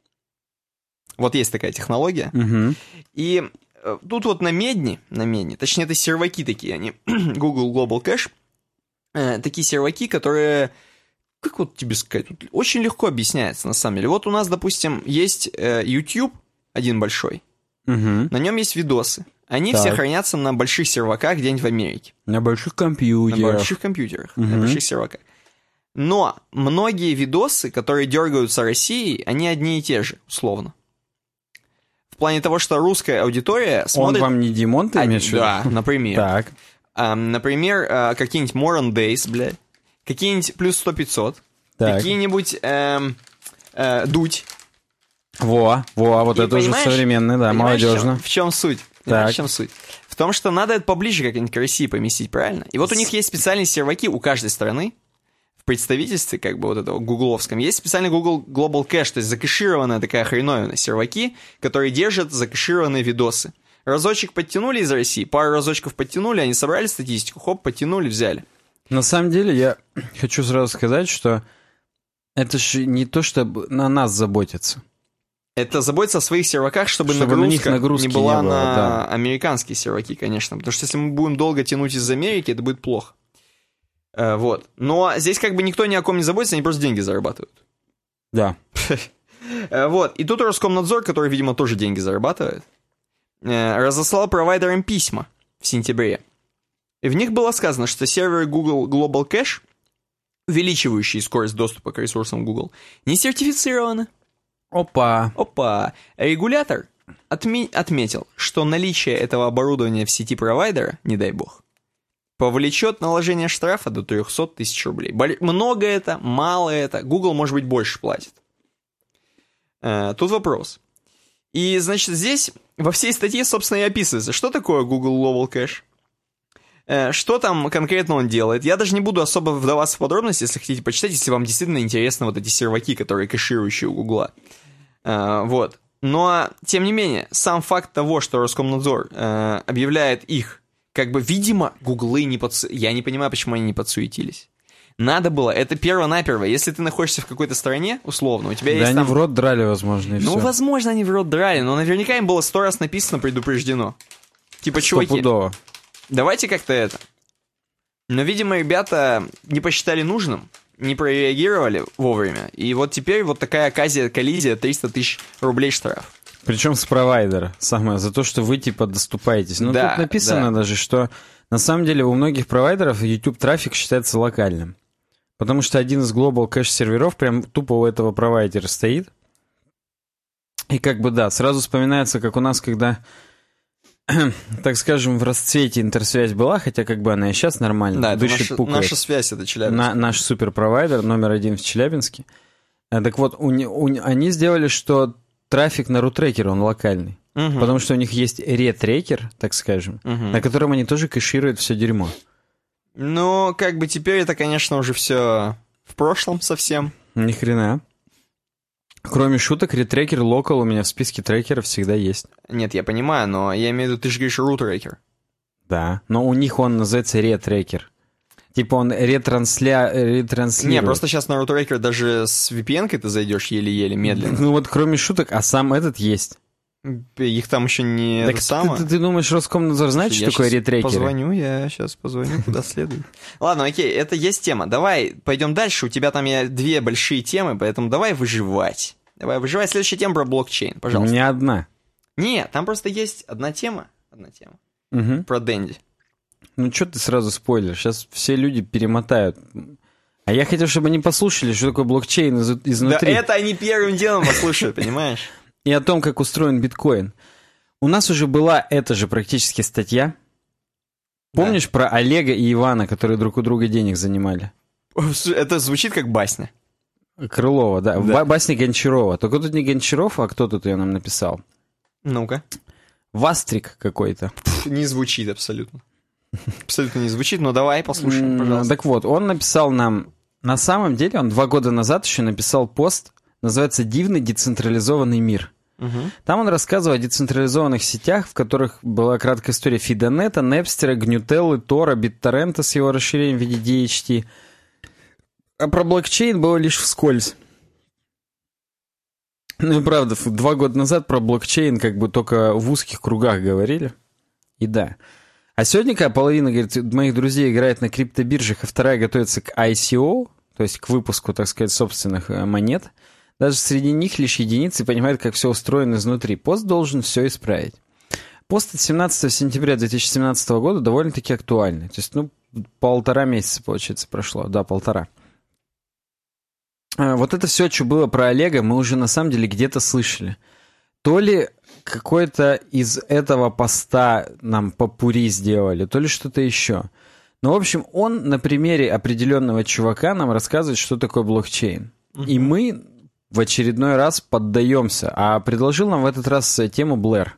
Вот есть такая технология. Угу. И э, тут вот на медне, на медне, точнее, это серваки такие, они, Google Global Cache, э, такие серваки, которые, как вот тебе сказать, тут очень легко объясняется, на самом деле. Вот у нас, допустим, есть э, YouTube, один большой, угу. на нем есть видосы. Они так. все хранятся на больших серваках где-нибудь в Америке. На больших компьютерах. На больших компьютерах, угу. на больших серваках. Но многие видосы, которые дергаются Россией, они одни и те же, условно. В плане того, что русская аудитория смотрит... Он вам не Димон, ты имеешь в виду? Да, например. Так. А, например, а, какие-нибудь More on Days, блядь. Какие-нибудь плюс сто пятьсот. Так. Какие-нибудь эм, э, Дудь. Во, во, вот И это уже современный, да, молодежно. В чем, в чем суть? Так. В чем суть? В том, что надо это поближе как-нибудь к России поместить, правильно? И вот у них есть специальные серваки у каждой страны. В представительстве, как бы вот этого гугловском, есть специальный Google Global Cache, то есть закэшированная такая хреновина, серваки, которые держат закэшированные видосы. Разочек подтянули из России, пару разочков подтянули, они собрали статистику, хоп, подтянули, взяли. На самом деле, я хочу сразу сказать, что это же не то, чтобы на нас заботиться. Это заботиться о своих серваках, чтобы, чтобы нагрузка на них нагрузки не была не было, на да. американские серваки, конечно. Потому что если мы будем долго тянуть из Америки, это будет плохо. Uh, вот. Но здесь как бы никто ни о ком не заботится, они просто деньги зарабатывают. Да. uh, вот. И тут Роскомнадзор, который, видимо, тоже деньги зарабатывает, uh, разослал провайдерам письма в сентябре. И в них было сказано, что серверы Google Global Cache, увеличивающие скорость доступа к ресурсам Google, не сертифицированы. Опа. Опа. Регулятор отме- отметил, что наличие этого оборудования в сети провайдера, не дай бог, повлечет наложение штрафа до триста тысяч рублей. Бо- много это, мало это. Google, может быть, больше платит. Э, тут вопрос. И, значит, здесь во всей статье, собственно, и описывается, что такое Google Global Cache, э, что там конкретно он делает. Я даже не буду особо вдаваться в подробности, если хотите почитать, если вам действительно интересны вот эти серваки, которые кэширующие у Гугла. Э, вот. Но, тем не менее, сам факт того, что Роскомнадзор э, объявляет их, как бы, видимо, гуглы не подсу... Я не понимаю, почему они не подсуетились. Надо было, это перво-наперво. Если ты находишься в какой-то стране, условно, у тебя да есть они там... в рот драли, возможно, и Ну, все. возможно, они в рот драли, но наверняка им было сто раз написано предупреждено. Типа, чуваки, Стопудово. давайте как-то это. Но, видимо, ребята не посчитали нужным, не прореагировали вовремя. И вот теперь вот такая оказия, коллизия, триста тысяч рублей штраф. Причем с провайдера, самое, за то, что вы, типа, доступаетесь. Ну, Да, тут написано да. даже, что на самом деле у многих провайдеров YouTube-трафик считается локальным. Потому что один из глобал кэш-серверов прям тупо у этого провайдера стоит. И как бы, да, сразу вспоминается, как у нас, когда, так скажем, в расцвете интерсвязь была, хотя как бы она и сейчас нормально Да, это дышит, наша, пукает. наша связь, это Челябинск. На, наш суперпровайдер номер один в Челябинске. А, так вот, у, не- у, не- они сделали, что трафик на рутрекер, он локальный. Мгм. Потому что у них есть ретрекер, так скажем, Мгм. на котором они тоже кэшируют все дерьмо. Ну, как бы теперь это, конечно, уже все в прошлом совсем. Ни хрена. Кроме шуток, ретрекер локал у меня в списке трекеров всегда есть. Нет, я понимаю, но я имею в виду, ты же говоришь рутрекер. Да. Но у них он называется ретрекер. Типа он ретрансля... ретранслирует. Не, просто сейчас на рутрекер даже с ви пи эн-кой ты зайдешь еле-еле, медленно. Ну вот кроме шуток, а сам этот есть. Их там еще не Так это ты, самое. ты- ты думаешь, Роскомнадзор знает, что Я такое щас ретрекеры? Позвоню, я сейчас позвоню, куда следует. Ладно, окей, это есть тема. Давай пойдем дальше. У тебя там я две большие темы, поэтому давай выживать. Давай выживать. Следующая тема про блокчейн, У пожалуйста. меня одна. Нет, там просто есть одна тема. Одна тема. Мгм. Про Дэнди. Ну что ты сразу спойлер? Сейчас все люди перемотают. А я хотел, чтобы они послушали, что такое блокчейн из- Да изнутри. это они первым делом послушают, понимаешь? И о том, как устроен биткоин. У нас уже была эта же практически статья. Помнишь про Олега и Ивана, которые друг у друга денег занимали? Это звучит как басня. Крылова, да. Да. Ба- Басня Гончарова. Только тут не Гончаров, а кто тут ее нам написал? Ну-ка. Вастрик какой-то. Пф, не звучит абсолютно. Абсолютно не звучит, но давай послушаем, М, пожалуйста. Так вот, он написал нам... На самом деле, он два года назад еще написал пост, называется «Дивный децентрализованный мир». Мгм. Там он рассказывал о децентрализованных сетях, в которых была краткая история Фидонета, Непстера, Гнютеллы, Тора, BitTorrent с его расширением в виде ди эйч ти. А про блокчейн было лишь вскользь. Ну и правда, ф- два года назад про блокчейн как бы только в узких кругах говорили. И да. А сегодня, когда половина, говорит, моих друзей играет на криптобиржах, а вторая готовится к ай си о, то есть к выпуску, так сказать, собственных э, монет, даже среди них лишь единицы понимают, как все устроено изнутри. Пост должен все исправить. Пост от семнадцатого сентября две тысячи семнадцатого года довольно-таки актуальный. То есть, ну, полтора месяца, получается, прошло. Да, полтора. А, Вот это все, что было про Олега, мы уже на самом деле где-то слышали. То ли какой-то из этого поста нам попури сделали, то ли что-то еще. Но, в общем, он на примере определенного чувака нам рассказывает, что такое блокчейн. И мы в очередной раз поддаемся. А предложил нам в этот раз э, тему Блэр.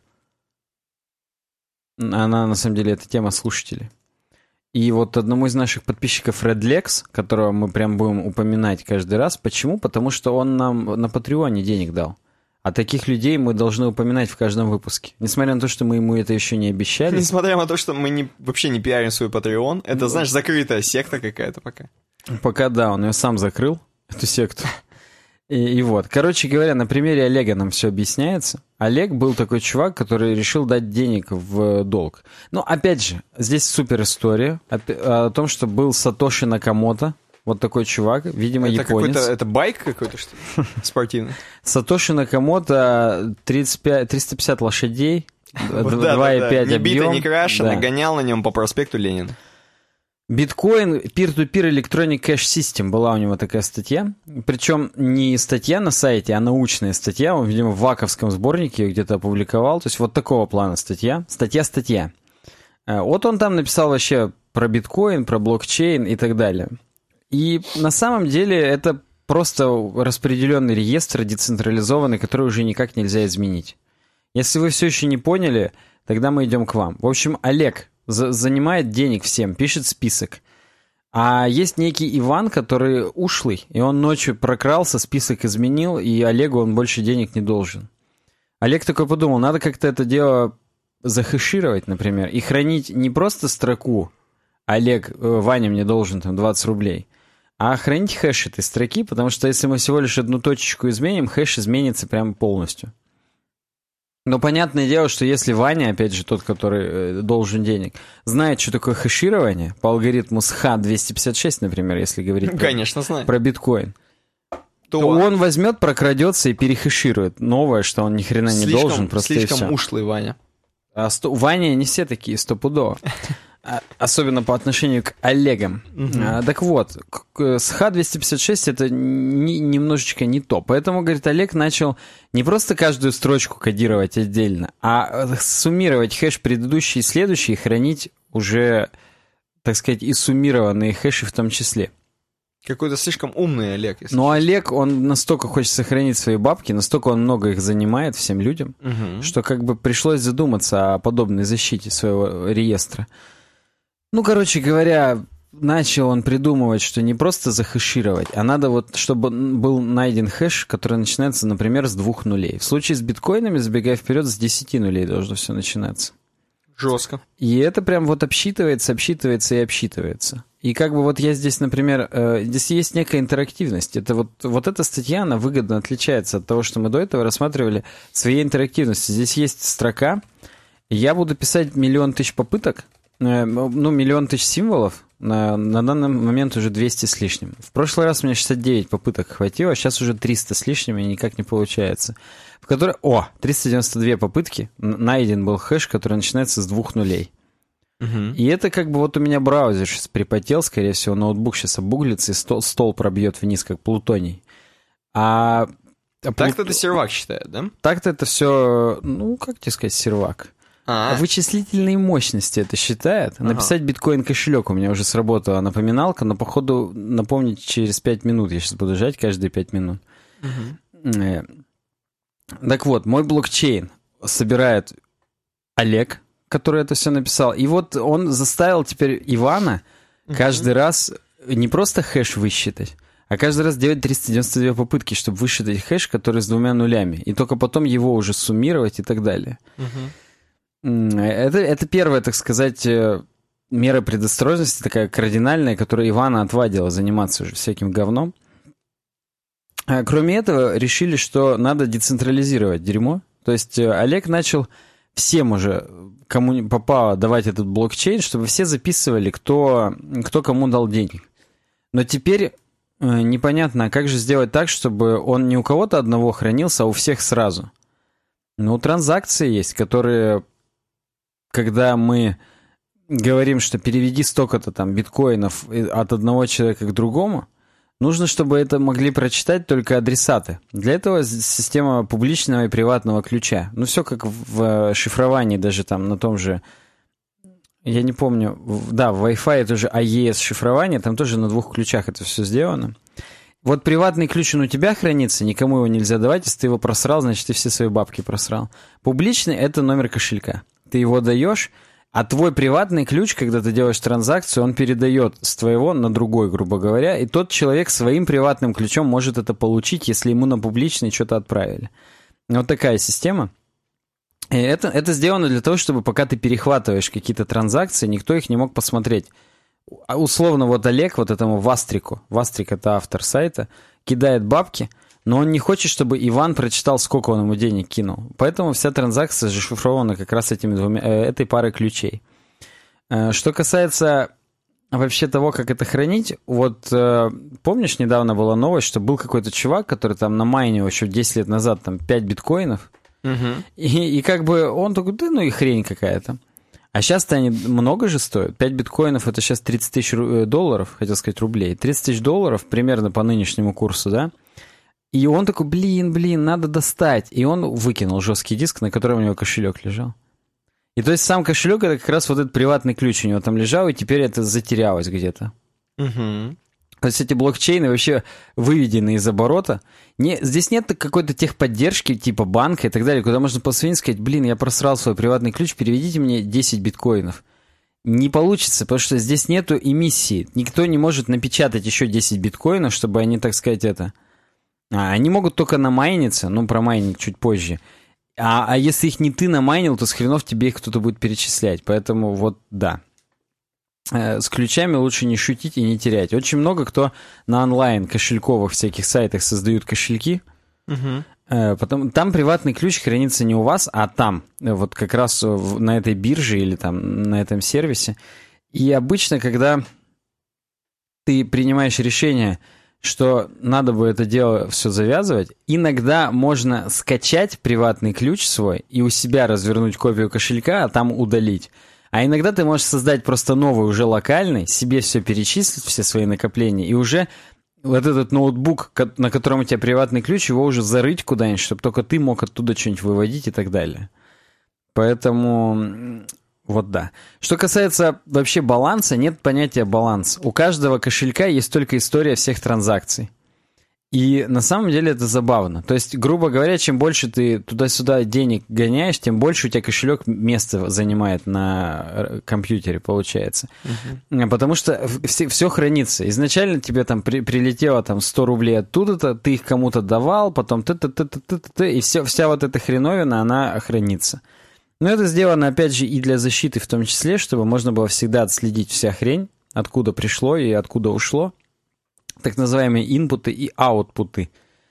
Она, на самом деле, это тема слушателей. И вот одному из наших подписчиков Red Lex, которого мы прям будем упоминать каждый раз. Почему? Потому что он нам на Патреоне денег дал. А таких людей мы должны упоминать в каждом выпуске. Несмотря на то, что мы ему это еще не обещали. Несмотря на то, что мы не, вообще не пиарим свой Patreon, это, знаешь, закрытая секта какая-то пока. Пока да, он ее сам закрыл, эту секту. И, и вот, короче говоря, на примере Олега нам все объясняется. Олег был такой чувак, который решил дать денег в долг. Но опять же, здесь супер история о, о том, что был Сатоши Накамото, вот такой чувак, видимо, Это японец. какой-то, это байк какой-то, что ли? Спортивный. Сатоши Накамото тридцать пять, триста пятьдесят лошадей, Вот да, два и да, да. пять Не объем. бито, не крашено, Да. гонял на нем по проспекту Ленина. Биткоин, Peer-to-Peer Electronic Cash System, была у него такая статья. Причем не статья на сайте, а научная статья. Он, видимо, в ваковском сборнике ее где-то опубликовал. То есть вот такого плана статья. Статья-статья. Э, Вот он там написал вообще про биткоин, про блокчейн и так далее. И на самом деле это просто распределенный реестр, децентрализованный, который уже никак нельзя изменить. Если вы все еще не поняли, тогда мы идем к вам. В общем, Олег за- занимает денег всем, пишет список. А есть некий Иван, который ушлый, и он ночью прокрался, список изменил, и Олегу он больше денег не должен. Олег такой подумал, надо как-то это дело захэшировать, например, и хранить не просто строку «Олег, э, Ваня мне должен там двадцать рублей», а хранить хэш этой строки, потому что если мы всего лишь одну точечку изменим, хэш изменится прямо полностью. Но понятное дело, что если Ваня, опять же, тот, который э, должен денег, знает, что такое хэширование по алгоритму эс эйч двести пятьдесят шесть, например, если говорить ну, конечно, про, про биткоин, то... то он возьмет, прокрадется и перехэширует новое, что он ни хрена не слишком, должен. Просто слишком ушлый Ваня. А сто... Ваня не все такие, стопудово. Особенно по отношению к Олегам. Uh-huh. А, так вот, эс эйч двести пятьдесят шесть это не, немножечко не то. Поэтому, говорит, Олег начал не просто каждую строчку кодировать отдельно, а суммировать хэш предыдущий и следующий и хранить уже, так сказать, и суммированные хэши в том числе. Какой-то слишком умный Олег. Если Но Олег, он настолько хочет сохранить свои бабки, настолько он много их занимает всем людям, uh-huh. что как бы пришлось задуматься о подобной защите своего реестра. Ну, короче говоря, начал он придумывать, что не просто захэшировать, а надо вот, чтобы был найден хэш, который начинается, например, с двух нулей. В случае с биткоинами, забегая вперед, с десяти нулей должно все начинаться. Жестко. И это прям вот обсчитывается, обсчитывается и обсчитывается. И как бы вот я здесь, например, э, здесь есть некая интерактивность. Это вот, вот эта статья, она выгодно отличается от того, что мы до этого рассматривали, своей интерактивностью. Здесь есть строка, я буду писать миллион тысяч попыток, ну, миллион тысяч символов, на, на данный момент уже двести с лишним. В прошлый раз у меня шестьдесят девять попыток хватило, сейчас уже триста с лишним, и никак не получается. В которой, о, триста девяносто две попытки, найден был хэш, который начинается с двух нулей. Угу. И это как бы вот у меня браузер сейчас припотел, скорее всего, ноутбук сейчас обуглится и стол, стол пробьет вниз, как плутоний. А... а так-то плут... это сервак считает, да? Так-то это все, ну, как тебе сказать, сервак. А-а. Вычислительные мощности это считает. Ага. Написать биткоин-кошелек у меня уже сработала напоминалка, но, походу, напомнить через пять минут. Я сейчас буду жать каждые пять минут. Угу. Так вот, мой блокчейн собирает Олег, который это все написал. И вот он заставил теперь Ивана каждый угу. раз не просто хэш высчитать, а каждый раз делать триста девяносто две попытки, чтобы высчитать хэш, который с двумя нулями. И только потом его уже суммировать и так далее. Угу. Это, это первая, так сказать, мера предосторожности, такая кардинальная, которая Ивана отвадила заниматься уже всяким говном. Кроме этого, решили, что надо децентрализировать дерьмо. То есть Олег начал всем уже, кому попало, давать этот блокчейн, чтобы все записывали, кто, кто кому дал денег. Но теперь непонятно, а как же сделать так, чтобы он не у кого-то одного хранился, а у всех сразу. Ну, транзакции есть, которые... Когда мы говорим, что переведи столько-то там биткоинов от одного человека к другому, нужно, чтобы это могли прочитать только адресаты. Для этого система публичного и приватного ключа. Ну, все как в шифровании, даже там на том же, я не помню, да, в Wi-Fi это же эй и эс шифрование, там тоже на двух ключах это все сделано. Вот приватный ключ, он у тебя хранится, никому его нельзя давать, если ты его просрал, значит, ты все свои бабки просрал. Публичный — это номер кошелька. Ты его даешь, а твой приватный ключ, когда ты делаешь транзакцию, он передает с твоего на другой, грубо говоря, и тот человек своим приватным ключом может это получить, если ему на публичный что-то отправили. Вот такая система. И это, это сделано для того, чтобы пока ты перехватываешь какие-то транзакции, никто их не мог посмотреть. Условно, вот Олег вот этому Вастрику, Вастрик — это автор сайта, кидает бабки, но он не хочет, чтобы Иван прочитал, сколько он ему денег кинул. Поэтому вся транзакция зашифрована как раз этими двумя, э, этой парой ключей. Э, что касается вообще того, как это хранить, вот э, помнишь, недавно была новость, что был какой-то чувак, который там намайнил еще десять лет назад там пять биткоинов, угу. и, и как бы он такой, да ну и хрень какая-то. А сейчас-то они много же стоят. пять биткоинов — это сейчас тридцать тысяч долларов, хотел сказать рублей. тридцать тысяч долларов примерно по нынешнему курсу, да? И он такой, блин, блин, надо достать. И он выкинул жесткий диск, на котором у него кошелек лежал. И то есть сам кошелек — это как раз вот этот приватный ключ у него там лежал, и теперь это затерялось где-то. Угу. То есть эти блокчейны вообще выведены из оборота. Не, здесь нет какой-то техподдержки типа банка и так далее, куда можно позвонить и сказать, блин, я просрал свой приватный ключ, переведите мне десять биткоинов. Не получится, потому что здесь нету эмиссии. Никто не может напечатать еще десять биткоинов, чтобы они, так сказать, это... А, они могут только намайниться, ну, про майнинг чуть позже. А, а если их не ты намайнил, то с хренов тебе их кто-то будет перечислять. Поэтому вот, да. э, с ключами лучше не шутить и не терять. Очень много кто на онлайн кошельковых всяких сайтах создают кошельки. Угу. Э, потом, там приватный ключ хранится не у вас, а там, вот как раз в, на этой бирже или там на этом сервисе. И обычно, когда ты принимаешь решение, что надо бы это дело все завязывать, иногда можно скачать приватный ключ свой и у себя развернуть копию кошелька, а там удалить. А иногда ты можешь создать просто новый, уже локальный, себе все перечислить, все свои накопления, и уже вот этот ноутбук, на котором у тебя приватный ключ, его уже зарыть куда-нибудь, чтобы только ты мог оттуда что-нибудь выводить и так далее. Поэтому... Вот да. Что касается вообще баланса, нет понятия баланс. У каждого кошелька есть только история всех транзакций. И на самом деле это забавно. То есть, грубо говоря, чем больше ты туда-сюда денег гоняешь, тем больше у тебя кошелек места занимает на компьютере, получается. Uh-huh. Потому что все, все хранится. Изначально тебе там при, прилетело там сто рублей оттуда-то, ты их кому-то давал, потом ты-ты-ты-ты-ты, и все, вся вот эта хреновина, она хранится. Но это сделано, опять же, и для защиты в том числе, чтобы можно было всегда отследить вся хрень, откуда пришло и откуда ушло. Так называемые инпуты и аутпуты.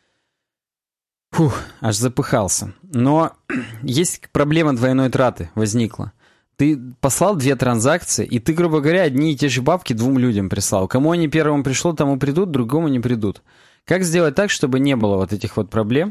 Фух, аж запыхался. Но есть проблема двойной траты возникла. Ты послал две транзакции, и ты, грубо говоря, одни и те же бабки двум людям прислал. Кому они первому пришло, тому придут, другому не придут. Как сделать так, чтобы не было вот этих вот проблем?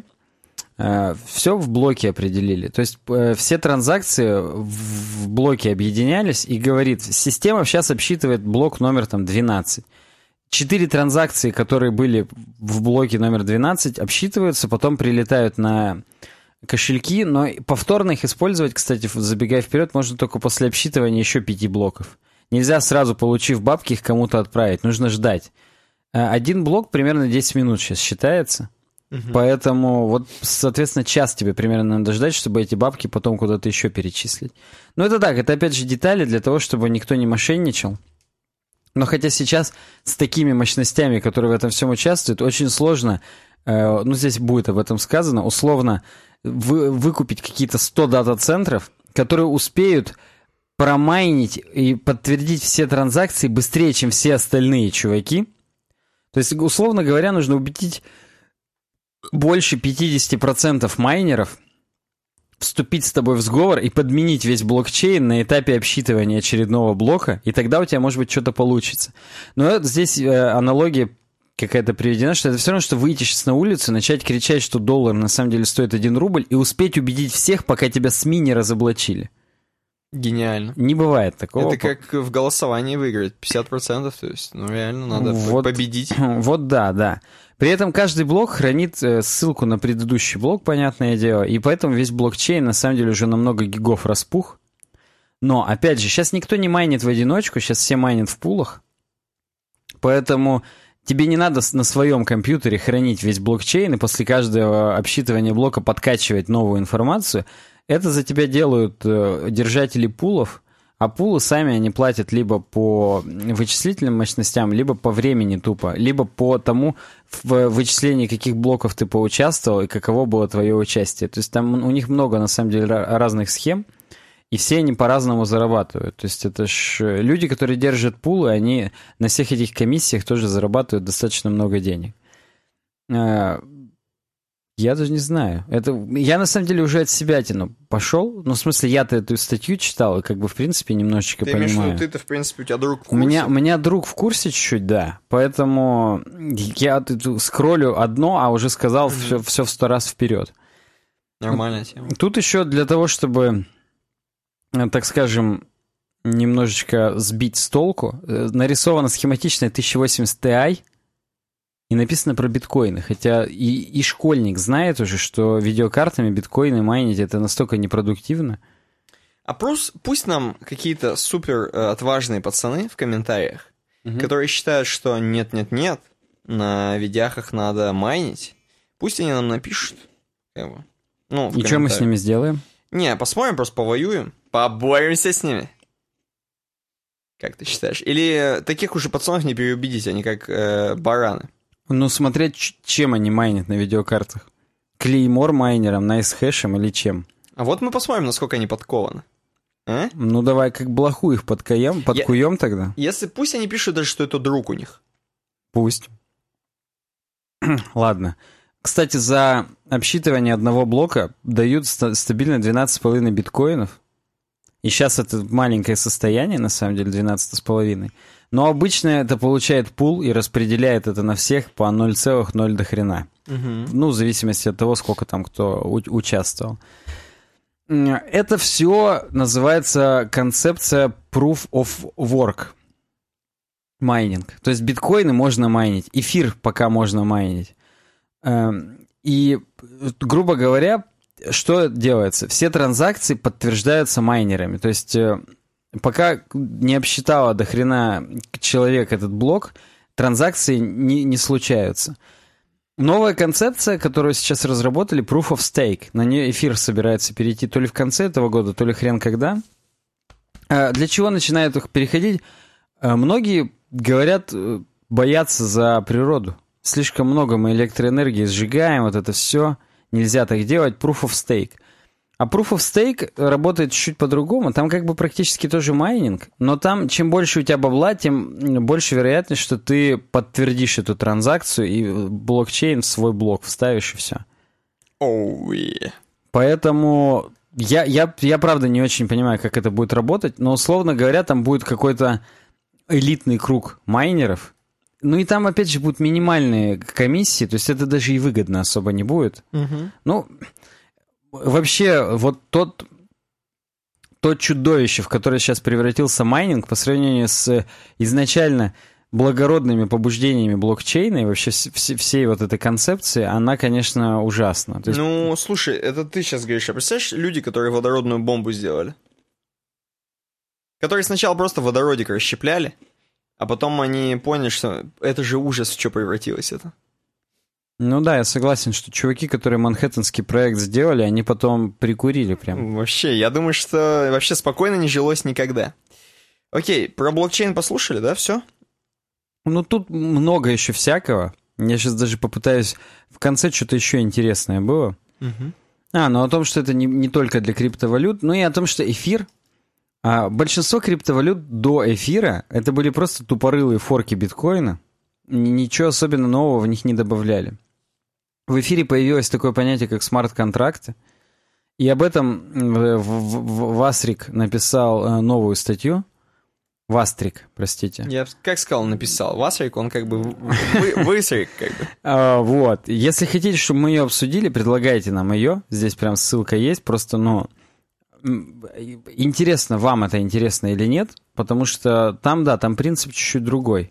Все в блоке определили. То есть все транзакции в блоке объединялись и говорит, система сейчас обсчитывает блок номер там двенадцать. Четыре транзакции, которые были в блоке номер двенадцать, обсчитываются, потом прилетают на кошельки, но повторно их использовать, кстати, забегая вперед, можно только после обсчитывания еще пяти блоков. Нельзя сразу, получив бабки, их кому-то отправить, нужно ждать. Один блок примерно десять минут сейчас считается. Угу. Поэтому, вот, соответственно, час тебе примерно надо ждать, чтобы эти бабки потом куда-то еще перечислить. Но это так, это опять же детали для того, чтобы никто не мошенничал. Но хотя сейчас с такими мощностями, которые в этом всем участвуют, очень сложно, э, ну здесь будет об этом сказано, условно вы, выкупить какие-то сто дата-центров, которые успеют промайнить и подтвердить все транзакции быстрее, чем все остальные чуваки. То есть, условно говоря, нужно убедить больше пятьдесят процентов майнеров вступить с тобой в сговор и подменить весь блокчейн на этапе обсчитывания очередного блока, и тогда у тебя, может быть, что-то получится. Но это, здесь э, аналогия какая-то приведена, что это все равно, что выйти сейчас на улицу, начать кричать, что доллар на самом деле стоит один рубль, и успеть убедить всех, пока тебя СМИ не разоблачили. Гениально. Не бывает такого. Это как в голосовании выиграть пятьдесят процентов, то есть, ну, реально надо вот, победить. Вот да, да. При этом каждый блок хранит ссылку на предыдущий блок, понятное дело, и поэтому весь блокчейн на самом деле уже на много гигов распух. Но, опять же, сейчас никто не майнит в одиночку, сейчас все майнят в пулах, поэтому тебе не надо на своем компьютере хранить весь блокчейн и после каждого обсчитывания блока подкачивать новую информацию. Это за тебя делают держатели пулов, а пулы сами они платят либо по вычислительным мощностям, либо по времени тупо, либо по тому, в вычислении каких блоков ты поучаствовал и каково было твое участие. То есть там у них много, на самом деле, разных схем, и все они по-разному зарабатывают. То есть это ж люди, которые держат пулы, они на всех этих комиссиях тоже зарабатывают достаточно много денег. Я даже не знаю. Это... Я, на самом деле, уже от себя тяну пошел. Ну, в смысле, я-то эту статью читал, и как бы, в принципе, немножечко ты понимаю. Ты имеешь в виду, ты-то, в принципе, у тебя друг в курсе? У меня, у меня друг в курсе чуть-чуть, да. Поэтому я тут скроллю одно, а уже сказал mm-hmm. все, все в сто раз вперед. Нормальная тема. Тут еще для того, чтобы, так скажем, немножечко сбить с толку, нарисована схематичная тысяча восемьдесят Ti, и написано про биткоины, хотя и, и школьник знает уже, что видеокартами биткоины майнить это настолько непродуктивно. А пусть, пусть нам какие-то супер э, отважные пацаны в комментариях, угу. которые считают, что нет-нет-нет, на видяхах надо майнить, пусть они нам напишут. Как бы, ну, и что мы с ними сделаем? Не, посмотрим, просто повоюем, поборемся с ними. Как ты считаешь? Или таких уже пацанов не переубедить, они как э, бараны? Ну, смотреть, чем они майнят на видеокартах. Клеймор майнером, найсхэшем или чем. А вот мы посмотрим, насколько они подкованы. А? Ну, давай как блоху их подкаем, подкуем Я... тогда. Если пусть они пишут даже, что это друг у них. Пусть. Ладно. Кстати, за обсчитывание одного блока дают стабильно двенадцать с половиной биткоинов. И сейчас это маленькое состояние, на самом деле, двенадцать с половиной. Но обычно это получает пул и распределяет это на всех по ноль целых ноль до хрена. Угу. Ну, в зависимости от того, сколько там кто у- участвовал. Это все называется концепция Proof of Work. Майнинг. То есть биткоины можно майнить, эфир пока можно майнить. И, грубо говоря, что делается? Все транзакции подтверждаются майнерами. То есть пока не обсчитала до хрена человек этот блок, транзакции не, не случаются. Новая концепция, которую сейчас разработали, Proof of Stake. На нее эфир собирается перейти то ли в конце этого года, то ли хрен когда. Для чего начинают их переходить? Многие говорят, боятся за природу. Слишком много мы электроэнергии сжигаем, вот это все. Нельзя так делать. Proof of Stake. А Proof of Stake работает чуть-чуть по-другому. Там как бы практически тоже майнинг, но там чем больше у тебя бабла, тем больше вероятность, что ты подтвердишь эту транзакцию и блокчейн в свой блок вставишь и все. Oh, yeah. Поэтому я, я, я правда не очень понимаю, как это будет работать, но условно говоря, там будет какой-то элитный круг майнеров. Ну и там, опять же, будут минимальные комиссии, то есть это даже и выгодно особо не будет. Uh-huh. Ну, вообще, вот тот, то чудовище, в которое сейчас превратился майнинг, по сравнению с изначально благородными побуждениями блокчейна и вообще вс- вс- всей вот этой концепции, она, конечно, ужасна. То есть... Ну, слушай, это ты сейчас говоришь. А представляешь, люди, которые водородную бомбу сделали? Которые сначала просто водородик расщепляли, а потом они поняли, что это же ужас, в что превратилось это. Ну да, я согласен, что чуваки, которые Манхэттенский проект сделали, они потом прикурили прям. Вообще, я думаю, что вообще спокойно не жилось никогда. Окей, про блокчейн послушали, да, все? Ну тут много еще всякого. Я сейчас даже попытаюсь... В конце что-то еще интересное было. Угу. А, ну о том, что это не, не только для криптовалют, но и о том, что эфир... А, большинство криптовалют до эфира это были просто тупорылые форки биткоина. Ничего особенно нового в них не добавляли. В эфире появилось такое понятие, как смарт-контракты. И об этом Вастрик написал новую статью. Вастрик, простите. Я как сказал, написал. Вастрик, он как бы вы, высрик, как бы. А, вот. Если хотите, чтобы мы ее обсудили, предлагайте нам ее. Здесь прям ссылка есть. Просто, ну... Интересно, вам это интересно или нет, потому что там, да, там принцип чуть-чуть другой.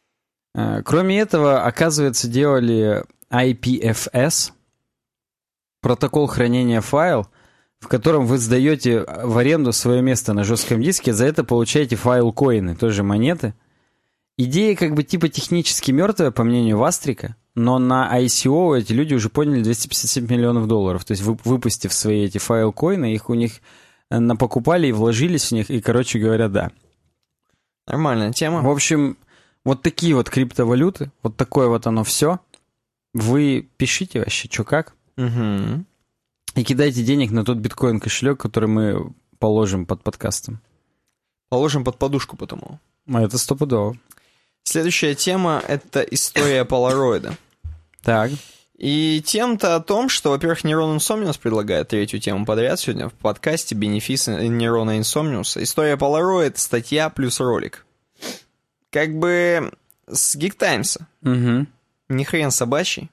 Кроме этого, оказывается, делали ай пи эф эс, протокол хранения файл, в котором вы сдаете в аренду свое место на жестком диске, за это получаете файл-коины, тоже монеты. Идея как бы типа технически мертвая, по мнению Вастрика, но на ай си о эти люди уже поняли двести пятьдесят семь миллионов долларов. То есть выпустив свои эти файл-коины, их у них напокупали и вложились в них, и, короче говоря, да. Нормальная тема. В общем, вот такие вот криптовалюты, вот такое вот оно все. Вы пишите вообще, что как. Угу. И кидайте денег на тот биткоин-кошелек, который мы положим под подкастом. Положим под подушку потому. А это стопудово. Следующая тема — это история полароида. Так. И тем-то о том, что, во-первых, Нейрон Инсомниус предлагает третью тему подряд сегодня в подкасте «Бенефис Нейрона Инсомниуса». История полароид, статья плюс ролик. Как бы с Geek Times. Угу. Ни хрен собачий.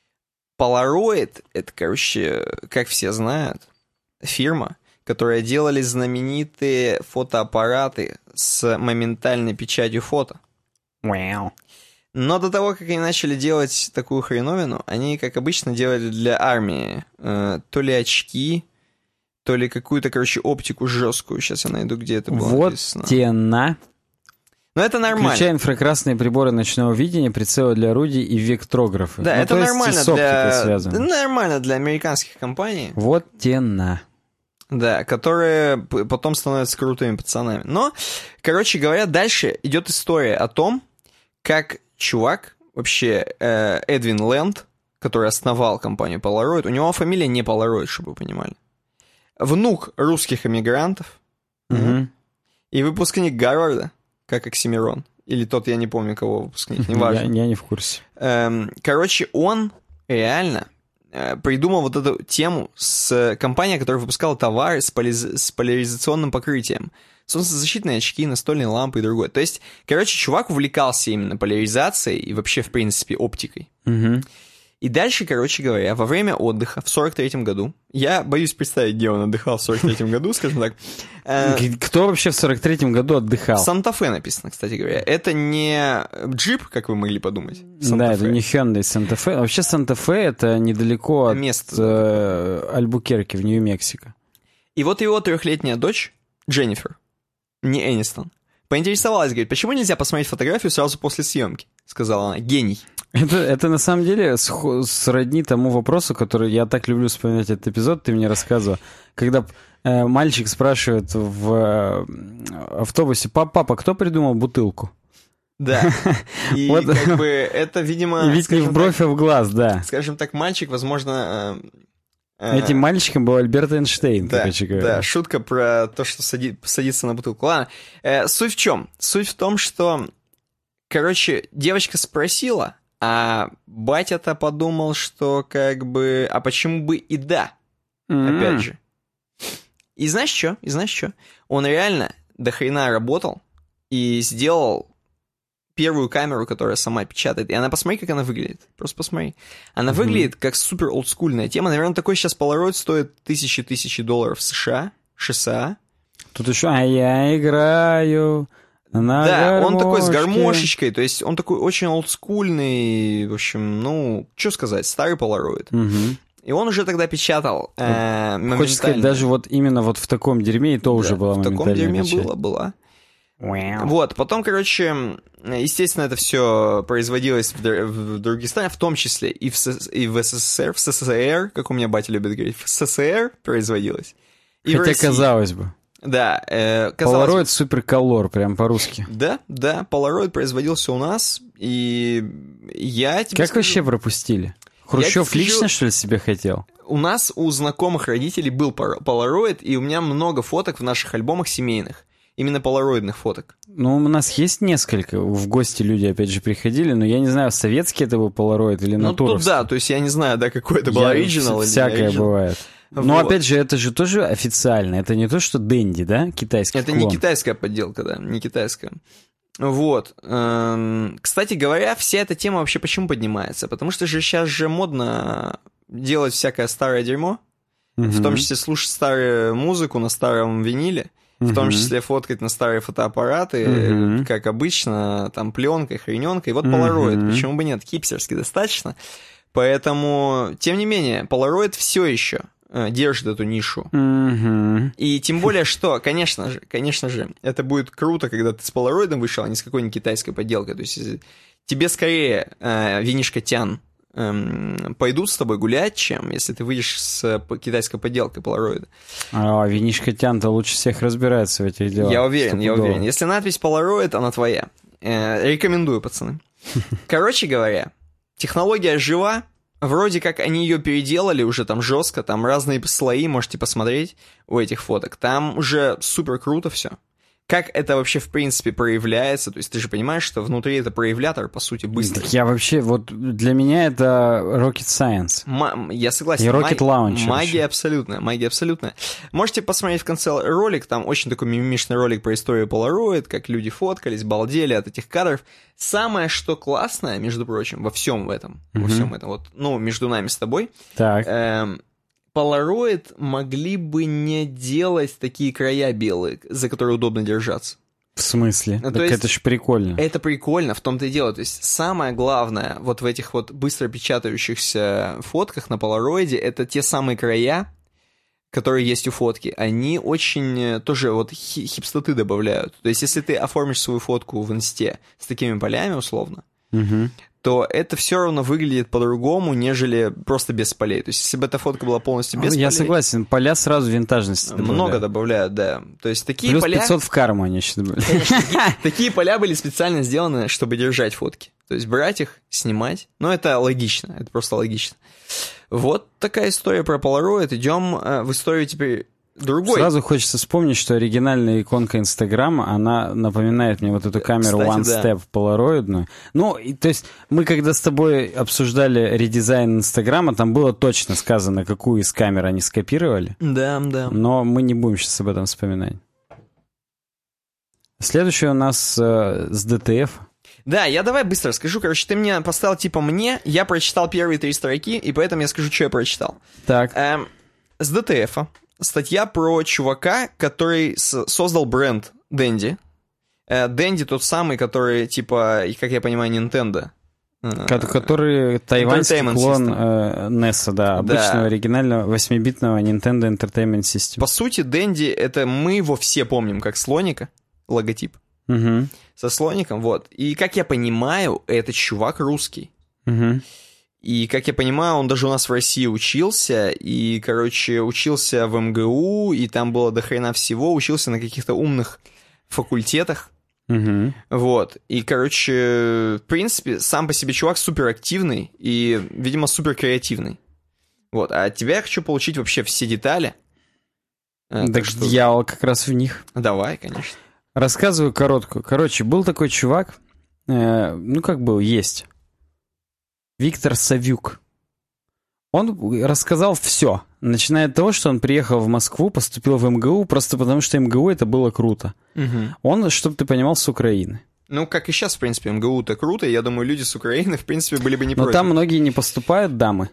Polaroid — это, короче, как все знают, фирма, которая делали знаменитые фотоаппараты с моментальной печатью фото. Wow. Но до того, как они начали делать такую хреновину, они, как обычно, делали для армии э, то ли очки, то ли какую-то, короче, оптику жесткую. Сейчас я найду, где это было вот написано. Вот те на... Но это нормально. Включая инфракрасные приборы ночного видения, прицелы для орудий и вектрографы. Да, ну, это нормально для... связано. нормально для американских компаний. Вот те на... Да, которые потом становятся крутыми пацанами. Но, короче говоря, дальше идет история о том, как чувак, вообще э, Эдвин Лэнд, который основал компанию Polaroid, у него фамилия не Polaroid, чтобы вы понимали. Внук русских эмигрантов, Угу. И выпускник Гарварда, как Оксимирон. Или тот, я не помню, кого выпускник, неважно. Я, я не в курсе. Эм, короче, он реально э, придумал вот эту тему с компанией, которая выпускала товары с, полиз... с поляризационным покрытием. Солнцезащитные очки, настольные лампы и другое. То есть, короче, чувак увлекался именно поляризацией и вообще, в принципе, оптикой. Угу. И дальше, короче говоря, во время отдыха в сорок третьем году, я боюсь представить, где он отдыхал в сорок третьем году, скажем так. Э, Кто вообще в сорок третьем году отдыхал? В Санта-Фе написано, кстати говоря. Это не джип, как вы могли подумать. Да, это не Hyundai Santa-Fe. Вообще Санта-Фе это недалеко от Место. э, Альбукерки в Нью-Мексико. И вот его трехлетняя дочь, Дженнифер, не Энистон, поинтересовалась, говорит, почему нельзя посмотреть фотографию сразу после съемки? Сказала она. Гений. Это, это на самом деле сродни тому вопросу, который я так люблю вспоминать этот эпизод, ты мне рассказывал. Когда э, мальчик спрашивает в э, автобусе: «Пап, папа, кто придумал бутылку?» Да. И вот. Как бы это, видимо... Ведь не в бровь, а в глаз, да. Скажем так, мальчик, возможно... Э, Этим мальчиком был Альберт Эйнштейн, да, короче говоря. Да, шутка про то, что сади, садится на бутылку. Ладно, э, суть в чем? Суть в том, что, короче, девочка спросила, а батя-то подумал, что как бы, а почему бы и да, mm-hmm. опять же. И знаешь что? И знаешь что? Он реально до хрена работал и сделал первую камеру, которая сама печатает. И она, посмотри, как она выглядит. Просто посмотри. Она mm-hmm. выглядит как супер олдскульная тема. Наверное, такой сейчас Polaroid стоит тысячи-тысячи долларов США, ШСА. Тут еще, а я играю... На да, гармошке. Он такой с гармошечкой, то есть он такой очень олдскульный, в общем, ну, что сказать, старый Polaroid. Угу. И он уже тогда печатал э, моментально. Хочешь сказать, даже вот именно вот в таком дерьме и то да, уже было в таком дерьме печать. было, было. Wow. Вот, потом, короче, естественно, это все производилось в, в других странах, в том числе и в, и в СССР, в СССР, как у меня батя любит говорить, в СССР производилось. И хотя, казалось бы. Да, э, казалось... Polaroid суперколор, прям по-русски. Да, да, Polaroid производился у нас, и я тебе Как скажу... вообще пропустили? Хрущев скажу... лично, что ли, себе хотел? У нас, у знакомых родителей был Polaroid, и у меня много фоток в наших альбомах семейных. Именно полароидных фоток. Ну, у нас есть несколько. В гости люди, опять же, приходили, но я не знаю, советский это был Polaroid или натуровский. Ну, тут да, то есть я не знаю, да, какой это был оригинал. Всякое original. Бывает. Вот. Но, опять же, это же тоже официально. Это не то, что Дэнди, да, китайский Это клон. Не китайская подделка, да, не китайская. Вот. Кстати говоря, вся эта тема вообще почему поднимается? Потому что же сейчас же модно делать всякое старое дерьмо, угу. в том числе слушать старую музыку на старом виниле, в том числе фоткать на старые фотоаппараты, uh-huh. как обычно, там пленкой, хрененкой. Вот Polaroid, uh-huh. почему бы нет, хипстерски достаточно. Поэтому, тем не менее, Polaroid все еще э, держит эту нишу. Uh-huh. И тем более, что, конечно же, конечно же, это будет круто, когда ты с Polaroid вышел, а не с какой-нибудь китайской подделкой. То есть тебе скорее э, винишко тян эм, пойдут с тобой гулять, чем если ты выйдешь с китайской подделкой Polaroid. А винишко тян-то лучше всех разбирается в этих делах. Я уверен, я уверен. Если надпись Polaroid, она твоя. Э, рекомендую, пацаны. Короче говоря, технология жива. Вроде как они ее переделали уже там жестко, там разные слои, можете посмотреть у этих фоток. Там уже супер круто все. Как это вообще в принципе проявляется? То есть ты же понимаешь, что внутри это проявлятор, по сути, быстрый. Я вообще, вот для меня это rocket science. М- я согласен. И rocket launcher. Магия абсолютная, магия абсолютная. Можете посмотреть в конце ролик, там очень такой мимимишный ролик про историю Polaroid, как люди фоткались, балдели от этих кадров. Самое, что классное, между прочим, во всем этом, mm-hmm. во всем этом, вот, ну, между нами с тобой, так. Эм, Polaroid могли бы не делать такие края белые, за которые удобно держаться. В смысле? Ну, так это же прикольно. Это прикольно, в том-то и дело. То есть самое главное вот в этих вот быстро печатающихся фотках на Polaroid это те самые края, которые есть у фотки. Они очень тоже вот хипстоты добавляют. То есть если ты оформишь свою фотку в инсте с такими полями условно, угу. то это все равно выглядит по-другому, нежели просто без полей. То есть, если бы эта фотка была полностью без Я полей... Я согласен, поля сразу винтажности добавляют. Много добавляют, да. То есть, такие Плюс поля... пятьсот в карму они еще добавляют. Конечно, такие, такие поля были специально сделаны, чтобы держать фотки. То есть, брать их, снимать. Ну, это логично, это просто логично. Вот такая история про Polaroid. Идем в историю теперь другой. Сразу хочется вспомнить, что оригинальная иконка Инстаграма, она напоминает мне вот эту камеру Кстати, One да. Step полароидную. Ну, и, то есть мы когда с тобой обсуждали редизайн Инстаграма, там было точно сказано, какую из камер они скопировали. Да, да. Но мы не будем сейчас об этом вспоминать. Следующий у нас э, с ди ти эф. Да, я давай быстро скажу. Короче, ты мне поставил типа мне, я прочитал первые три строки, и поэтому я скажу, что я прочитал. Так. Эм, с ди ти эф статья про чувака, который с- создал бренд Dendy. Э, Dendy тот самый, который, типа, и, как я понимаю, Nintendo. Э, Ко- Который тайваньский Entertainment клон System. э, неса, да, обычного Да. оригинального восьмибитного Nintendo Entertainment System. По сути, Dendy, это мы его все помним как слоника, логотип. Угу. Со слоником, вот. И, как я понимаю, этот чувак русский. Угу. И, как я понимаю, он даже у нас в России учился, и, короче, учился в эм гэ у, и там было до хрена всего, учился на каких-то умных факультетах, Угу. вот. И, короче, в принципе, сам по себе чувак суперактивный и, видимо, супер креативный. Вот. А от тебя я хочу получить вообще все детали. Э, Так так что дьявол как раз в них. давай, конечно. Рассказываю короткую. Короче, был такой чувак, э, ну как был, есть. Виктор Савюк. Он рассказал все, начиная от того, что он приехал в Москву, поступил в эм гэ у, просто потому что эм гэ у это было круто. Мгм. Он, чтобы ты понимал, с Украины. Ну, как и сейчас, в принципе, эм гэ у-то круто, и я думаю, люди с Украины, в принципе, были бы не Но против. там многие не поступают, дамы.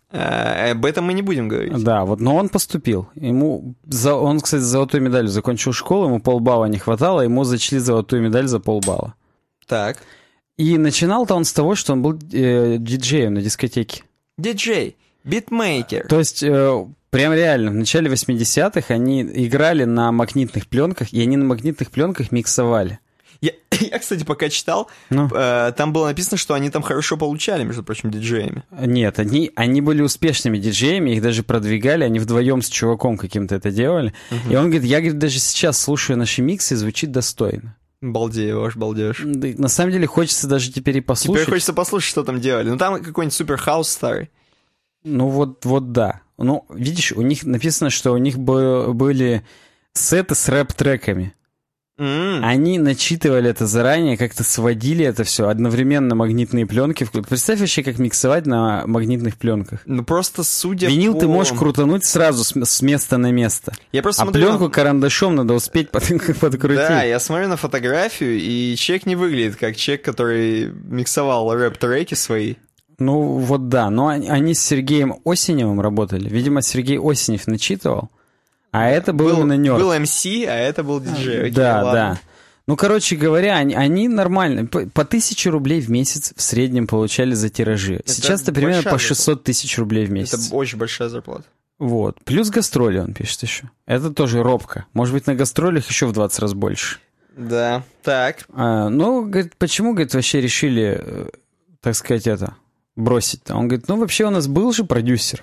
Э, об этом мы не будем говорить. Да, вот, но он поступил. Ему за, он, кстати, с золотой медалью закончил школу, ему полбалла не хватало, ему зачли золотую медаль за полбалла. Так. И начинал-то он с того, что он был э, диджеем на дискотеке. Диджей, битмейкер. То есть, э, прям реально, в начале восьмидесятых они играли на магнитных пленках, и они на магнитных пленках миксовали. Я, я, кстати, пока читал, Ну. э, там было написано, что они там хорошо получали, между прочим, диджеями. Нет, они, они были успешными диджеями, их даже продвигали, они вдвоем с чуваком каким-то это делали. И он говорит, я, говорит, даже сейчас слушаю наши миксы, звучит достойно. Балдеешь, балдеешь. Да, на самом деле хочется даже теперь и послушать. Теперь хочется послушать, что там делали. Ну, там какой-нибудь супер хаус старый. Ну вот, вот да. Ну, видишь, у них написано, что у них бы- были сеты с рэп-треками. М. Они начитывали это заранее, как-то сводили это все, одновременно магнитные пленки. вкл- Представь вообще, как миксовать на магнитных пленках. Ну, просто судя Винил по... ты можешь крутануть сразу с, с места на место. Я просто А смотрю на- пленку карандашом надо успеть под- подкрутить. Да, я смотрю на фотографию, и человек не выглядит как человек, который миксовал рэп-треки свои. Ну вот да, но они, они с Сергеем Осеневым работали. Видимо, Сергей Осенев начитывал, а это был, именно нерд. Был эм си, а это был диджей. Окей, Да, ладно. да. Ну, короче говоря, они, они нормально, по, по тысяче рублей в месяц в среднем получали за тиражи. Сейчас-то примерно большая по шестьсот тысяч рублей в месяц. Это очень большая зарплата. Вот. Плюс гастроли он пишет еще. Это тоже робко. Может быть, на гастролях еще в двадцать раз больше. Да, так. А, ну, говорит, почему, говорит, вообще решили, э, так сказать, это, бросить-то? Он говорит, ну, вообще у нас был же продюсер.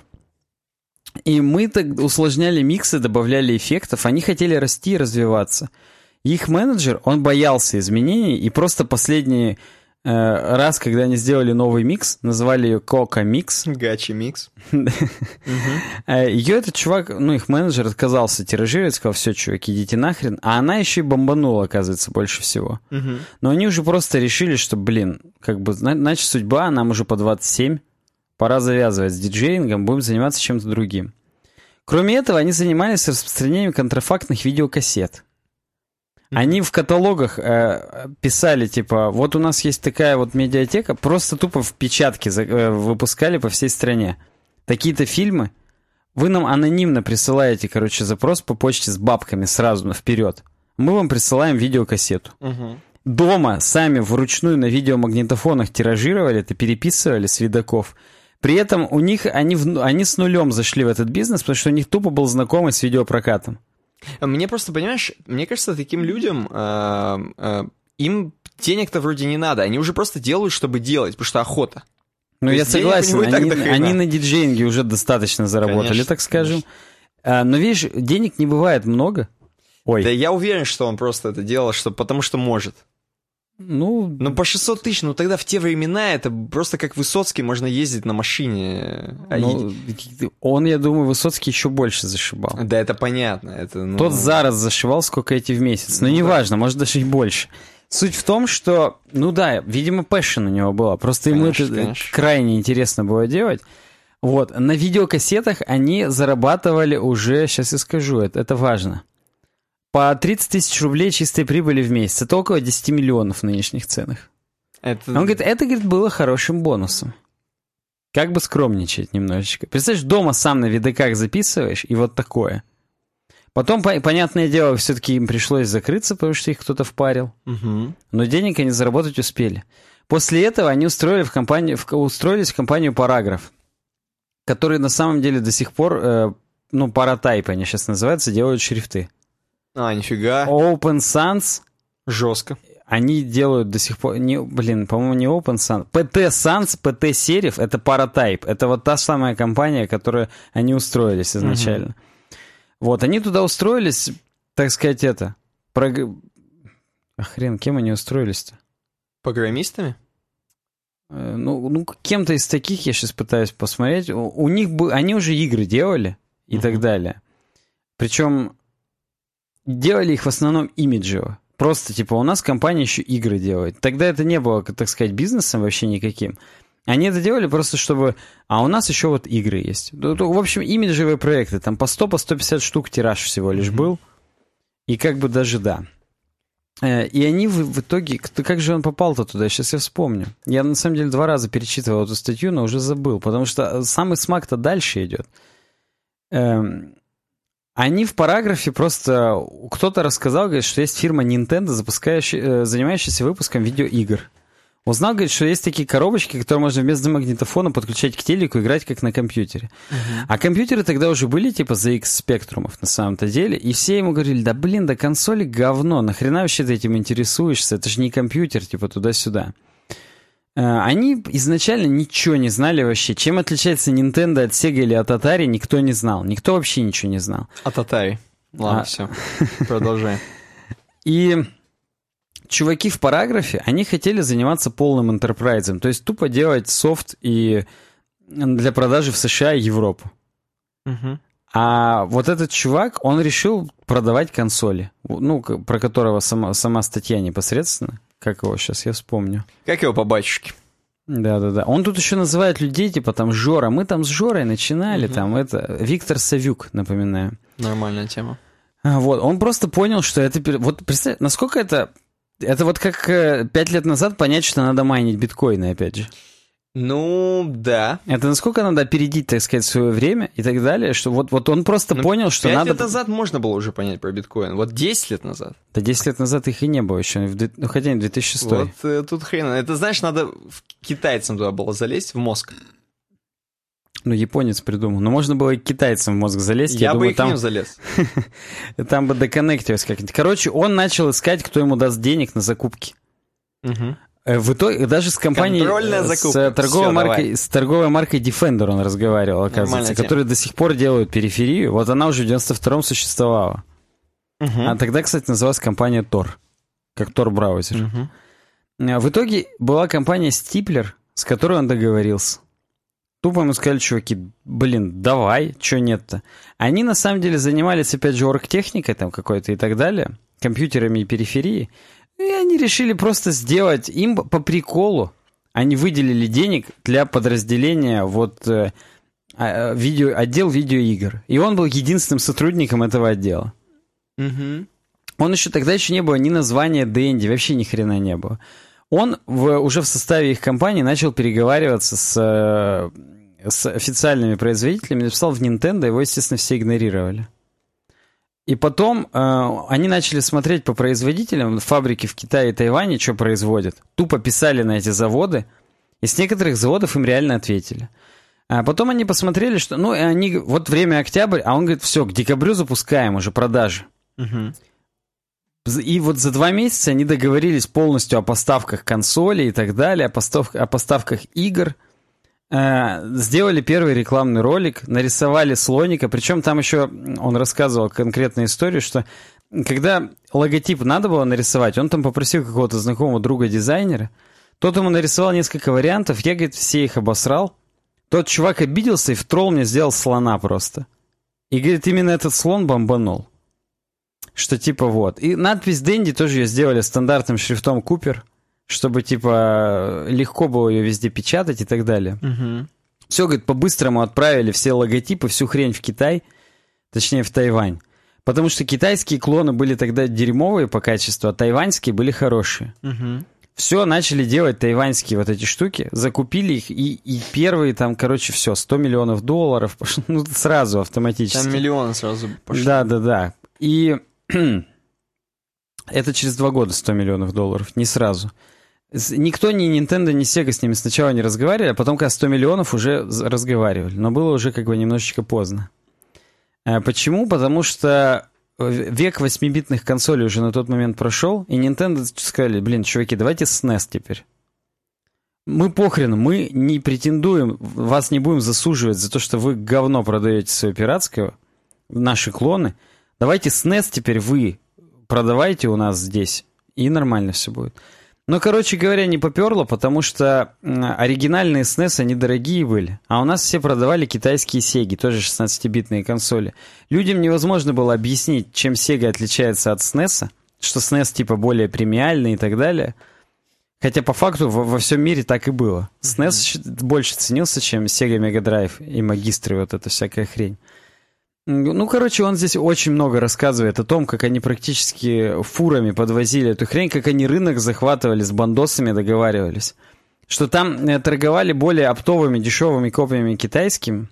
И мы так усложняли миксы, добавляли эффектов. Они хотели расти и развиваться. Их менеджер, он боялся изменений, и просто последний э, раз, когда они сделали новый микс, назвали ее Кока Микс, Гачи микс. ее этот чувак, ну, их менеджер отказался тиражировать, сказал, все, чуваки, идите нахрен. А она еще и бомбанула, оказывается, больше всего. Но они уже просто решили, что, блин, как бы, зна- значит, судьба, нам уже по двадцать семь, пора завязывать с диджеингом, будем заниматься чем-то другим. Кроме этого, они занимались распространением контрафактных видеокассет. Они в каталогах э, писали, типа, вот у нас есть такая вот медиатека, просто тупо в печатке за- э, выпускали по всей стране. Такие-то фильмы, вы нам анонимно присылаете, короче, запрос по почте с бабками сразу вперед. Мы вам присылаем видеокассету. Дома сами вручную на видеомагнитофонах тиражировали это, переписывали с видаков. При этом у них, они, в- они с нулем зашли в этот бизнес, потому что у них тупо был знакомый с видеопрокатом. Мне просто, понимаешь, мне кажется, таким людям э, э, им денег-то вроде не надо. Они уже просто делают, чтобы делать, потому что охота. Ну, То я есть денег у согласен, него и так они, до хрена. они на диджеинге уже достаточно заработали, Конечно, так скажем. А, но видишь, денег не бывает много. Ой, Да я уверен, что он просто это делал, что, потому что может. Ну, Ну, по шестьсот тысяч, ну тогда в те времена это просто как Высоцкий, можно ездить на машине. А ну е- он, я думаю, Высоцкий еще больше зашибал. Да, это понятно. Это, ну... Тот зараз зашивал сколько эти в месяц. Но Ну, неважно, может даже и больше. Суть в том, что, ну да, видимо, пэшн у него было. Просто ему Конечно, это конечно. крайне интересно было делать. Вот, на видеокассетах они зарабатывали уже, сейчас я скажу, это, это важно, по тридцать тысяч рублей чистой прибыли в месяц. Это около десять миллионов в нынешних ценах. это... Он говорит, это, говорит, было хорошим бонусом. Как бы скромничать немножечко. Представляешь, дома сам на видоках записываешь, и вот такое. Потом, по- понятное дело, все-таки им пришлось закрыться, потому что их кто-то впарил. Мгм. Но денег они заработать успели. После этого они устроили в компанию, в, устроились в компанию «Параграф», которые на самом деле до сих пор, э, ну, «Паратайп» они сейчас называются, делают шрифты. А, нифига. Open Sans, Жестко. они делают до сих пор, не, блин, по-моему, не Open Sans, пи ти Sans, пи ти Serif, это Paratype, это вот та самая компания, которую они устроились изначально. Вот, они туда устроились, так сказать, это, прог... а хрен, кем они устроились-то? Программистами? Э, Ну, ну, кем-то из таких я сейчас пытаюсь посмотреть. У, у них бы, они уже игры делали и Мгм. так далее. Причем делали их в основном имиджево. Просто, типа, у нас компания еще игры делает. Тогда это не было, так сказать, бизнесом вообще никаким. Они это делали просто, чтобы... А у нас еще вот игры есть. Ну, то, в общем, имиджевые проекты. Там по сто, по сто пятьдесят штук тираж всего лишь был. И как бы даже да. Э, И они в, в итоге... кто- Как же он попал-то туда? Сейчас я вспомню. Я, на самом деле, два раза перечитывал эту статью, но уже забыл. Потому что самый смак-то дальше идет. Эм, Они в параграфе просто... Кто-то рассказал, говорит, что есть фирма Nintendo, запускающая, э, занимающаяся выпуском видеоигр. Узнал, говорит, что есть такие коробочки, которые можно вместо магнитофона подключать к телеку и играть как на компьютере. А компьютеры тогда уже были типа зет икс спектрумов на самом-то деле, и все ему говорили, да блин, да консоли говно, нахрена вообще ты этим интересуешься, это же не компьютер, типа туда-сюда. Э, Они изначально ничего не знали вообще, чем отличается Nintendo от Sega или от Atari, никто не знал, никто вообще ничего не знал. А Татари. Ладно, А. все. Продолжаем. И чуваки в параграфе, они хотели заниматься полным энтерпрайзом, то есть тупо делать софт и для продажи в США и Европу. Мгм. А вот этот чувак, он решил продавать консоли, ну, к- про которого сама, сама статья непосредственно. Как его сейчас, я вспомню. Как его по батюшке? Да-да-да. Он тут еще называет людей, типа там Жора. Мы там с Жорой начинали, Мгм. там это... Виктор Савюк, напоминаю. Нормальная тема. А, Вот, он просто понял, что это... пер- Вот представь, насколько это... Это вот как э, пять лет назад понять, что надо майнить биткоины, опять же. Ну, да. Это насколько надо опередить, так сказать, свое время и так далее, что вот, вот он просто Ну, понял, что Пять надо... лет назад можно было уже понять про биткоин. Вот десять лет назад. Да десять лет назад их и не было еще, в две- ну хотя не две тысячи шестой. Вот э, тут хрен. Это, знаешь, надо в- китайцам туда было залезть, в мозг. Ну, японец придумал. Но можно было и китайцам в мозг залезть. Я, Я, бы думаю, и к там, ним залез. там бы доконнектилось как-нибудь. Короче, он начал искать, кто ему даст денег на закупки. Мгм. Э, В итоге даже с компанией, Контрольная э, закупка. с торговой, Всё, маркой, давай. с торговой маркой Defender он разговаривал, оказывается, Нормальная тема. которые до сих пор делают периферию. Вот она уже в девяносто втором существовала. Мгм. А тогда, кстати, называлась компания Tor, как Tor браузер. Мгм. Э, В итоге была компания Stipler, с которой он договорился. Тупо ему сказали, чуваки, блин, давай, чё нет-то. Они на самом деле занимались, опять же, оргтехникой там какой-то и так далее, компьютерами и периферией. И они решили просто сделать им по приколу. Они выделили денег для подразделения вот э, а, видео, отдел видеоигр. И он был единственным сотрудником этого отдела. Мгм. Он еще тогда еще не было ни названия Дэнди, вообще ни хрена не было. Он в, уже в составе их компании начал переговариваться с, э, с официальными производителями, написал в Nintendo, его, естественно, все игнорировали. И потом э, они начали смотреть по производителям, фабрики в Китае и Тайване, что производят. Тупо писали на эти заводы, и с некоторых заводов им реально ответили. А потом они посмотрели, что... Ну, и они... Вот время октябрь, а он говорит, все, к декабрю запускаем уже продажи. Мгм. И вот за два месяца они договорились полностью о поставках консолей и так далее, о, постав- о поставках игр. Э, сделали первый рекламный ролик, нарисовали слоника. Причем там еще он рассказывал конкретную историю, что когда логотип надо было нарисовать, он там попросил какого-то знакомого друга-дизайнера, тот ему нарисовал несколько вариантов, я, говорит, все их обосрал. Тот чувак обиделся и в тролл мне сделал слона просто. И, говорит, именно этот слон бомбанул. Что типа вот. И надпись Dendy тоже ее сделали стандартным шрифтом Купер, чтобы типа легко было ее везде печатать и так далее. Угу. Все, говорит, по-быстрому отправили все логотипы, всю хрень в Китай, точнее в Тайвань. Потому что китайские клоны были тогда дерьмовые по качеству, а тайваньские были хорошие. Угу. Все, начали делать тайваньские вот эти штуки, закупили их, и, и первые там, короче, все, сто миллионов долларов, ну, сразу автоматически. Там миллионы сразу пошли. Да-да-да. И это через два года сто миллионов долларов, не сразу. Никто, ни Nintendo, ни Sega с ними сначала не разговаривали, а потом, когда сто миллионов, уже разговаривали. Но было уже как бы немножечко поздно. Почему? Потому что век восьмибитных консолей уже на тот момент прошел, и Nintendo сказали, блин, чуваки, давайте эс эн и эс теперь. Мы похрен, мы не претендуем, вас не будем засуживать за то, что вы говно продаете свое пиратское, наши клоны. Давайте эс эн и эс теперь вы продавайте у нас здесь, и нормально все будет. Но, короче говоря, не поперло, потому что оригинальные эс эн и эс, они дорогие были. А у нас все продавали китайские Сеги, тоже шестнадцатибитные консоли. Людям невозможно было объяснить, чем Sega отличается от эс эн и эс, что эс эн и эс типа более премиальный и так далее. Хотя по факту во, во всем мире так и было. эс эн и эс mm-hmm. больше ценился, чем Sega Mega Drive и магистры, вот эта всякая хрень. Ну, короче, он здесь очень много рассказывает о том, как они практически фурами подвозили эту хрень, как они рынок захватывали, с бандосами договаривались. Что там торговали более оптовыми, дешевыми копиями китайскими.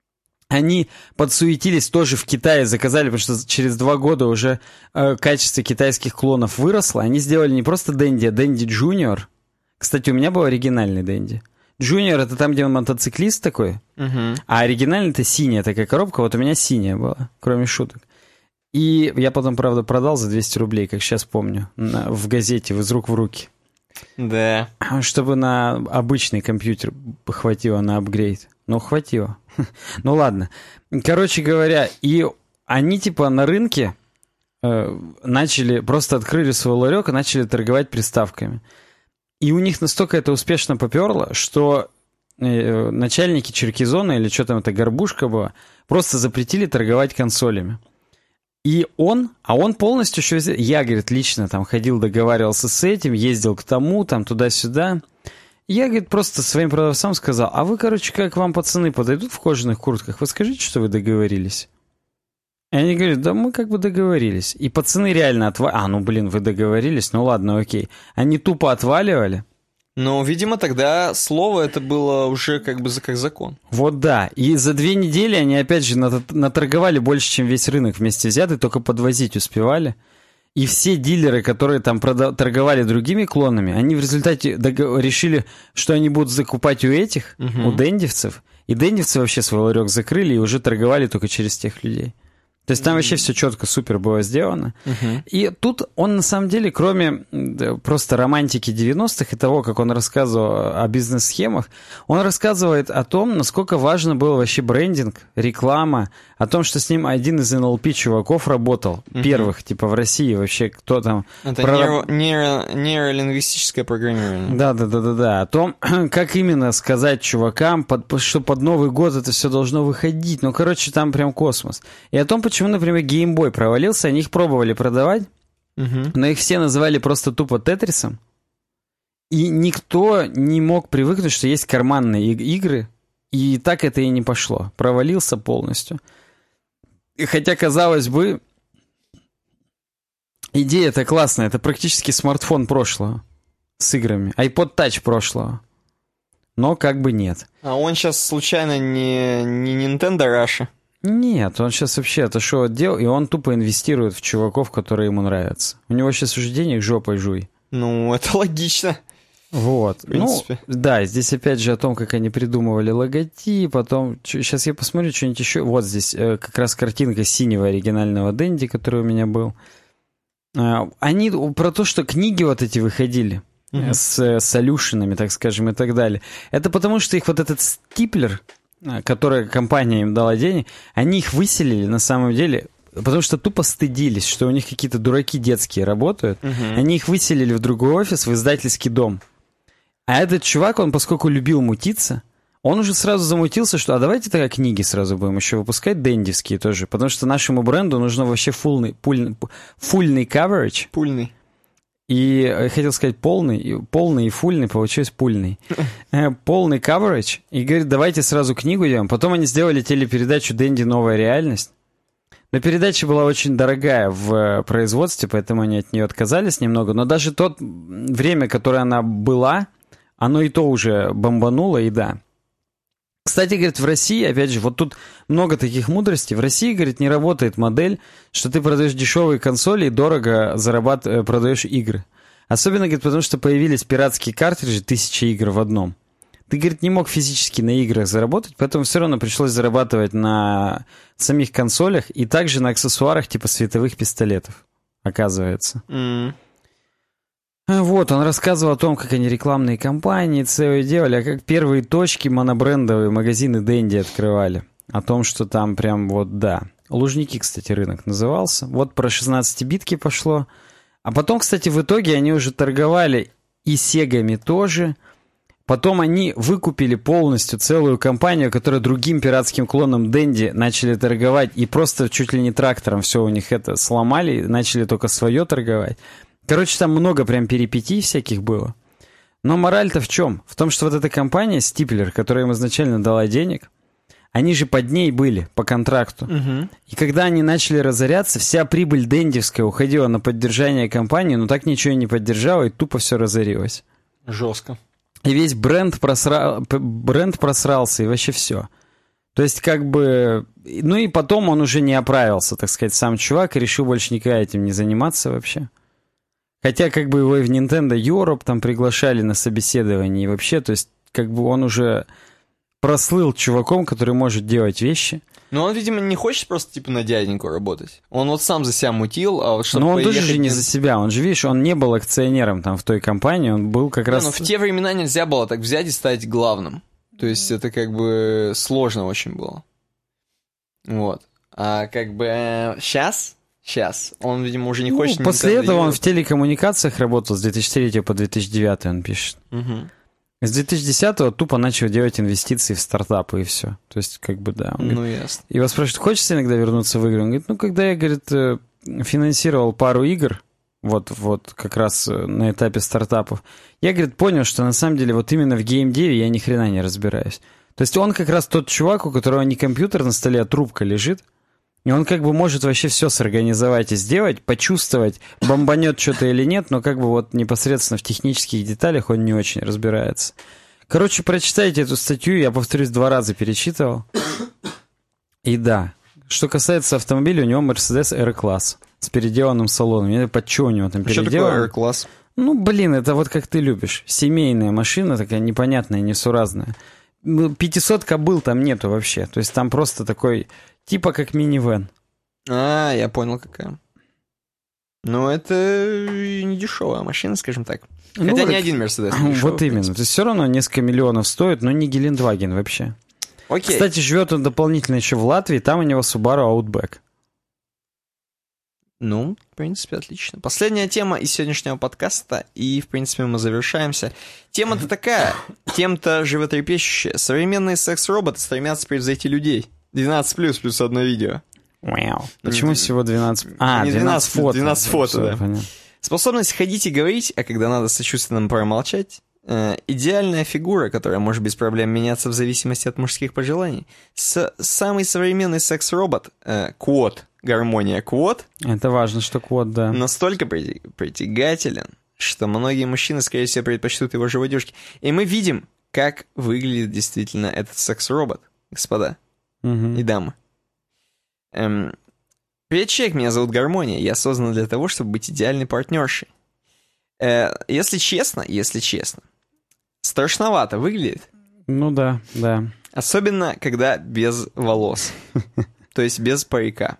Они подсуетились тоже в Китае, заказали, потому что через два года уже э, качество китайских клонов выросло. Они сделали не просто Dendy, а Dendy Junior. Кстати, у меня был оригинальный Dendy. Junior — это там, где он мотоциклист такой, uh-huh. а оригинальный — это синяя такая коробка, вот у меня синяя была, кроме шуток. И я потом, правда, продал за двести рублей, как сейчас помню, на, в газете «Из рук в руки». Да. Чтобы на обычный компьютер хватило на апгрейд. Ну, хватило. Ну, ладно. Короче говоря, и они типа на рынке э, начали, просто открыли свой ларек и начали торговать приставками. И у них настолько это успешно поперло, что э, начальники Черкизона, или что там это, горбушка была, просто запретили торговать консолями. И он, а он полностью еще... Я, говорит, лично там ходил, договаривался с этим, ездил к тому, там туда-сюда. Я, говорит, просто своим продавцам сказал, а вы, короче, как вам пацаны подойдут в кожаных куртках, вы скажите, что вы договорились. И они говорят, да мы как бы договорились. И пацаны реально отваливали. А, ну блин, вы договорились, ну ладно, окей. Они тупо отваливали. Ну, видимо, тогда слово это было уже как бы как закон. Вот да. И за две недели они опять же наторговали больше, чем весь рынок вместе взятый, только подвозить успевали. И все дилеры, которые там продав... торговали другими клонами, они в результате дог... решили, что они будут закупать у этих, угу. у дендивцев. И дендивцы вообще свой ларек закрыли и уже торговали только через тех людей. То есть там вообще все четко, супер было сделано. Uh-huh. И тут он, на самом деле, кроме просто романтики девяностых и того, как он рассказывал о бизнес-схемах, он рассказывает о том, насколько важно был вообще брендинг, реклама, о том, что с ним один из эн эл пи чуваков работал, uh-huh. первых, типа, в России вообще, кто там... Это про... нейро... нейролингвистическое программирование. Да-да-да-да-да. О том, как именно сказать чувакам, под... что под Новый год это все должно выходить. Ну, короче, там прям космос. И о том, почему, например, Game Boy провалился, они их пробовали продавать, uh-huh. но их все называли просто тупо Тетрисом. И никто не мог привыкнуть, что есть карманные игры, и так это и не пошло. Провалился полностью. И хотя, казалось бы, идея-то классная, это практически смартфон прошлого с играми, iPod Touch прошлого. Но как бы нет. А он сейчас случайно не, не Nintendo Russia? Нет, он сейчас вообще отошел от дел, и он тупо инвестирует в чуваков, которые ему нравятся. У него сейчас уже денег жопой жуй. Ну, это логично. Вот. В принципе. Ну, да, здесь опять же о том, как они придумывали логотип, потом... Сейчас я посмотрю что-нибудь еще. Вот здесь э, как раз картинка синего оригинального Dendy, который у меня был. Э, они про то, что книги вот эти выходили mm-hmm. с э, солюшенами, так скажем, и так далее. Это потому, что их вот этот стиплер, который компания им дала денег, они их выселили, на самом деле, потому что тупо стыдились, что у них какие-то дураки детские работают. Мгм. Они их выселили в другой офис, в издательский дом. А этот чувак, он, поскольку любил мутиться, он уже сразу замутился, что а давайте тогда книги сразу будем еще выпускать, дэндевские тоже, потому что нашему бренду нужно вообще фулный, пульный, фульный coverage. Пульный. И я хотел сказать полный, и полный и фульный, получилось пульный. Э, Полный coverage. И говорит, давайте сразу книгу делаем. Потом они сделали телепередачу «Дэнди. Новая реальность». Но передача была очень дорогая в э, производстве, поэтому они от нее отказались немного. Но даже то время, которое она была, оно и то уже бомбануло, и да. Кстати, говорит, в России, опять же, вот тут много таких мудростей. В России, говорит, не работает модель, что ты продаешь дешевые консоли и дорого зарабатываешь, продаешь игры. Особенно, говорит, потому что появились пиратские картриджи, тысячи игр в одном. Ты, говорит, не мог физически на играх заработать, поэтому все равно пришлось зарабатывать на самих консолях и также на аксессуарах типа световых пистолетов, оказывается. М. Вот, он рассказывал о том, как они рекламные кампании целые делали, а как первые точки монобрендовые магазины Дэнди открывали. О том, что там прям вот, да. Лужники, кстати, рынок назывался. Вот про шестнадцатибитки пошло. А потом, кстати, в итоге они уже торговали и сегами тоже. Потом они выкупили полностью целую компанию, которая другим пиратским клоном Дэнди начали торговать. И просто чуть ли не трактором все у них это сломали, начали только свое торговать. Короче, там много прям перипетий всяких было. Но мораль-то в чем? В том, что вот эта компания, Стиплер, которая им изначально дала денег, они же под ней были, по контракту. Мгм. И когда они начали разоряться, вся прибыль дэндевская уходила на поддержание компании, но так ничего и не поддержала, и тупо все разорилось. Жестко. И весь бренд, просра... п- бренд просрался, и вообще все. То есть, как бы... Ну и потом он уже не оправился, так сказать, сам чувак, и решил больше никогда этим не заниматься вообще. Хотя, как бы, его и в Nintendo Europe там приглашали на собеседование, и вообще, то есть, как бы он уже прослыл чуваком, который может делать вещи. Но он, видимо, не хочет просто, типа, на дяденьку работать. Он вот сам за себя мутил, а вот чтобы Но он тоже поехать же не на- за себя, он же, видишь, он не был акционером там в той компании, он был как Не, раз... ну, в те времена нельзя было так взять и стать главным. То есть это как бы сложно очень было. Вот. А как бы сейчас, сейчас, он, видимо, уже не Ну, хочет... после Nintendo этого он Europe. в телекоммуникациях работал с две тысячи третьего по две тысячи девятый, он пишет. Мгм. С две тысячи десятого тупо начал делать инвестиции в стартапы и все. То есть, как бы, да. Он говорит, Ну, ясно. его спрашивают, хочется иногда вернуться в игры? Он говорит, ну, когда я, говорит, э, финансировал пару игр, вот, вот как раз э, на этапе стартапов, я, говорит, понял, что на самом деле вот именно в геймдеве я ни хрена не разбираюсь. То есть он как раз тот чувак, у которого не компьютер на столе, а трубка лежит, и он как бы может вообще все сорганизовать и сделать, почувствовать, бомбанет что-то или нет, но как бы вот непосредственно в технических деталях он не очень разбирается. Короче, прочитайте эту статью, я, повторюсь, два раза перечитывал. И да, что касается автомобиля, у него Mercedes R-класс с переделанным салоном. Я под что у него там Что переделано? такое R-класс? Ну, блин, это вот как ты любишь. Семейная машина такая непонятная, несуразная. Ну, пятьсот кобыл там нету вообще. То есть там просто такой, типа как минивэн. А, я понял, какая. Ну, это не дешевая машина, скажем так. Ну, Хотя вот- ни один Мерседес не дешевый, Вот в именно. принципе. То есть все равно несколько миллионов стоит, но не Гелендваген вообще. Окей. Кстати, живет он дополнительно еще в Латвии, там у него Subaru Outback. Ну, в принципе, отлично. Последняя тема из сегодняшнего подкаста, и, в принципе, мы завершаемся. Тема-то такая, тем-то животрепещущая. Современные секс-роботы стремятся превзойти людей. двенадцать плюс, плюс одно видео. Вау. Почему Не- всего двенадцать? А, не двенадцать, двенадцать, фото. двенадцать фото, Всё, да. понятно. Способность ходить и говорить, а когда надо сочувственно промолчать. Э, идеальная фигура, которая может без проблем меняться в зависимости от мужских пожеланий. С- самый современный секс-робот, э, Quad, гармония Quad, Это важно, что код, да. настолько прити- притягателен, что многие мужчины, скорее всего, предпочтут его живодежки. И мы видим, как выглядит действительно этот секс-робот, господа Мгм. и дамы. Эм, Привет, человек, меня зовут Гармония. Я создан для того, чтобы быть идеальной партнершей. Э, если честно, если честно, страшновато выглядит. Ну да, да. Особенно, когда без волос. То есть без парика.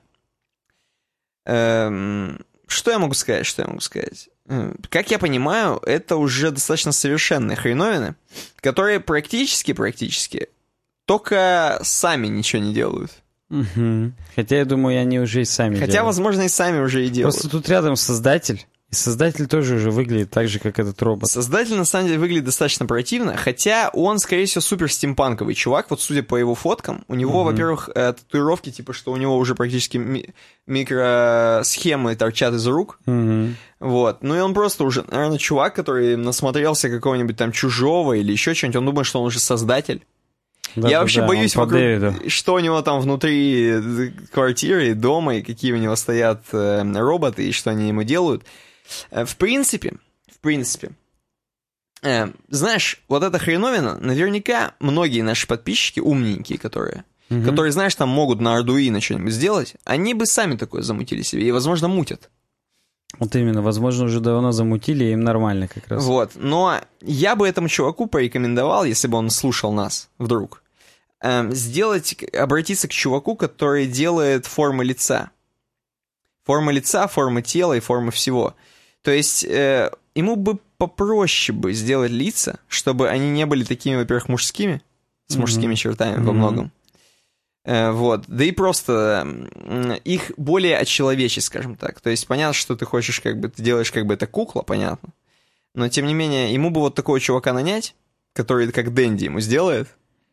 Эм, Что я могу сказать? Что я могу сказать? М, Как я понимаю, это уже достаточно совершенные хреновины, которые практически, практически только сами ничего не делают. Угу. Хотя, я думаю, они уже и сами Хотя, делают. возможно, и сами уже и делают. Просто тут рядом создатель, и создатель тоже уже выглядит так же, как этот робот. Создатель, на самом деле, выглядит достаточно противно, хотя он, скорее всего, супер стимпанковый чувак, вот судя по его фоткам. У него, угу. во-первых, татуировки, типа, что у него уже практически ми- микросхемы торчат из рук. Угу. Вот. Ну и он просто уже, наверное, чувак, который насмотрелся какого-нибудь там Чужого или еще чего-нибудь, он думает, что он уже создатель. Да, Я да, вообще да, боюсь, вокруг, что у него там внутри квартиры, дома, и какие у него стоят э, роботы, и что они ему делают. Э, в принципе, в принципе, э, знаешь, вот эта хреновина, наверняка многие наши подписчики, умненькие, которые, угу. которые, знаешь, там могут на Arduino что-нибудь сделать, они бы сами такое замутили себе, и, возможно, мутят. Вот именно, возможно, уже давно замутили, и им нормально как раз. Вот, но я бы этому чуваку порекомендовал, если бы он слушал нас вдруг, сделать, обратиться к чуваку, который делает формы лица. Формы лица, формы тела и формы всего. То есть э, ему бы попроще бы сделать лица, чтобы они не были такими, во-первых, мужскими, с mm-hmm. мужскими чертами mm-hmm. во многом. Э, вот. Да и просто э, их более очеловечить, скажем так. То есть понятно, что ты хочешь, как бы, ты делаешь, как бы, это кукла, понятно. Но, тем не менее, ему бы вот такого чувака нанять, который как Дэнди ему сделает.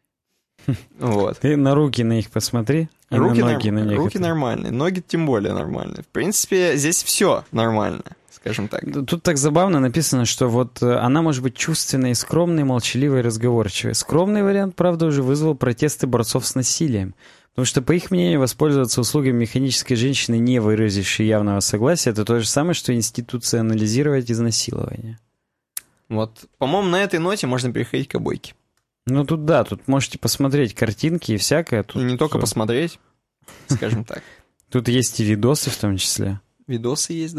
Вот. Ты на руки на них посмотри, и руки на ноги норм... на Руки нормальные, ноги тем более нормальные. В принципе, здесь все нормально, скажем так. Тут так забавно написано, что вот она может быть чувственной, скромной, молчаливой, разговорчивой. Скромный вариант, правда, уже вызвал протесты борцов с насилием. Потому что, по их мнению, воспользоваться услугами механической женщины, не выразившей явного согласия, это то же самое, что институционализировать изнасилование. Вот, по-моему, на этой ноте можно переходить к обойке. Ну, тут да, тут можете посмотреть картинки и всякое. Тут и не только все. посмотреть, скажем так. Тут есть и видосы в том числе. Видосы есть,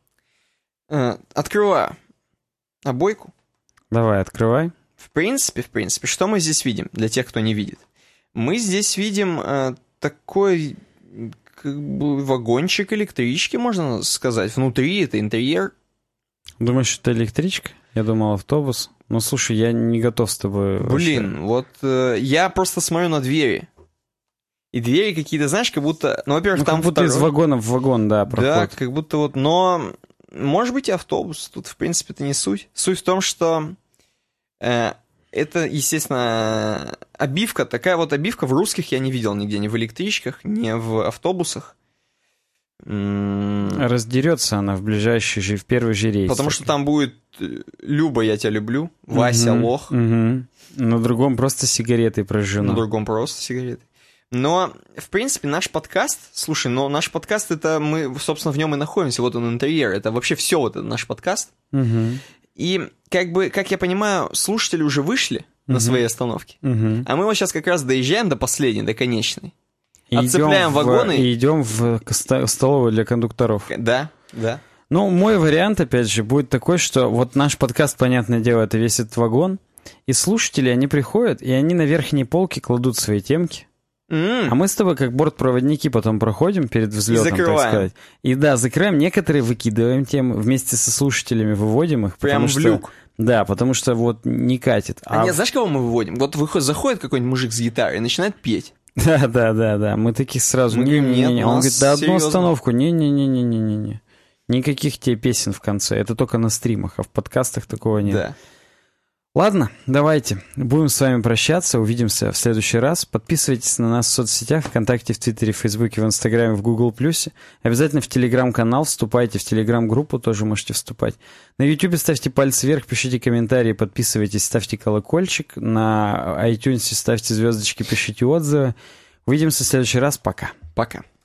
да. Открываю обойку. Давай, открывай. В принципе, в принципе, что мы здесь видим, для тех, кто не видит? Мы здесь видим такой, как бы, вагончик электрички, можно сказать. Внутри это интерьер. Думаешь, что это электричка? Я думал, автобус. Ну, слушай, я не готов с тобой... Блин, вообще. вот э, я просто смотрю на двери. И двери какие-то, знаешь, как будто... Ну, во-первых, ну, там как будто второй... из вагона в вагон, да, проход. Да, как будто вот... Но, может быть, и автобус. Тут, в принципе, это не суть. Суть в том, что э, это, естественно, обивка. Такая вот обивка в русских я не видел нигде. Ни в электричках, ни в автобусах. Раздерется она в ближайший же, в первый же рейс. Потому что там будет Люба, я тебя люблю, Вася, угу, лох. Угу. На другом просто сигаретой прожжено. На другом просто сигаретой. Но, в принципе, наш подкаст, слушай, но наш подкаст, это мы, собственно, в нем и находимся, вот он интерьер, это вообще все вот это наш подкаст. Угу. И, как бы, как я понимаю, слушатели уже вышли угу. на своей остановке, угу. а мы вот сейчас как раз доезжаем до последней, до конечной. И Отцепляем в, вагоны. И идем в столовую для кондукторов. Да, да. Ну, мой вариант, опять же, будет такой, что вот наш подкаст, понятное дело, это весь этот вагон, и слушатели, они приходят, и они на верхней полке кладут свои темки. Mm. А мы с тобой, как бортпроводники, потом проходим перед взлетом, так сказать. И да, закрываем, некоторые выкидываем темы, вместе со слушателями выводим их. Прям в что, люк. Да, потому что вот не катит. А, а нет, знаешь, кого мы выводим? Вот выходит, заходит какой-нибудь мужик с гитарой и начинает петь. Да, да, да, да. Мы таких сразу. Мы говорим, нет, не, Он говорит, да, одну серьезно. остановку. Не-не-не-не-не-не. Никаких тебе песен в конце. Это только на стримах, а в подкастах такого нет. Да. Ладно, давайте. Будем с вами прощаться. Увидимся в следующий раз. Подписывайтесь на нас в соцсетях, ВКонтакте, в Твиттере, в Фейсбуке, в Инстаграме, в Гугл Плюсе. Обязательно в Телеграм-канал вступайте, в Телеграм-группу тоже можете вступать. На Ютубе ставьте пальцы вверх, пишите комментарии, подписывайтесь, ставьте колокольчик. На iTunes ставьте звездочки, пишите отзывы. Увидимся в следующий раз. Пока. Пока.